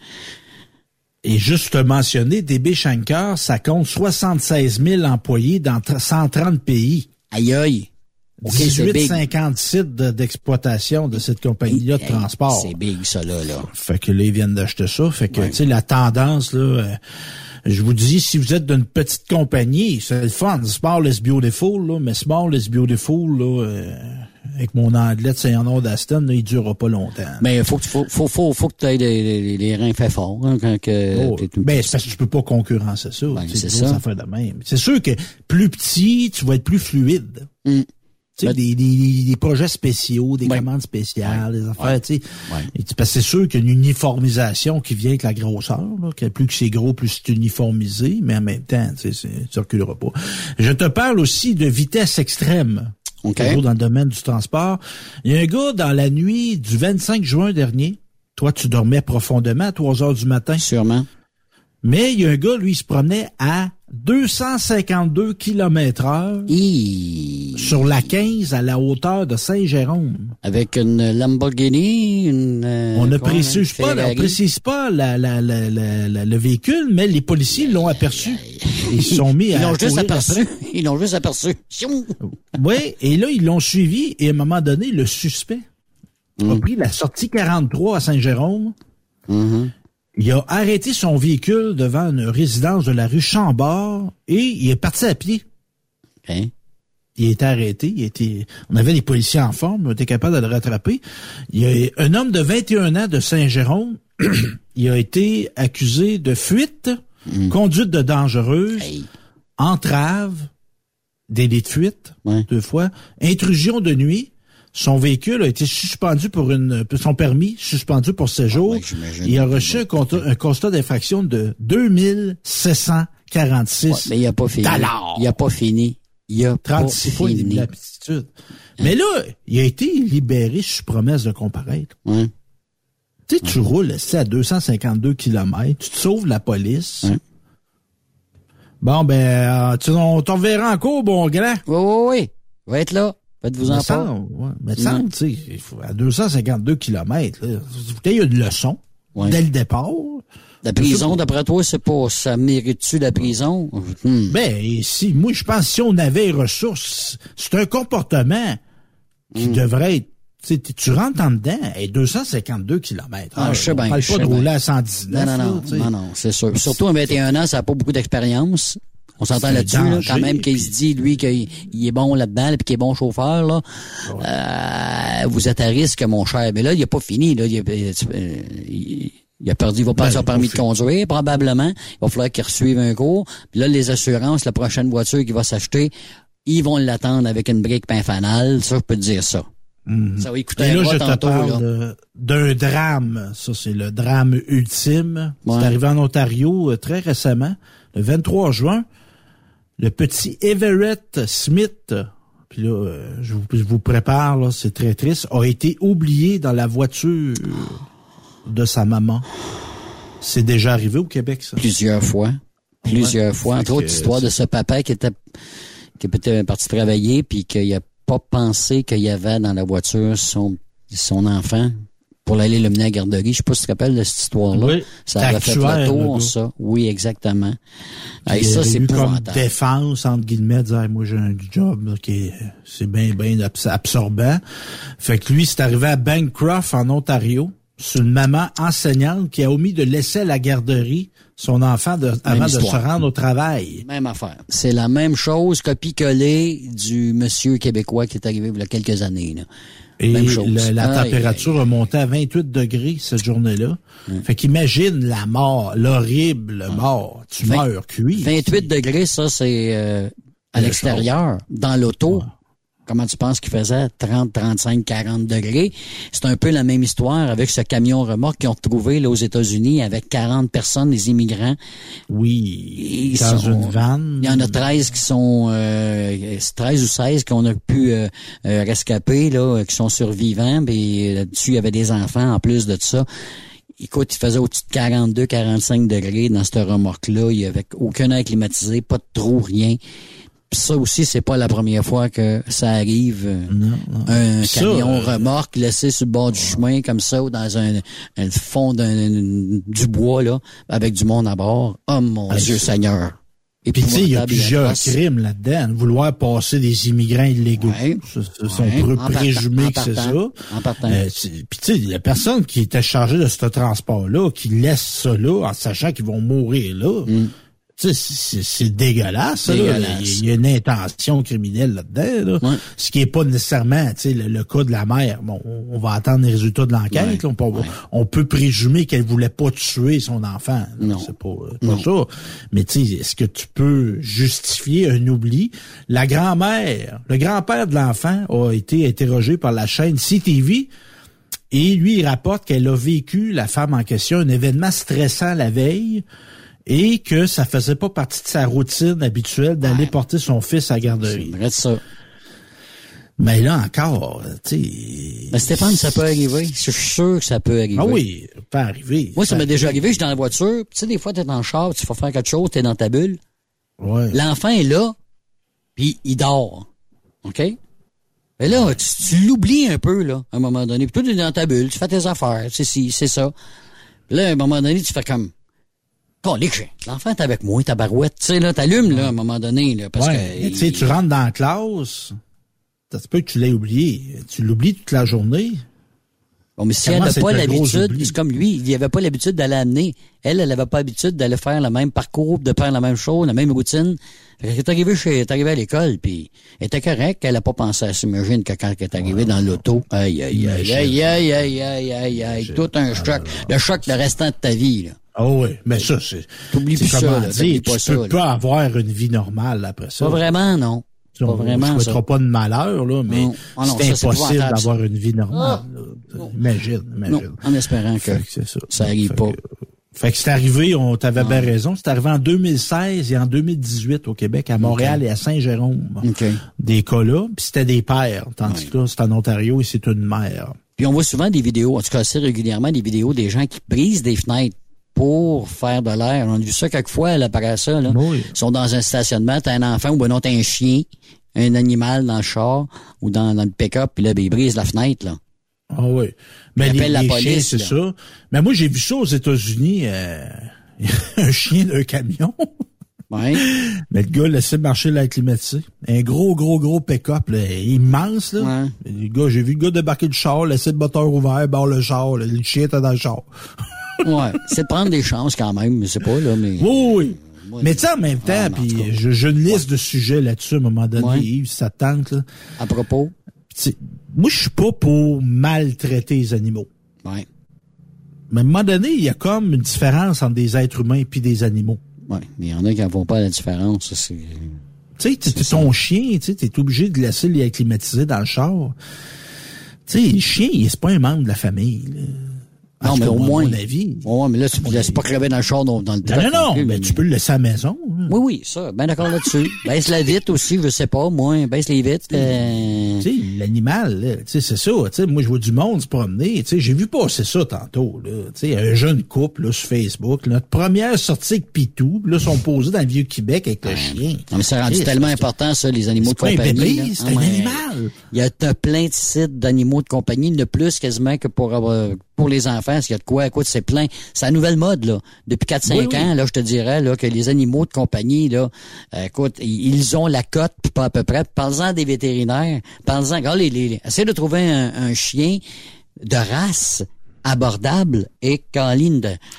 Et juste mentionner, D B Schenker, ça compte soixante-seize mille employés dans cent trente pays. Aïe aïe. Okay, dix-huit virgule cinquante sites de, d'exploitation de cette compagnie-là de hey, transport. C'est big, ça, là, là. Fait que là, ils viennent d'acheter ça. Fait que, ouais. tu sais, la tendance, là, euh, je vous dis, si vous êtes d'une petite compagnie, c'est le fun. Small is beautiful, là, mais small is beautiful, là, euh, avec mon anglais de Saint-Honor d'Aston, là, il durera pas longtemps. Mais faut que faut faut faut, faut que tu aies les, les, les reins fait forts hein, quand que oh, ben c'est parce que tu peux pas concurrencer ça. Ben, c'est ça. Ça fait de même. C'est sûr que plus petit, tu vas être plus fluide. Mm. Tu sais, ben, des, des, des projets spéciaux, des ouais. commandes spéciales, ouais. des affaires, ouais. tu sais. Ouais. Parce que c'est sûr qu'il y a une uniformisation qui vient avec la grosseur, là, que plus que c'est gros, plus c'est uniformisé, mais en même temps, tu sais, ça reculera pas. Je te parle aussi de vitesse extrême. Okay. Toujours dans le domaine du transport. Il y a un gars, dans la nuit du vingt-cinq juin dernier, toi, tu dormais profondément à trois heures du matin. Sûrement. Mais il y a un gars, lui, il se promenait à deux cent cinquante-deux kilomètres heure Hi. sur la quinze à la hauteur de Saint-Jérôme. Avec une Lamborghini, une... Euh, on ne précise pas, on précise pas la, la, la, la, la, le véhicule, mais les policiers l'ont aperçu. Ils se sont mis ils à l'ont juste aperçu. Après. Ils l'ont juste aperçu. Oui, et là, ils l'ont suivi, et à un moment donné, le suspect mmh. a pris la sortie quarante-trois à Saint-Jérôme. Mmh. Il a arrêté son véhicule devant une résidence de la rue Chambord et il est parti à pied. Hein? Il a été arrêté. Il a été, on avait des policiers en forme, on était capable de le rattraper. Il y a un homme de vingt et un ans de Saint-Jérôme. Il a été accusé de fuite, mmh. conduite de dangereuse, hey. entrave, délit de fuite, ouais. deux fois, intrusion de nuit. Son véhicule a été suspendu pour une, son permis suspendu pour séjour. Oh, ouais, il a reçu un constat, un constat d'infraction de deux mille sept cent quarante-six. Ouais, mais il a pas fini. Dollars. Il a pas fini. Il a trente-six pas fois fini. l'aptitude. Mais là, il a été libéré sous promesse de comparaître. Ouais. Tu sais, tu ouais. roules à deux cent cinquante-deux kilomètres, tu te sauves la police. Ouais. Bon, ben, euh, tu, on t'en verra en cours, bon grand. Oui, oui, oui. Va être là. Faites-vous en pas. Ouais, mais ça, tu sais, à deux cent cinquante-deux kilomètres, là, il y a une leçon ouais. dès le départ. La prison, d'après toi, c'est pas, ça mérite-tu la prison? Hmm. Ben, si, moi, je pense que si on avait les ressources, c'est un comportement qui hmm. devrait être, tu sais, tu rentres en dedans, et deux cent cinquante-deux kilomètres. Ah, je sais bien. On parle pas de rouler à cent dix-neuf. Non, non, non, là, non, non, c'est sûr. Surtout à vingt et un ans, ça n'a pas beaucoup d'expérience. On s'entend là-dessus, là, quand même, qu'il se dit, lui, qu'il est bon là-dedans, puis qu'il est bon chauffeur, là. Ouais. Euh, vous êtes à risque, mon cher. Mais là, il n'a pas fini, là. Il a, il, il a perdu, il va passer ben, son permis de conduire, probablement. Il va falloir qu'il reçuive un cours. Puis là, les assurances, la prochaine voiture qu'il va s'acheter, ils vont l'attendre avec une brique pain fanal. Ça, je peux te dire ça. Mm-hmm. Ça va écouter Et un là, bras je tantôt, te parle là. d'un drame. Ça, c'est le drame ultime. Ouais. C'est arrivé en Ontario euh, très récemment, le vingt-trois juin. Le petit Everett Smith, puis là, euh, je, vous, je vous prépare, là, c'est très triste, a été oublié dans la voiture de sa maman. C'est déjà arrivé au Québec, ça? Plusieurs fois. Plusieurs ouais, fois. Entre autres, l'histoire de ce papa qui était, qui était parti travailler, puis qu'il a pas pensé qu'il y avait dans la voiture son, son enfant pour l'aller le mener à la garderie. Je sais pas si tu te rappelles de cette histoire-là. Oui, ça a fait le tour, ça. Oui, exactement. Et ça, c'est comme défense, entre guillemets, dire, moi, j'ai un job, là, qui est, c'est bien, bien absorbant. Fait que lui, c'est arrivé à Bancroft, en Ontario. C'est une maman enseignante qui a omis de laisser à la garderie son enfant de, avant de se rendre au travail. Même affaire. C'est la même chose, copie-collée du monsieur québécois qui est arrivé il y a quelques années, là. Et même chose. Le, la ah, température aïe, a monté à vingt-huit degrés cette journée-là. Hum. Fait qu'imagine la mort, l'horrible ah. mort. Tu vingt, meurs cuit. vingt-huit degrés, ça, c'est euh, à l'extérieur. Chaud. Dans l'auto, ah. comment tu penses qu'il faisait? trente, trente-cinq, quarante degrés. C'est un peu la même histoire avec ce camion remorque qu'ils ont retrouvé là, aux États-Unis avec quarante personnes, des immigrants. Oui, Ils dans sont, une vanne. Il y en a treize qui sont... Euh, treize ou seize qu'on a pu euh, euh, rescaper, là, qui sont survivants. Et là-dessus, il y avait des enfants en plus de ça. Écoute, il faisait au-dessus de quarante-deux, quarante-cinq degrés dans cette remorque-là. Il y avait aucun air climatisé, pas de trou, rien. Pis ça aussi, c'est pas la première fois que ça arrive. Non, non. Un ça, camion euh... remorque laissé sur le bord du chemin comme ça ou dans un, un fond d'un, du bois là avec du monde à bord. Oh mon ah, Dieu c'est... Seigneur. Et puis tu sais, il y a plusieurs crimes là-dedans. Vouloir passer des immigrants illégaux. Ouais. Ce sont ouais. présumés que c'est ça. En partant. Euh, puis tu sais, la personne qui était chargée de ce transport-là, qui laisse ça là en sachant qu'ils vont mourir là. Mm. Tu sais, c'est, c'est dégueulasse, ça, dégueulasse. Là. Il y a une intention criminelle là-dedans, là. Ouais. Ce qui est pas nécessairement, tu sais, le, le cas de la mère. Bon, on va attendre les résultats de l'enquête. Ouais. Là. On, peut, ouais. on peut présumer qu'elle voulait pas tuer son enfant. Non. C'est pas, pas non. ça. Mais tu sais, est-ce que tu peux justifier un oubli? La grand-mère, le grand-père de l'enfant a été interrogé par la chaîne C T V. Et lui, il rapporte qu'elle a vécu, la femme en question, un événement stressant la veille. Et que ça faisait pas partie de sa routine habituelle d'aller ouais. porter son fils à la garderie. C'est ça. Mais là encore, tu sais... Mais Stéphane, ça peut arriver. Je suis sûr que ça peut arriver. Ah oui, ça peut arriver. Moi, ça, ça m'est déjà arrivé, je suis dans la voiture. Tu sais, des fois, t'es dans le char, tu vas faire quelque chose, t'es dans ta bulle. Ouais. L'enfant est là, puis il dort. OK? Mais là, tu, tu l'oublies un peu, là, à un moment donné. Puis toi, tu es dans ta bulle, tu fais tes affaires, c'est si, c'est ça. Puis là, à un moment donné, tu fais comme... L'enfant est avec moi, ta barouette, tu sais, là, t'allumes, là, à un moment donné, là, parce ouais, que... Tu sais, tu rentres dans la classe, ça se peut que tu l'aies oublié. Tu l'oublies toute la journée. Bon, mais si Comment elle n'a pas l'habitude, c'est comme lui, il n'avait pas l'habitude d'aller amener. Elle, elle n'avait pas l'habitude d'aller faire le même parcours, de faire la même chose, la même routine. Fait qu'elle est arrivée chez, elle est arrivée à l'école, puis elle était correcte, elle n'a pas pensé à s'imaginer que quand elle est arrivée ouais, dans l'auto, aïe, aïe, aïe, aïe, aïe, aïe, aïe, aïe, aïe, tout un choc. Le choc le restant de ta vie, là. Ah oh oui, mais ça, c'est... T'oublies plus ça, là, dire, pas tu ça, peux là. pas avoir une vie normale après ça. Pas vraiment, non. Pas on, vraiment, on ne souhaitera pas de malheur, là, mais non. Ah non, c'est ça, impossible c'est d'avoir une vie normale. Ah, imagine, imagine. Non, en espérant que, que c'est ça, ça arrive pas. Que, fait que c'est arrivé, on t'avait ah. bien raison, c'est arrivé en deux mille seize et en deux mille dix-huit au Québec, à Montréal okay. et à Saint-Jérôme. Okay. Des cas-là, puis c'était des pères, tandis ouais. que là, c'est en Ontario et c'est une mère. Puis on voit souvent des vidéos, en tout cas assez régulièrement, des vidéos des gens qui brisent des fenêtres pour faire de l'air. On a vu ça quelquefois, là, par ça, là. Oui. Ils sont dans un stationnement, t'as un enfant ou ben non, t'as un chien, un animal dans le char ou dans, dans le pick-up, puis là, ben, ils brisent la fenêtre, là. Ah oui. Mais les, la les police, chiens, c'est là. Ça. Mais moi, j'ai vu ça aux États-Unis, euh, un chien d'un camion. Ouais. Mais le gars laissait marcher l'air climatisé. Un gros, gros, gros pick-up, là, immense, là. Ouais. Le gars, j'ai vu le gars débarquer du char, laisser le moteur ouvert, barre le char, là, le chien était dans le char. Ouais, c'est de prendre des chances quand même, je sais pas, là, mais... Oui, oui. Moi, mais tu sais, en même temps, ah, puis j'ai, j'ai une liste ouais. de sujets là-dessus à un moment donné, ouais. Yves, ça te tente, là. À propos? T'sais, moi, je suis pas pour maltraiter les animaux. Ouais. Mais à un moment donné, il y a comme une différence entre des êtres humains et des animaux. Ouais, mais il y en a qui n'en font pas la différence, c'est... Tu sais, t'es ton chien, tu sais, t'es obligé de laisser les acclimatiser dans le char. Tu sais, le chien, c'est pas un membre de la famille, là. Non, mais au moins. À mon avis. Ouais, mais là, tu ne laisses pas crever dans le char, dans, dans le truck. Non, non, non, mais, mais tu peux le laisser à la maison. Là. Oui, oui, ça, ben d'accord là-dessus. Baisse la vitre aussi, je sais pas, moi, baisse les vitres. Euh... Tu sais, l'animal, là, tu sais, c'est ça, tu sais, moi, je vois du monde se promener, tu sais, j'ai vu passer ça tantôt, là, tu sais, un jeune couple, là, sur Facebook, là, notre première sortie avec Pitou, là, sont posés dans le Vieux-Québec avec le chien. Non, mais c'est rendu t'sais, tellement c'est important, ça, les animaux de compagnie. C'est pas un bébé, c'est un animal. Il y a plein de sites d'animaux de compagnie, de plus quasiment que pour avoir... pour les enfants, s'il y a de quoi, écoute, c'est plein. C'est la nouvelle mode, là. Depuis quatre cinq oui, ans, oui. là, je te dirais, là, que les animaux de compagnie, là, euh, écoute, ils ont la cote, puis pas à peu près. Parle-en des vétérinaires. Parle-en, regarde, les, les, essaye de trouver un, un chien de race abordable et Caroline de...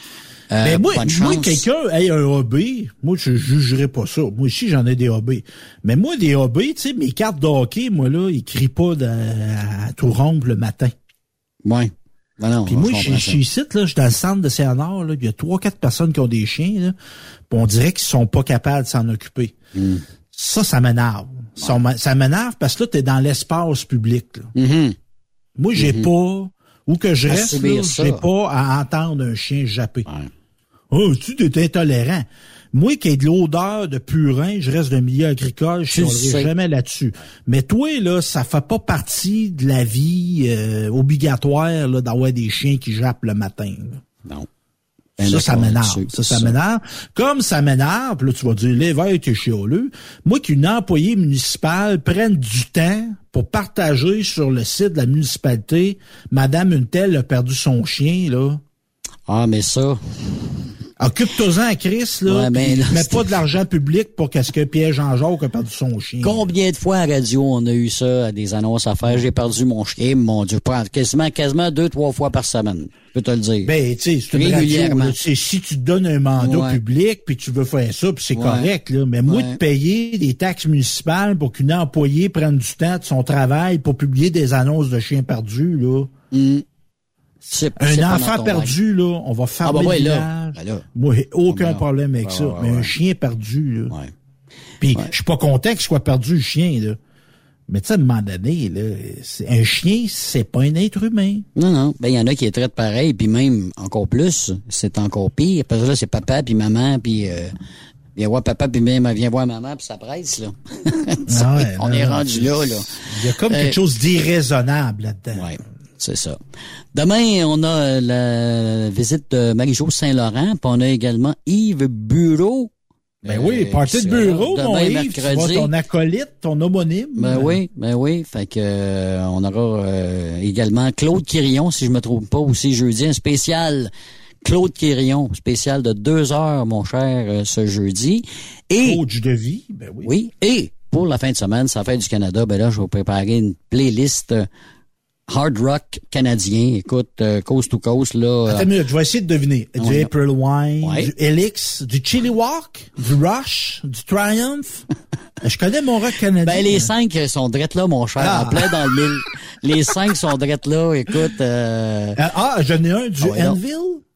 Euh, mais moi, bonne moi chance. quelqu'un ait un A B, moi, je jugerais pas ça. Moi aussi, j'en ai des A B. Mais moi, des A B, tu sais, mes cartes de hockey, moi, là, ils crient pas de, à tout rompre le matin. Ouais. Ben non, puis moi, je suis ici, là, je suis dans le centre de Saint-Honor, là, il y a trois, quatre personnes qui ont des chiens, là, puis on dirait qu'ils sont pas capables de s'en occuper. Mm. Ça, ça m'énerve. Ouais. Ça m'énerve parce que là, t'es dans l'espace public, là. Mm-hmm. Moi, j'ai mm-hmm. pas, où que je reste, là, j'ai pas à entendre un chien japper. Ouais. Oh, tu t'es intolérant. Moi, qui ai de l'odeur de purin, je reste d'un milieu agricole, je ne jamais là-dessus. Mais toi, là, ça fait pas partie de la vie euh, obligatoire là, d'avoir des chiens qui jappent le matin. Là. Non. Ben ça, ça m'énerve. Ça, ça, ça m'énerve. Comme ça m'énerve, là, tu vas dire, l'évêque est chialeux. Moi, qu'une employée municipale prenne du temps pour partager sur le site de la municipalité, Madame une telle a perdu son chien, là. Ah, mais ça... Occupe-toi-en à Chris, là, ouais, mais mets pas de l'argent public pour qu'est-ce que Pierre-Jean-Jacques a perdu son chien. Combien de fois à radio on a eu ça, à des annonces à faire, j'ai perdu mon chien, mon Dieu, quasiment, quasiment deux, trois fois par semaine, je peux te le dire. Ben, tu sais, c'est une radio, là, si tu te donnes un mandat ouais. public, puis tu veux faire ça, puis c'est ouais. correct, là, mais moi, ouais. de payer des taxes municipales pour qu'une employée prenne du temps de son travail pour publier des annonces de chiens perdus, là... Mm. C'est, un c'est enfant perdu, là, on va faire ah bah ouais, là. Ben là. Moi, j'ai aucun problème avec ah, ça. Ouais, mais ouais. un chien perdu, là. Ouais. Puis, ouais. je suis pas content qu'il soit perdu, le chien, là. Mais tu sais, à un moment donné, là, c'est, un chien, c'est pas un être humain. Non, non. Ben, il y en a qui les traitent pareil, puis même encore plus, c'est encore pire. Parce que là, c'est papa, puis maman, puis... Euh, viens voir papa, puis même viens voir maman, puis ça presse, là. ah ouais, on non, est rendu là, là. Il y a comme euh, quelque chose d'irraisonnable là-dedans. Ouais. C'est ça. Demain, on a la visite de Marie-Jo Saint-Laurent, puis on a également Yves Bureau. Ben euh, oui, party de bureau, mon Yves, mercredi. Tu vois ton acolyte, ton homonyme. Ben oui, ben oui. Fait que euh, on aura euh, également Claude Quirion, si je me trompe pas, aussi jeudi, un spécial Claude Quirion, spécial de deux heures, mon cher, euh, ce jeudi. Et coach de vie, ben oui. Oui, et pour la fin de semaine, ça fait du Canada, ben là, je vais vous préparer une playlist hard rock canadien, écoute, euh, coast to coast, là. Attends une minute, je vais essayer de deviner. Du ouais. April Wine, ouais. du Helix, du Chili Walk, du Rush, du Triumph. Je connais mon rock canadien. Ben, les cinq sont drettes là, mon cher, ah. en plein dans le mille. Les cinq sont drettes là, écoute. Euh... Ah, j'en ai un du ah ouais, Anvil.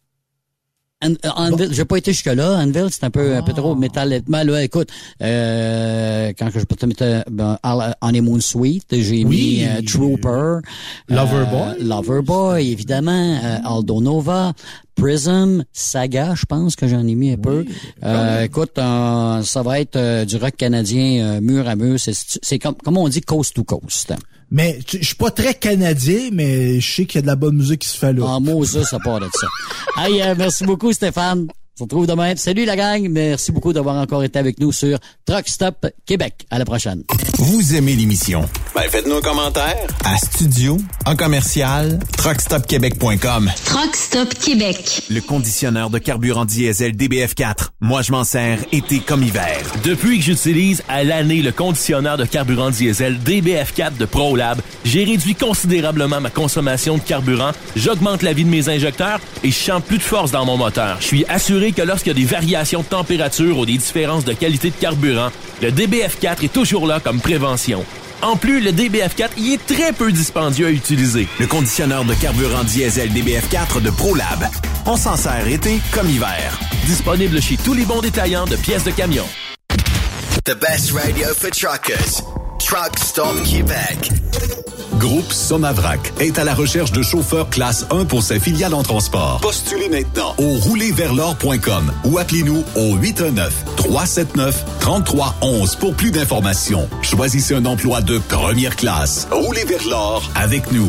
An- Anvil, bon. J'ai pas été jusque-là. Anvil, c'est un peu, oh. un peu trop métal. Là, écoute, euh, quand je peux te mettre, ben, Honeymoon Suite, j'ai oui. mis euh, Trooper. Loverboy. Euh, Loverboy, évidemment. Euh, Aldo Nova. Prism, Saga, je pense que j'en ai mis un oui. peu. Euh, écoute, euh, ça va être euh, du rock canadien euh, mur à mur. C'est, c'est comme, comme on dit, coast to coast. Mais je suis pas très canadien, mais je sais qu'il y a de la bonne musique qui se fait là. En mots, ça, ça part de ça. Hey, euh, merci beaucoup, Stéphane. On se retrouve demain. Salut la gang. Merci beaucoup d'avoir encore été avec nous sur Truck Stop Québec. À la prochaine. Vous aimez l'émission? Ben, faites-nous un commentaire. À studio, en commercial, truck stop québec point com. Truck Stop Québec. Le conditionneur de carburant diesel D B F quatre. Moi, je m'en sers été comme hiver. Depuis que j'utilise à l'année le conditionneur de carburant diesel D B F quatre de ProLab, j'ai réduit considérablement ma consommation de carburant, j'augmente la vie de mes injecteurs et je sens plus de force dans mon moteur. Je suis assuré que lorsqu'il y a des variations de température ou des différences de qualité de carburant, le D B F quatre est toujours là comme prévention. En plus, le D B F quatre y est très peu dispendieux à utiliser. Le conditionneur de carburant diesel D B F quatre de ProLab. On s'en sert été comme hiver. Disponible chez tous les bons détaillants de pièces de camion. The best radio for truckers. Truck Stop Québec. Groupe Somavrac est à la recherche de chauffeurs classe un pour ses filiales en transport. Postulez maintenant au rouler vers l'or point com ou appelez-nous au huit un neuf, trois sept neuf, trois trois un un pour plus d'informations. Choisissez un emploi de première classe. Roulez vers l'or avec nous.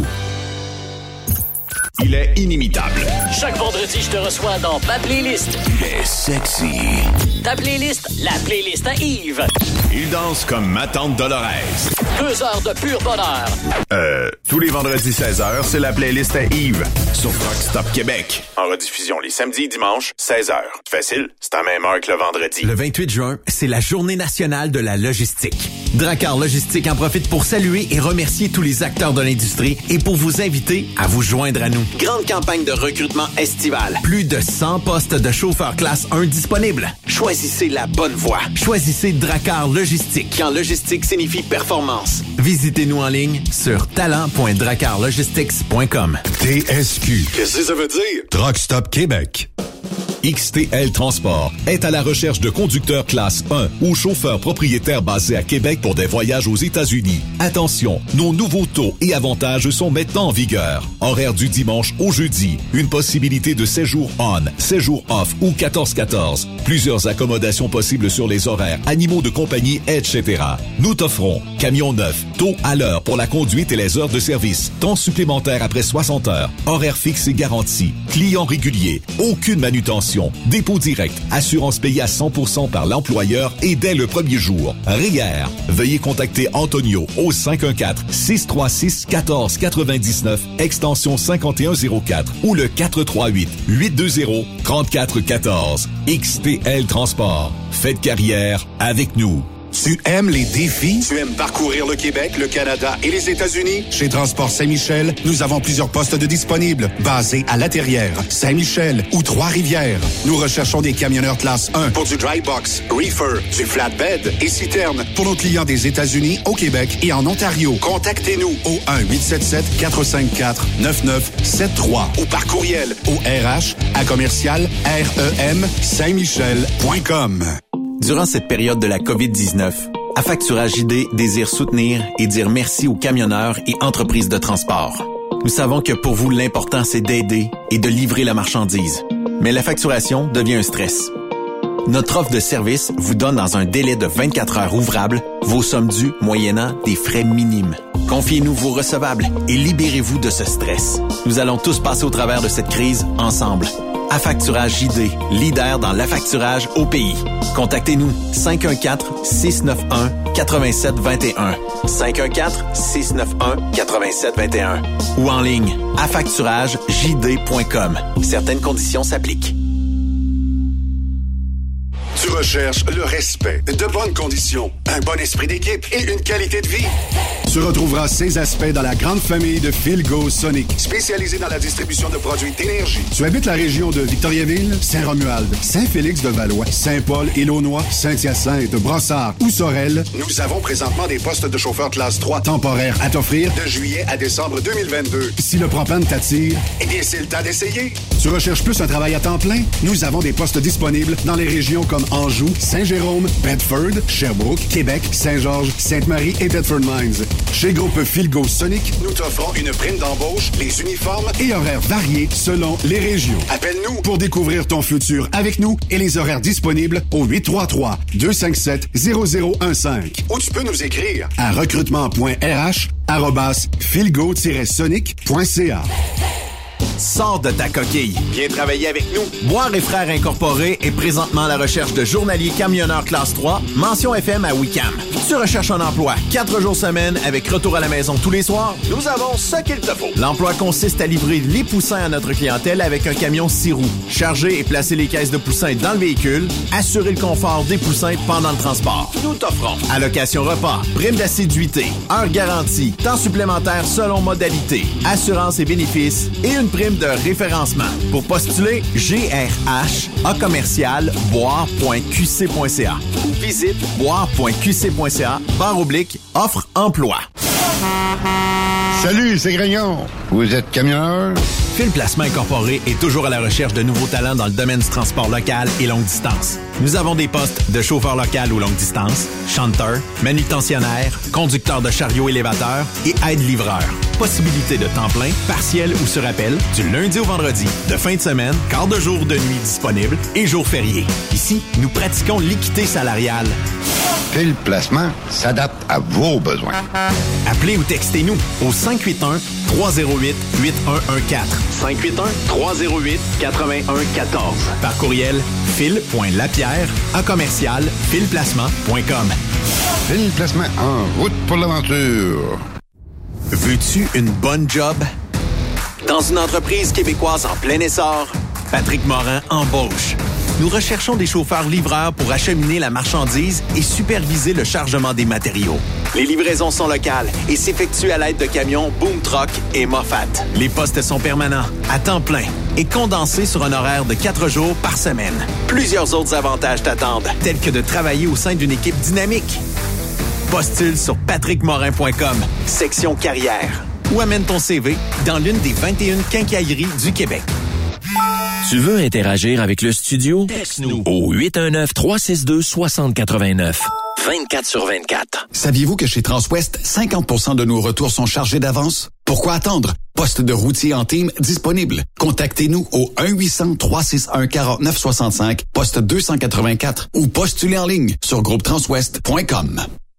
Il est inimitable. Chaque vendredi, je te reçois dans ma playlist. Il est sexy. Ta playlist, la playlist à Yves. Il danse comme ma tante Dolores. Deux heures de pur bonheur. Euh, tous les vendredis seize heures, c'est la playlist à Yves sur Truck Stop Québec. En rediffusion les samedis et dimanches, seize heures. Facile, c'est à même heure que le vendredi. Le vingt-huit juin, c'est la Journée nationale de la logistique. Dracar Logistique en profite pour saluer et remercier tous les acteurs de l'industrie et pour vous inviter à vous joindre à nous. Grande campagne de recrutement estival. Plus de cent postes de chauffeurs classe un disponibles. Choisissez la bonne voie. Choisissez Dracar Logistique. Quand logistique signifie performance. Visitez-nous en ligne sur talent point dracar logistics point com. T S Q. Qu'est-ce que ça veut dire? Truck Stop Québec. X T L Transport est à la recherche de conducteurs classe un ou chauffeurs propriétaires basés à Québec pour des voyages aux États-Unis. Attention, nos nouveaux taux et avantages sont maintenant en vigueur. Horaire du dimanche au jeudi. Une possibilité de séjour on, séjour off ou quatorze quatorze. Plusieurs accommodations possibles sur les horaires, animaux de compagnie, et cetera. Nous t'offrons camion neuf, taux à l'heure pour la conduite et les heures de service, temps supplémentaire après soixante heures, horaire fixe et garanti, client régulier, aucune manutention, dépôt direct, assurance payée à cent pour cent par l'employeur et dès le premier jour. R I E R. Veuillez contacter Antonio au cinq un quatre, six trois six, un quatre neuf neuf, extension cinq un zéro quatre ou le quatre trois huit, huit deux zéro, trois quatre un quatre. X T L Transport. Faites carrière avec nous. Tu aimes les défis? Tu aimes parcourir le Québec, le Canada et les États-Unis? Chez Transport Saint-Michel, nous avons plusieurs postes de disponibles, basés à La Terrière, Saint-Michel ou Trois-Rivières. Nous recherchons des camionneurs classe un pour du dry box, reefer, du flatbed et citerne pour nos clients des États-Unis, au Québec et en Ontario. Contactez-nous au un huit sept sept, quatre cinq quatre, neuf neuf sept trois ou par courriel au R H à commercial R E M Saint Michel point com. Durant cette période de la covid dix-neuf, Affacturage J D désire soutenir et dire merci aux camionneurs et entreprises de transport. Nous savons que pour vous, l'important, c'est d'aider et de livrer la marchandise. Mais la facturation devient un stress. Notre offre de service vous donne dans un délai de vingt-quatre heures ouvrables vos sommes dues moyennant des frais minimes. Confiez-nous vos recevables et libérez-vous de ce stress. Nous allons tous passer au travers de cette crise ensemble. Affacturage J D, leader dans l'affacturage au pays. Contactez-nous cinq un quatre, six neuf un, quatre sept deux un, cinq un quatre, six neuf un, quatre sept deux un ou en ligne affacturage j d point com. Certaines conditions s'appliquent. Tu recherches le respect, de bonnes conditions, un bon esprit d'équipe et une qualité de vie. Tu retrouveras ces aspects dans la grande famille de Philgo Sonic, spécialisée dans la distribution de produits d'énergie. Tu habites la région de Victoriaville, Saint-Romuald, Saint-Félix-de-Valois, Saint-Paul, Île-aux-Noix, Saint-Hyacinthe, Brossard ou Sorel. Nous avons présentement des postes de chauffeur classe trois temporaires à t'offrir de juillet à décembre deux mille vingt-deux. Si le propane t'attire, eh bien c'est le temps d'essayer. Tu recherches plus un travail à temps plein? Nous avons des postes disponibles dans les régions comme Anjou, Saint-Jérôme, Bedford, Sherbrooke, Québec, Saint-Georges, Sainte-Marie et Bedford Mines. Chez Groupe Philgo Sonic, nous t'offrons une prime d'embauche, les uniformes et horaires variés selon les régions. Appelle-nous pour découvrir ton futur avec nous et les horaires disponibles au huit trois trois, deux cinq sept, zéro zéro un cinq. Ou tu peux nous écrire à recrutement point r h arobase philgo tiret sonic point c a. Sors de ta coquille. Viens travailler avec nous. Boire et Frères Incorporés est présentement à la recherche de journaliers camionneurs classe trois, mention F M à Wicam. Tu recherches un emploi quatre jours semaine avec retour à la maison tous les soirs? Nous avons ce qu'il te faut. L'emploi consiste à livrer les poussins à notre clientèle avec un camion six roues. Charger et placer les caisses de poussins dans le véhicule. Assurer le confort des poussins pendant le transport. Nous t'offrons allocation repas, prime d'assiduité, heures garantie, temps supplémentaire selon modalité, assurance et bénéfices et une prime de référencement. Pour postuler, G R H A commercial boire point q c point c a. Visite boire point q c point c a barre oblique offre emploi. Salut, c'est Grignon. Vous êtes camionneur? Fil Placement Incorporé est toujours à la recherche de nouveaux talents dans le domaine du transport local et longue distance. Nous avons des postes de chauffeur local ou longue distance, chanteur, manutentionnaire, conducteur de chariot élévateur et aide-livreur. Possibilité de temps plein, partiel ou sur appel, du lundi au vendredi, de fin de semaine, quart de jour de nuit disponible et jours fériés. Ici, nous pratiquons l'équité salariale. Fil Placement s'adapte à vos besoins. Appelez ou textez-nous au cinq huit un, trois zéro huit, huit un un quatre. cinq huit un, trois zéro huit, quatre un un quatre. Par courriel, fil point lapierre à commercial fil placement point com. Phil Placement en route pour l'aventure. Veux-tu une bonne job? Dans une entreprise québécoise en plein essor, Patrick Morin embauche. Nous recherchons des chauffeurs-livreurs pour acheminer la marchandise et superviser le chargement des matériaux. Les livraisons sont locales et s'effectuent à l'aide de camions Boom Truck et Moffat. Les postes sont permanents, à temps plein et condensés sur un horaire de quatre jours par semaine. Plusieurs autres avantages t'attendent, tels que de travailler au sein d'une équipe dynamique. Postule sur patrick morin point com, section carrière, ou amène ton C V dans l'une des vingt et une quincailleries du Québec. Tu veux interagir avec le studio? Texte-nous au huit un neuf, trois six deux, six zéro huit neuf. vingt-quatre sur vingt-quatre. Saviez-vous que chez Transwest, cinquante pour cent de nos retours sont chargés d'avance? Pourquoi attendre? Poste de routier en team disponible. Contactez-nous au un huit zéro zéro, trois six un, quatre neuf six cinq, poste deux cent quatre-vingt-quatre ou postulez en ligne sur groupe transwest point com.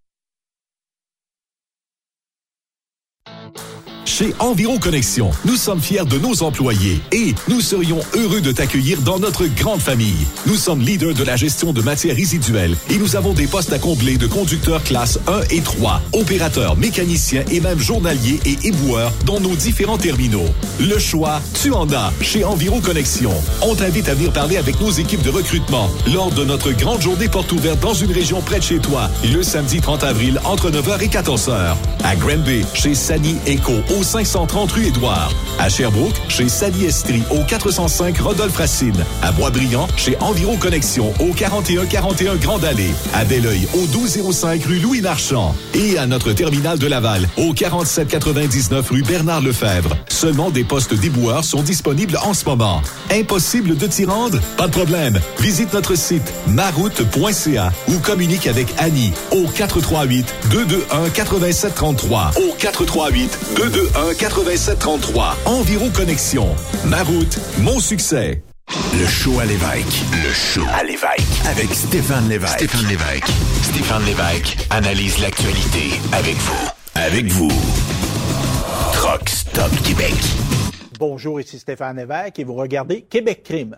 Chez Environ Connexion, nous sommes fiers de nos employés et nous serions heureux de t'accueillir dans notre grande famille. Nous sommes leaders de la gestion de matières résiduelles et nous avons des postes à combler de conducteurs classe un et trois, opérateurs, mécaniciens et même journaliers et éboueurs dans nos différents terminaux. Le choix, tu en as chez Environ Connexion. On t'invite à venir parler avec nos équipes de recrutement lors de notre grande journée porte ouverte dans une région près de chez toi, le samedi trente avril entre neuf heures et quatorze heures. À Granby, chez Sani Eco, au cinq cent trente rue Édouard. À Sherbrooke, chez Sally Estrie, au quatre cent cinq Rodolphe Racine. À Boisbriand, chez Environ Connexion, au quarante et un quarante et un Grande Allée. À Belleuil, au douze zéro cinq rue Louis Marchand. Et à notre terminal de Laval, au quarante-sept quatre-vingt-dix-neuf rue Bernard Lefebvre. Seulement des postes d'éboueurs sont disponibles en ce moment. Impossible de t'y rendre? Pas de problème. Visite notre site maroute point c a ou communique avec Annie au quatre trois huit, deux deux un, huit sept trois trois. Au quatre trois huit, deux deux un, huit sept trois trois. Environ Connexion. Ma route, mon succès. Le show à l'évêque. Le show à l'évêque. Avec Stéphane Lévesque. Stéphane Lévesque. Stéphane Lévesque analyse l'actualité avec vous. Avec vous. Truck Stop Québec. Bonjour, ici Stéphane Lévesque et vous regardez Québec Crime.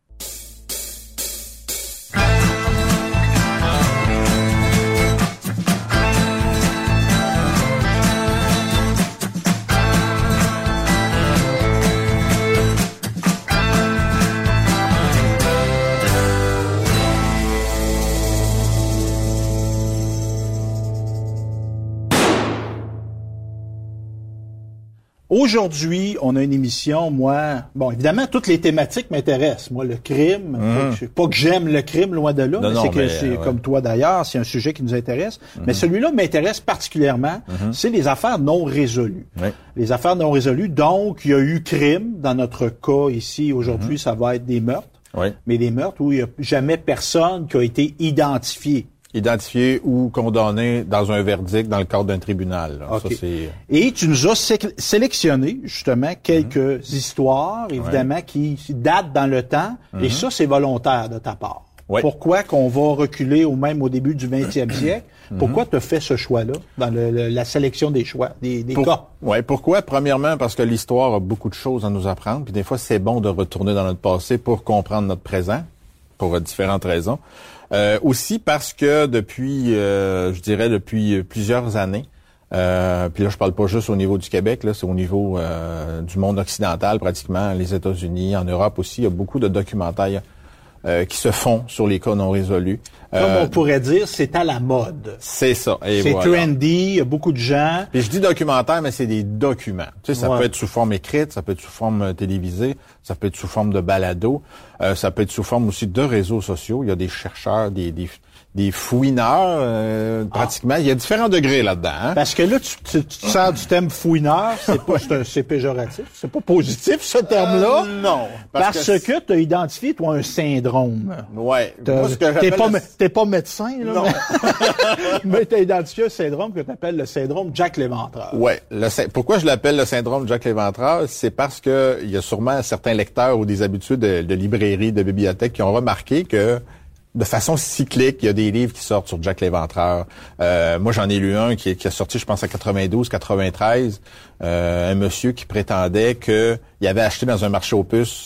Aujourd'hui, on a une émission, moi, bon, évidemment, toutes les thématiques m'intéressent. Moi, le crime, mmh. fait que, pas que j'aime le crime, loin de là, non, mais non, c'est que mais, c'est ouais. comme toi d'ailleurs, c'est un sujet qui nous intéresse. Mmh. Mais celui-là m'intéresse particulièrement, mmh. c'est les affaires non résolues. Oui. Les affaires non résolues, donc, il y a eu crime. Dans notre cas ici, aujourd'hui, mmh. ça va être des meurtres. Oui. Mais des meurtres où il n'y a jamais personne qui a été identifié. Identifié ou condamné dans un verdict dans le cadre d'un tribunal. Okay. Ça, c'est... Et tu nous as sé- sélectionné justement quelques mm-hmm. histoires, évidemment, ouais. qui datent dans le temps, mm-hmm. et ça, c'est volontaire de ta part. Ouais. Pourquoi qu'on va reculer au même au début du vingtième siècle? Mm-hmm. Pourquoi tu as fait ce choix-là dans le, le, la sélection des choix, des, des Pour, cas? Ouais, pourquoi? Premièrement, parce que l'histoire a beaucoup de choses à nous apprendre, puis des fois, c'est bon de retourner dans notre passé pour comprendre notre présent, pour différentes raisons. Euh, aussi parce que depuis, euh, je dirais depuis plusieurs années, euh, puis là je parle pas juste au niveau du Québec, là c'est au niveau euh, du monde occidental pratiquement, les États-Unis, en Europe aussi, il y a beaucoup de documentaires euh, qui se font sur les cas non résolus. Comme euh, on pourrait dire, c'est à la mode. C'est ça. Et c'est voilà. trendy, il y a beaucoup de gens. Puis je dis documentaire, mais c'est des documents. Tu sais, ça ouais. peut être sous forme écrite, ça peut être sous forme télévisée, ça peut être sous forme de balado, euh, ça peut être sous forme aussi de réseaux sociaux. Il y a des chercheurs, des des, des fouineurs, euh, pratiquement. Ah. Il y a différents degrés là-dedans. Hein? Parce que là, tu, tu, tu sors du thème fouineur, c'est pas c'est, c'est péjoratif, c'est pas positif ce terme-là. Euh, non. Parce, parce que, que tu as identifié, toi, un syndrome. Ouais. Moi, ce que t'es pas, le... t'es pas médecin, là. Non. Mais, mais tu as identifié un syndrome que tu appelles le syndrome Jack l'Éventreur. Ouais. Le, pourquoi je l'appelle le syndrome Jack l'Éventreur? C'est parce que il y a sûrement certains lecteurs ou des habitués de, de librairie, de bibliothèque qui ont remarqué que de façon cyclique, il y a des livres qui sortent sur Jack l'Éventreur. Euh, moi, j'en ai lu un qui, qui a sorti, je pense, en quatre-vingt-douze, quatre-vingt-treize. Euh, un monsieur qui prétendait qu'il avait acheté dans un marché aux puces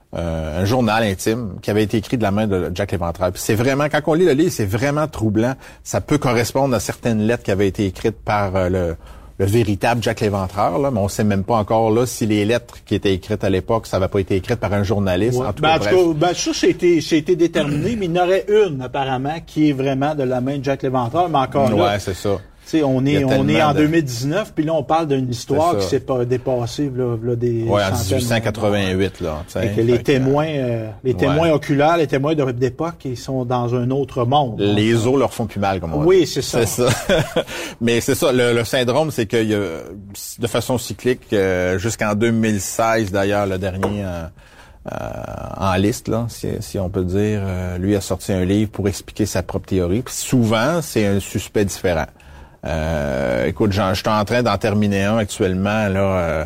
euh, un journal intime qui avait été écrit de la main de Jack L'Éventreur. Puis c'est vraiment, quand on lit le livre, c'est vraiment troublant. Ça peut correspondre à certaines lettres qui avaient été écrites par euh, le, le véritable Jack L'Éventreur, là, mais on sait même pas encore là si les lettres qui étaient écrites à l'époque, ça n'avait pas été écrit par un journaliste. Ouais. En tout ben, cas, en bref. tout cas, ben, ça, c'était, c'était déterminé, mais il y en aurait une, apparemment, qui est vraiment de la main de Jack L'Éventreur, mais encore ouais, là. c'est ça. T'sais, on est, on est en de... deux mille dix-neuf, puis là, on parle d'une histoire qui s'est pas dépassée, là, là des ouais, en dix-huit cent quatre-vingt-huit, là. Et que les témoins, euh, les témoins ouais. oculaires, les témoins d'époque, ils sont dans un autre monde. Les os leur font plus mal, comme on dit. Oui, c'est ça. C'est ça. Mais c'est ça, le, le syndrome, c'est qu'il y a, de façon cyclique, euh, jusqu'en deux mille seize, d'ailleurs, le dernier, euh, euh, en liste, là, si, si on peut dire, euh, lui a sorti un livre pour expliquer sa propre théorie. Puis souvent, c'est un suspect différent. Euh, écoute, je suis en train d'en terminer un actuellement, là, euh,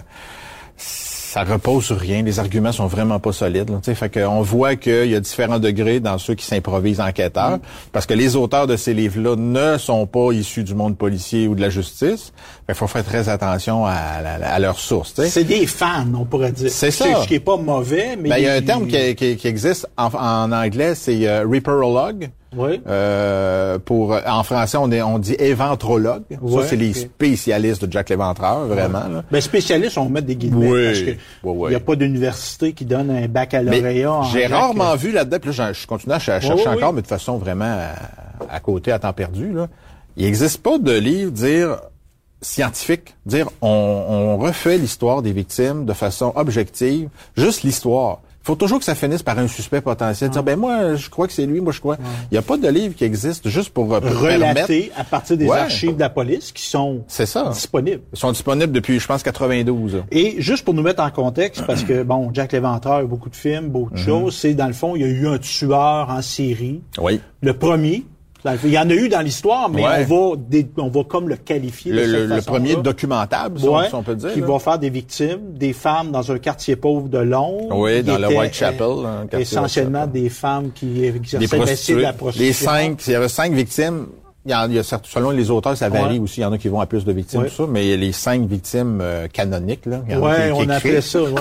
ça repose sur rien, les arguments sont vraiment pas solides, là, fait qu'on voit qu'il y a différents degrés dans ceux qui s'improvisent enquêteurs, mmh. parce que les auteurs de ces livres-là ne sont pas issus du monde policier ou de la justice, il faut faire très attention à, à, à leurs sources. T'sais. C'est des fans, on pourrait dire. C'est ça. Ce qui est pas mauvais, mais... Ben, il y a un terme qui, qui, qui existe en, en anglais, c'est euh, Ripperologue. Oui. Euh, pour en français on, est, on dit éventrologue. Ouais, ça c'est les okay. spécialistes de Jack L'Éventreur, vraiment. Ouais. Là. Ben spécialistes, on met des guillemets oui. parce que oui, oui. il y a pas d'université qui donne un baccalauréat. En j'ai Jack... rarement vu là-dedans. Puis là, je continue à chercher oui, encore, oui. mais de façon vraiment à, à côté, à temps perdu. Là. Il n'existe pas de livre dire scientifique, dire on, on refait l'histoire des victimes de façon objective, juste l'histoire. Il faut toujours que ça finisse par un suspect potentiel. Dire, ben moi, je crois que c'est lui, moi je crois. Il n'y a pas de livre qui existe juste pour, pour relater permettre... à partir des ouais. archives de la police qui sont c'est ça. disponibles. Ils sont disponibles depuis, je pense, quatre-vingt-douze. Et juste pour nous mettre en contexte, parce que, bon, Jack L'Éventreur, il y a beaucoup de films, beaucoup de mm-hmm. choses, c'est, dans le fond, il y a eu un tueur en série. Oui. Le premier... Il y en a eu dans l'histoire, mais ouais. on va dé, on va comme le qualifier le, de cette le, le premier documentable, si, ouais, on, si on peut dire. Qui là. va faire des victimes, des femmes dans un quartier pauvre de Londres. Oui, dans le étaient, Whitechapel. Euh, essentiellement Whitechapel. Des femmes qui exerçaient des prostituées. de la prostitution. Les cinq, il y avait cinq victimes. Il y, en, il y a selon les auteurs, ça varie ouais. aussi. Il y en a qui vont à plus de victimes, ouais. tout ça. Mais les cinq victimes euh, canoniques, là. Oui, on appelait ça, ouais.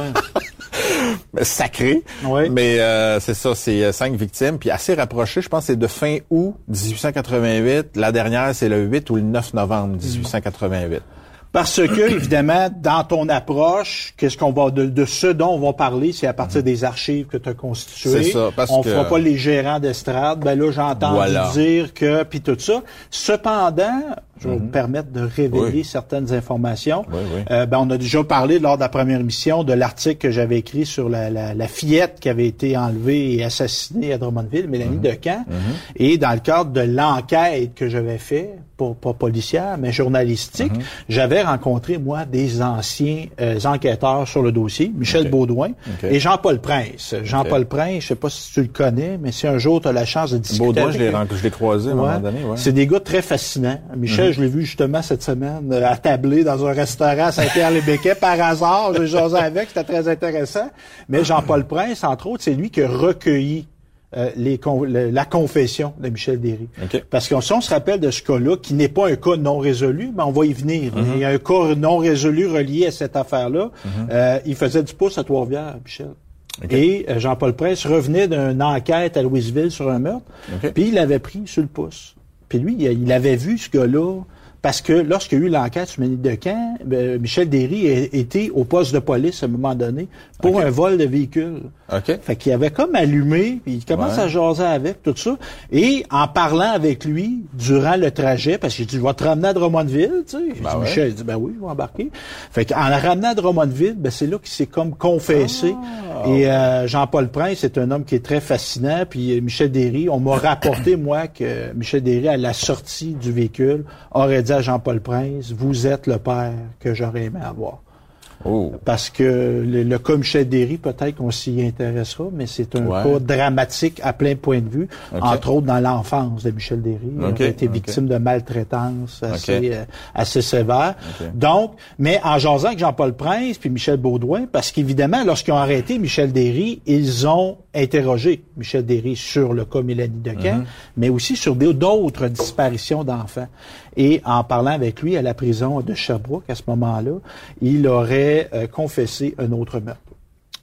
Sacré. Oui. Mais euh, c'est ça, c'est cinq victimes. Puis assez rapproché, je pense que c'est de fin août dix-huit cent quatre-vingt-huit. La dernière, c'est le huit ou le neuf novembre dix-huit cent quatre-vingt-huit. Parce que, évidemment, dans ton approche, qu'est-ce qu'on va de, de ce dont on va parler, c'est à partir des archives que tu as constituées. C'est ça, parce on que... fera pas les gérants d'estrade. Ben là, j'ai entendu voilà. dire que, puis tout ça. Cependant, je vais mm-hmm. me permettre de révéler oui. certaines informations. Oui, oui. Euh, ben, on a déjà parlé lors de la première émission de l'article que j'avais écrit sur la, la, la fillette qui avait été enlevée et assassinée à Drummondville, Mélanie mm-hmm. Decamp. Mm-hmm. Et dans le cadre de l'enquête que j'avais fait, pas, pas policière, mais journalistique, mm-hmm. j'avais rencontré, moi, des anciens euh, enquêteurs sur le dossier, Michel okay. Baudouin okay. et Jean-Paul Prince. Jean-Paul okay. Prince, je sais pas si tu le connais, mais si un jour tu as la chance de discuter Baudouin, avec je l'ai, je l'ai croisé à un ouais. moment donné. Ouais. C'est des gars très fascinants. Michel, mm-hmm. je l'ai vu justement cette semaine euh, attablé dans un restaurant à Saint-Pierre-les-Béquets par hasard. J'ai jasé avec, c'était très intéressant. Mais Jean-Paul Prince, entre autres, c'est lui qui a recueilli Euh, les con- le, la confession de Michel Derry. Okay. Parce que si on se rappelle de ce cas-là, qui n'est pas un cas non résolu, ben on va y venir. Mm-hmm. Il y a un cas non résolu relié à cette affaire-là. Mm-hmm. Euh, il faisait du pouce à Trois-Rivières, Michel. Okay. Et euh, Jean-Paul Prince revenait d'une enquête à Louisville sur un meurtre, okay. puis il l'avait pris sur le pouce. Puis lui, il, il avait vu ce gars-là, parce que lorsqu'il y a eu l'enquête sur Mélanie Decamp, ben, Michel Derry a été au poste de police à un moment donné pour okay. un vol de véhicule. Okay. Fait qu'il avait comme allumé, puis il commence ouais. à jaser avec, tout ça. Et en parlant avec lui durant le trajet, parce qu'il dit, je vais te ramener à Drummondville, tu sais. Ben ouais. Michel il dit, ben oui, je vais embarquer. Fait qu'en la ramenant à Drummondville, ben c'est là qu'il s'est comme confessé. Ah, Et euh, Jean-Paul Prince, c'est un homme qui est très fascinant. Puis Michel Derry, on m'a rapporté, moi, que Michel Derry, à la sortie du véhicule, aurait dit à Jean-Paul Prince, vous êtes le père que j'aurais aimé avoir. Oh. Parce que le, le cas Michel Derry, peut-être qu'on s'y intéressera, mais c'est un ouais. cas dramatique à plein point de vue, okay. entre autres dans l'enfance de Michel Derry. Okay. Il a été victime okay. de maltraitance assez, okay. euh, assez sévère. Okay. Donc, mais en jasant avec Jean-Paul Prince puis Michel Baudouin, parce qu'évidemment, lorsqu'ils ont arrêté Michel Derry, ils ont interrogé Michel Derry sur le cas Mélanie Decamp, mm-hmm. mais aussi sur d'autres disparitions d'enfants. Et en parlant avec lui à la prison de Sherbrooke, à ce moment-là, il aurait euh, confessé un autre meurtre.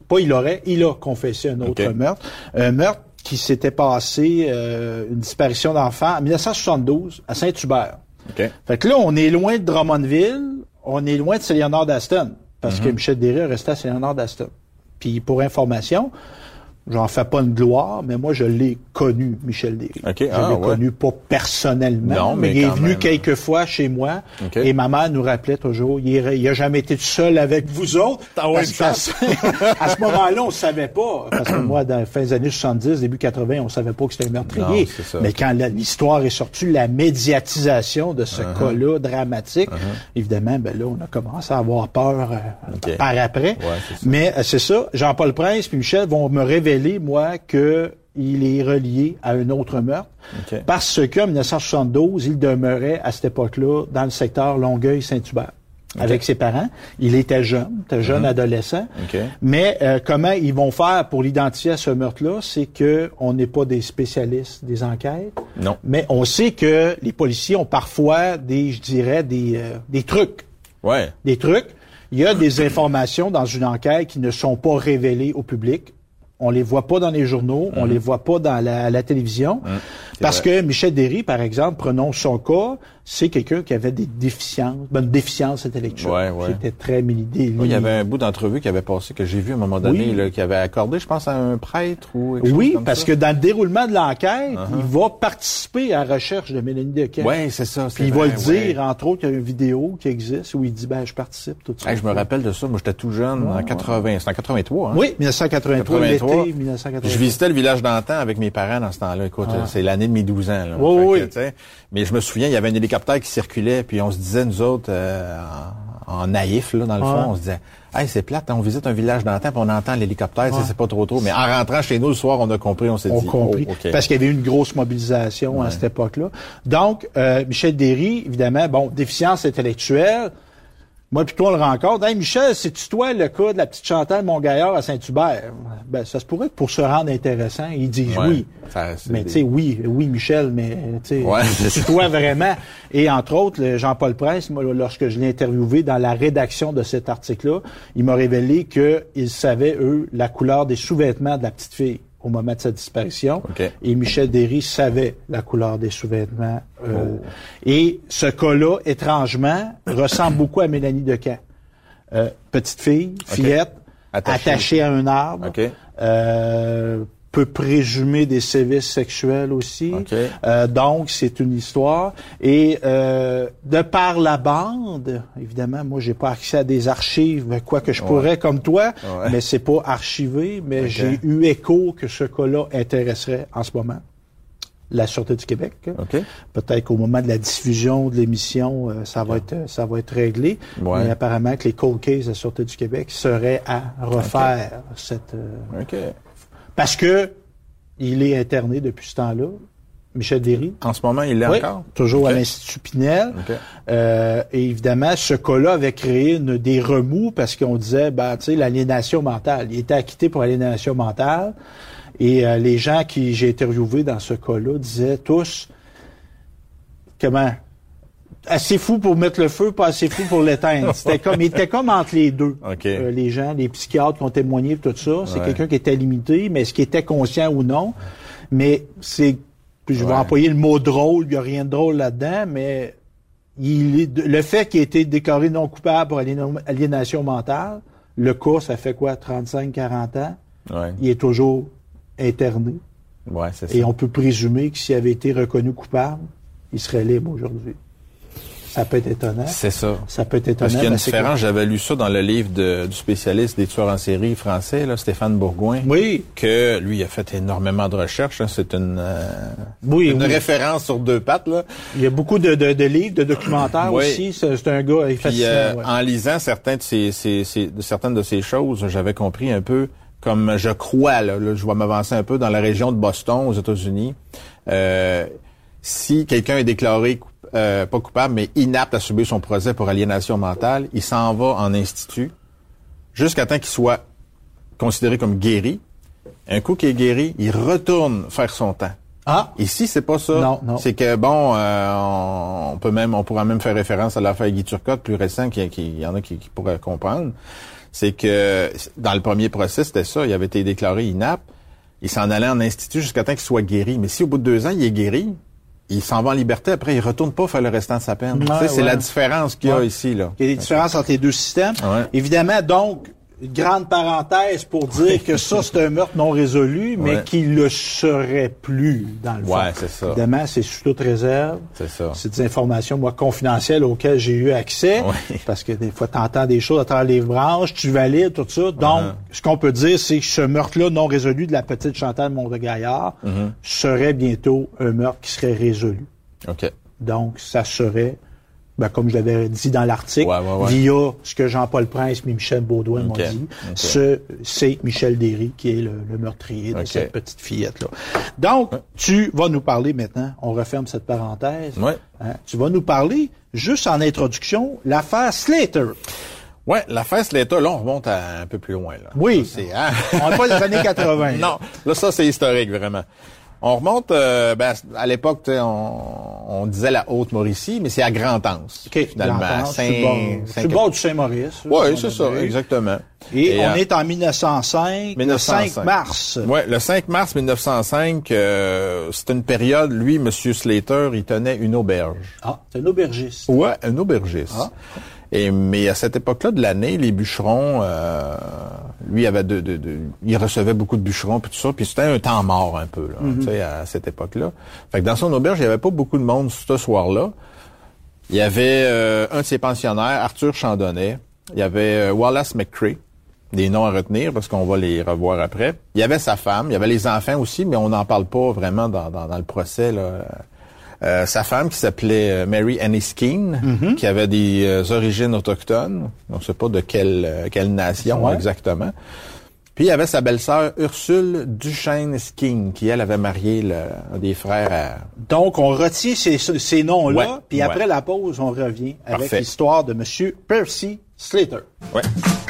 pas il aurait, il a confessé un autre okay. meurtre. Un meurtre qui s'était passé, euh, une disparition d'enfant en dix-neuf cent soixante-douze à Saint-Hubert. Okay. Fait que là, on est loin de Drummondville, on est loin de Saint-Léonard-d'Aston, parce mm-hmm. que Michel Derry est resté à Saint-Léonard-d'Aston. Puis pour information, j'en fais pas une gloire, mais moi, je l'ai connu, Michel Derry. Okay. Je ah, l'ai ouais. connu pas personnellement, non, mais, mais il est venu même. quelques fois chez moi, okay. et ma mère nous rappelait toujours, il, est, il a jamais été tout seul avec vous autres. Parce qu'à ce, à ce moment-là, on savait pas, parce que moi, dans les fins des années soixante-dix, début quatre-vingts, on savait pas que c'était un meurtrier. Non, mais quand la, l'histoire est sortie, la médiatisation de ce uh-huh. cas-là dramatique, uh-huh. évidemment, ben là, on a commencé à avoir peur euh, okay. par après. Ouais, mais euh, c'est ça, Jean-Paul Prince puis Michel vont me révéler moi, que il est relié à un autre meurtre. Okay. Parce qu'en dix-neuf cent soixante-douze, il demeurait à cette époque-là dans le secteur Longueuil-Saint-Hubert. Okay. Avec ses parents. Il était jeune, était jeune mm-hmm. adolescent. Okay. Mais euh, comment ils vont faire pour l'identifier à ce meurtre-là, c'est que on n'est pas des spécialistes des enquêtes. Non. Mais on sait que les policiers ont parfois des, je dirais, des, euh, des trucs. Ouais. Des trucs. Il y a des informations dans une enquête qui ne sont pas révélées au public. On les voit pas dans les journaux, mmh. on les voit pas dans la, la télévision. Mmh, parce vrai. que Michel Derry, par exemple, prenons son cas, c'est quelqu'un qui avait des déficiences, ben, une déficience intellectuelle. Ouais, ouais. C'était très milité. Oui, il y avait un bout d'entrevue qui avait passé, que j'ai vu à un moment donné, oui. là, qui avait accordé, je pense, à un prêtre ou quelque Oui, chose comme parce ça. que dans le déroulement de l'enquête, uh-huh. il va participer à la recherche de Mélanie Dequesne. Oui, c'est ça. Puis il va le dire, ouais. entre autres, il y a une vidéo qui existe où il dit, ben, je participe, tout ça. Hey, je me rappelle de ça. Moi, j'étais tout jeune, ouais, en quatre-vingts. C'est en quatre-vingt-trois, hein? Oui, dix-neuf cent quatre-vingt-trois, l'été dix-neuf cent quatre-vingt-trois. Je visitais le village d'Antan avec mes parents dans ce temps-là. Écoute, ah. c'est l'année de mes douze ans, là. Oui, oui. Que, mais je me souviens, il y avait un hélicoptère qui circulait, puis on se disait, nous autres, euh, en, en naïf, là, dans le ah. fond, on se disait, hey, c'est plate, hein, on visite un village d'Antan, puis on entend l'hélicoptère, ah. c'est pas trop trop. Mais en rentrant chez nous le soir, on a compris, on s'est on dit, compris, oh, okay. parce qu'il y avait eu une grosse mobilisation ouais. à cette époque-là. Donc, euh, Michel Derry, évidemment, bon, déficience intellectuelle. Moi, puis toi, on le rencontre. Hey, Michel, c'est-tu toi le cas de la petite Chantal Montgaillard à Saint-Hubert? Ben, ça se pourrait que pour se rendre intéressant, ils disent ouais, oui. Ça, mais tu sais, des... oui, oui, Michel, mais tu sais, ouais, c'est toi vraiment. Et entre autres, le Jean-Paul Prince, moi, lorsque je l'ai interviewé dans la rédaction de cet article-là, il m'a révélé qu'ils savaient, eux, la couleur des sous-vêtements de la petite fille au moment de sa disparition. Okay. Et Michel Derry savait la couleur des sous-vêtements. Euh, oh. Et ce cas-là, étrangement, ressemble beaucoup à Mélanie Dequesne. Euh, petite fille, fillette, okay. attachée. attachée à un arbre, okay. euh, peut présumer des sévices sexuels aussi. Okay. Euh, donc, c'est une histoire. Et euh, de par la bande, évidemment, moi, j'ai pas accès à des archives, quoi que je pourrais ouais. comme toi, ouais. mais c'est pas archivé. Mais okay. j'ai eu écho que ce cas-là intéresserait en ce moment la Sûreté du Québec. Okay. Peut-être qu'au moment de la diffusion de l'émission, euh, ça va okay. être ça va être réglé. Ouais. Mais apparemment que les cold cases de la Sûreté du Québec seraient à refaire okay. cette. Euh, okay. Parce que il est interné depuis ce temps-là, Michel Derry. En ce moment, il l'est oui, encore? Toujours okay. à l'Institut Pinel. Okay. Euh, et évidemment, ce cas-là avait créé une, des remous parce qu'on disait, ben, tu sais, l'aliénation mentale. Il était acquitté pour aliénation mentale. Et euh, les gens qui j'ai interviewés dans ce cas-là disaient tous, comment... assez fou pour mettre le feu, pas assez fou pour l'éteindre. C'était comme, il était comme entre les deux. Okay. Euh, les gens, les psychiatres qui ont témoigné de tout ça, c'est ouais. quelqu'un qui était limité, mais est-ce qu'il était conscient ou non? Mais c'est, puis je vais ouais. employer le mot drôle, il n'y a rien de drôle là-dedans, mais il est, le fait qu'il ait été déclaré non coupable pour aliénation mentale, le cas, ça fait quoi, trente-cinq, quarante ans? Ouais. Il est toujours interné. Ouais, c'est ça. Et on peut présumer que s'il avait été reconnu coupable, il serait libre aujourd'hui. Ça peut être étonnant. C'est ça. Ça peut être étonnant. Parce qu'il y a une différence, j'avais lu ça dans le livre de, du spécialiste des tueurs en série français, là, Stéphane Bourgoin. Oui. Que lui, il a fait énormément de recherches. Hein. C'est une, euh, oui, une oui. référence sur deux pattes. Là. Il y a beaucoup de, de, de livres, de documentaires oui. aussi. C'est, c'est un gars Puis, euh, ouais. En lisant certains de ces, ces, ces, de certaines de ces choses, j'avais compris un peu, comme je crois, là, là je vais m'avancer un peu, dans la région de Boston, aux États-Unis, euh, si quelqu'un est déclaré Euh, pas coupable, mais inapte à subir son procès pour aliénation mentale, il s'en va en institut jusqu'à temps qu'il soit considéré comme guéri. Un coup qu'il est guéri, il retourne faire son temps. Ah. Ici, c'est pas ça. Non, non. C'est que bon, euh, on, on peut même, on pourra même faire référence à l'affaire Guy Turcotte plus récent, qui, qui y en a qui, qui pourraient comprendre. c'est que dans le premier procès, c'était ça, il avait été déclaré inapte, il s'en allait en institut jusqu'à temps qu'il soit guéri. Mais si au bout de deux ans, il est guéri, il s'en va en liberté, après il retourne pas faire le restant de sa peine. Ouais, tu sais, c'est ouais. la différence qu'il y a ouais. ici, là. Il y a des différences entre les deux systèmes. Ouais. Évidemment, donc, une grande parenthèse pour dire que ça, c'est un meurtre non résolu, mais ouais. qu'il le serait plus, dans le fond. Ouais, c'est ça. Évidemment, c'est sous toute réserve. C'est ça. C'est des informations, moi, confidentielles auxquelles j'ai eu accès. Ouais. Parce que des fois, tu entends des choses à travers les branches, tu valides, tout ça. Donc, uh-huh. ce qu'on peut dire, c'est que ce meurtre-là non résolu de la petite Chantal Mondegaillard uh-huh. serait bientôt un meurtre qui serait résolu. OK. Donc, ça serait... Ben, comme je l'avais dit dans l'article, ouais, ouais, ouais. via ce que Jean-Paul Prince et Michel Baudouin okay. m'ont dit, okay. ce, c'est Michel Derry qui est le, le meurtrier okay. de cette petite fillette-là. Donc, ouais. tu vas nous parler maintenant, on referme cette parenthèse, ouais. hein, tu vas nous parler, juste en introduction, l'affaire Slater. Ouais, l'affaire Slater, là, on remonte à un peu plus loin, là. Oui. Ça, c'est, hein? On n'est pas les années quatre-vingt. Non, là, ça, c'est historique, vraiment. On remonte, euh, ben, à l'époque, on, on disait la Haute-Mauricie, mais c'est à Grand-Anse, okay, finalement. Grand-Anse, Saint, c'est le bord du Saint-Maurice. Oui, c'est ça, exactement. Et, Et on euh, est en mille neuf cent cinq, mille neuf cent cinq. Le cinq mars. Oui, le cinq mars mille neuf cent cinq, euh, c'était une période, lui, M. Slater, il tenait une auberge. Ah, c'est un aubergiste. Ouais, un aubergiste. Ah. Et mais à cette époque-là de l'année, les bûcherons, euh, lui avait de, de, de, il recevait beaucoup de bûcherons puis tout ça, puis c'était un temps mort un peu là, mm-hmm. tu sais, à cette époque-là. Fait que dans son auberge, il y avait pas beaucoup de monde ce soir-là. Il y avait euh, un de ses pensionnaires, Arthur Chandonnet. Il y avait euh, Wallace McCrae, des noms à retenir parce qu'on va les revoir après. Il y avait sa femme, il y avait les enfants aussi, mais on n'en parle pas vraiment dans, dans, dans le procès là. Euh, sa femme qui s'appelait euh, Mary Annie Skeen, mm-hmm. qui avait des euh, origines autochtones. On ne sait pas de quelle, euh, quelle nation ouais. exactement. Puis il y avait sa belle-sœur Ursule Duchesne Skeen, qui elle avait marié le, un des frères à... Donc on retient ces, ces noms-là, ouais. puis après ouais. la pause, on revient avec Parfait. l'histoire de M. Percy Slater. Ouais.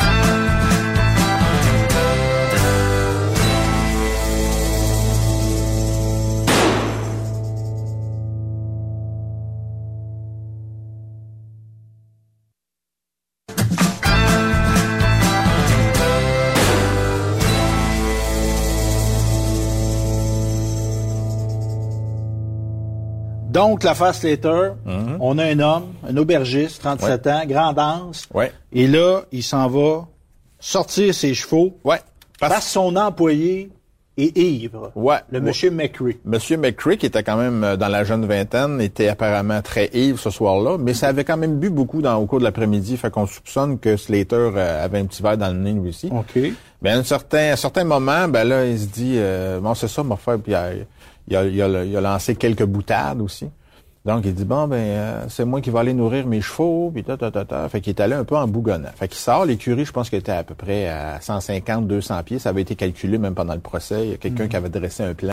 Donc, l'affaire Slater, mm-hmm. on a un homme, un aubergiste, trente-sept ouais. ans, Grand-Anse. Ouais. Et là, il s'en va sortir ses chevaux. Ouais. Parce, parce que son employé est ivre. Ouais. Le ouais. monsieur McCrae. Monsieur McCrae, qui était quand même dans la jeune vingtaine, était apparemment très ivre ce soir-là, mais ça avait quand même bu beaucoup dans, au cours de l'après-midi. Fait qu'on soupçonne que Slater euh, avait un petit verre dans le nez, lui aussi. OK. Ben, à un certain, à un certain moment, ben là, il se dit, euh, bon, c'est ça, mon frère, puis il Il a, il, a, il a lancé quelques boutades aussi. Donc, il dit, bon, ben, euh, c'est moi qui vais aller nourrir mes chevaux, puis ta, ta, ta, ta. Fait qu'il est allé un peu en bougonnant. Fait qu'il sort, l'écurie, je pense qu'elle était à peu près à cent cinquante, deux cents pieds. Ça avait été calculé même pendant le procès. Il y a quelqu'un mmh. qui avait dressé un plan.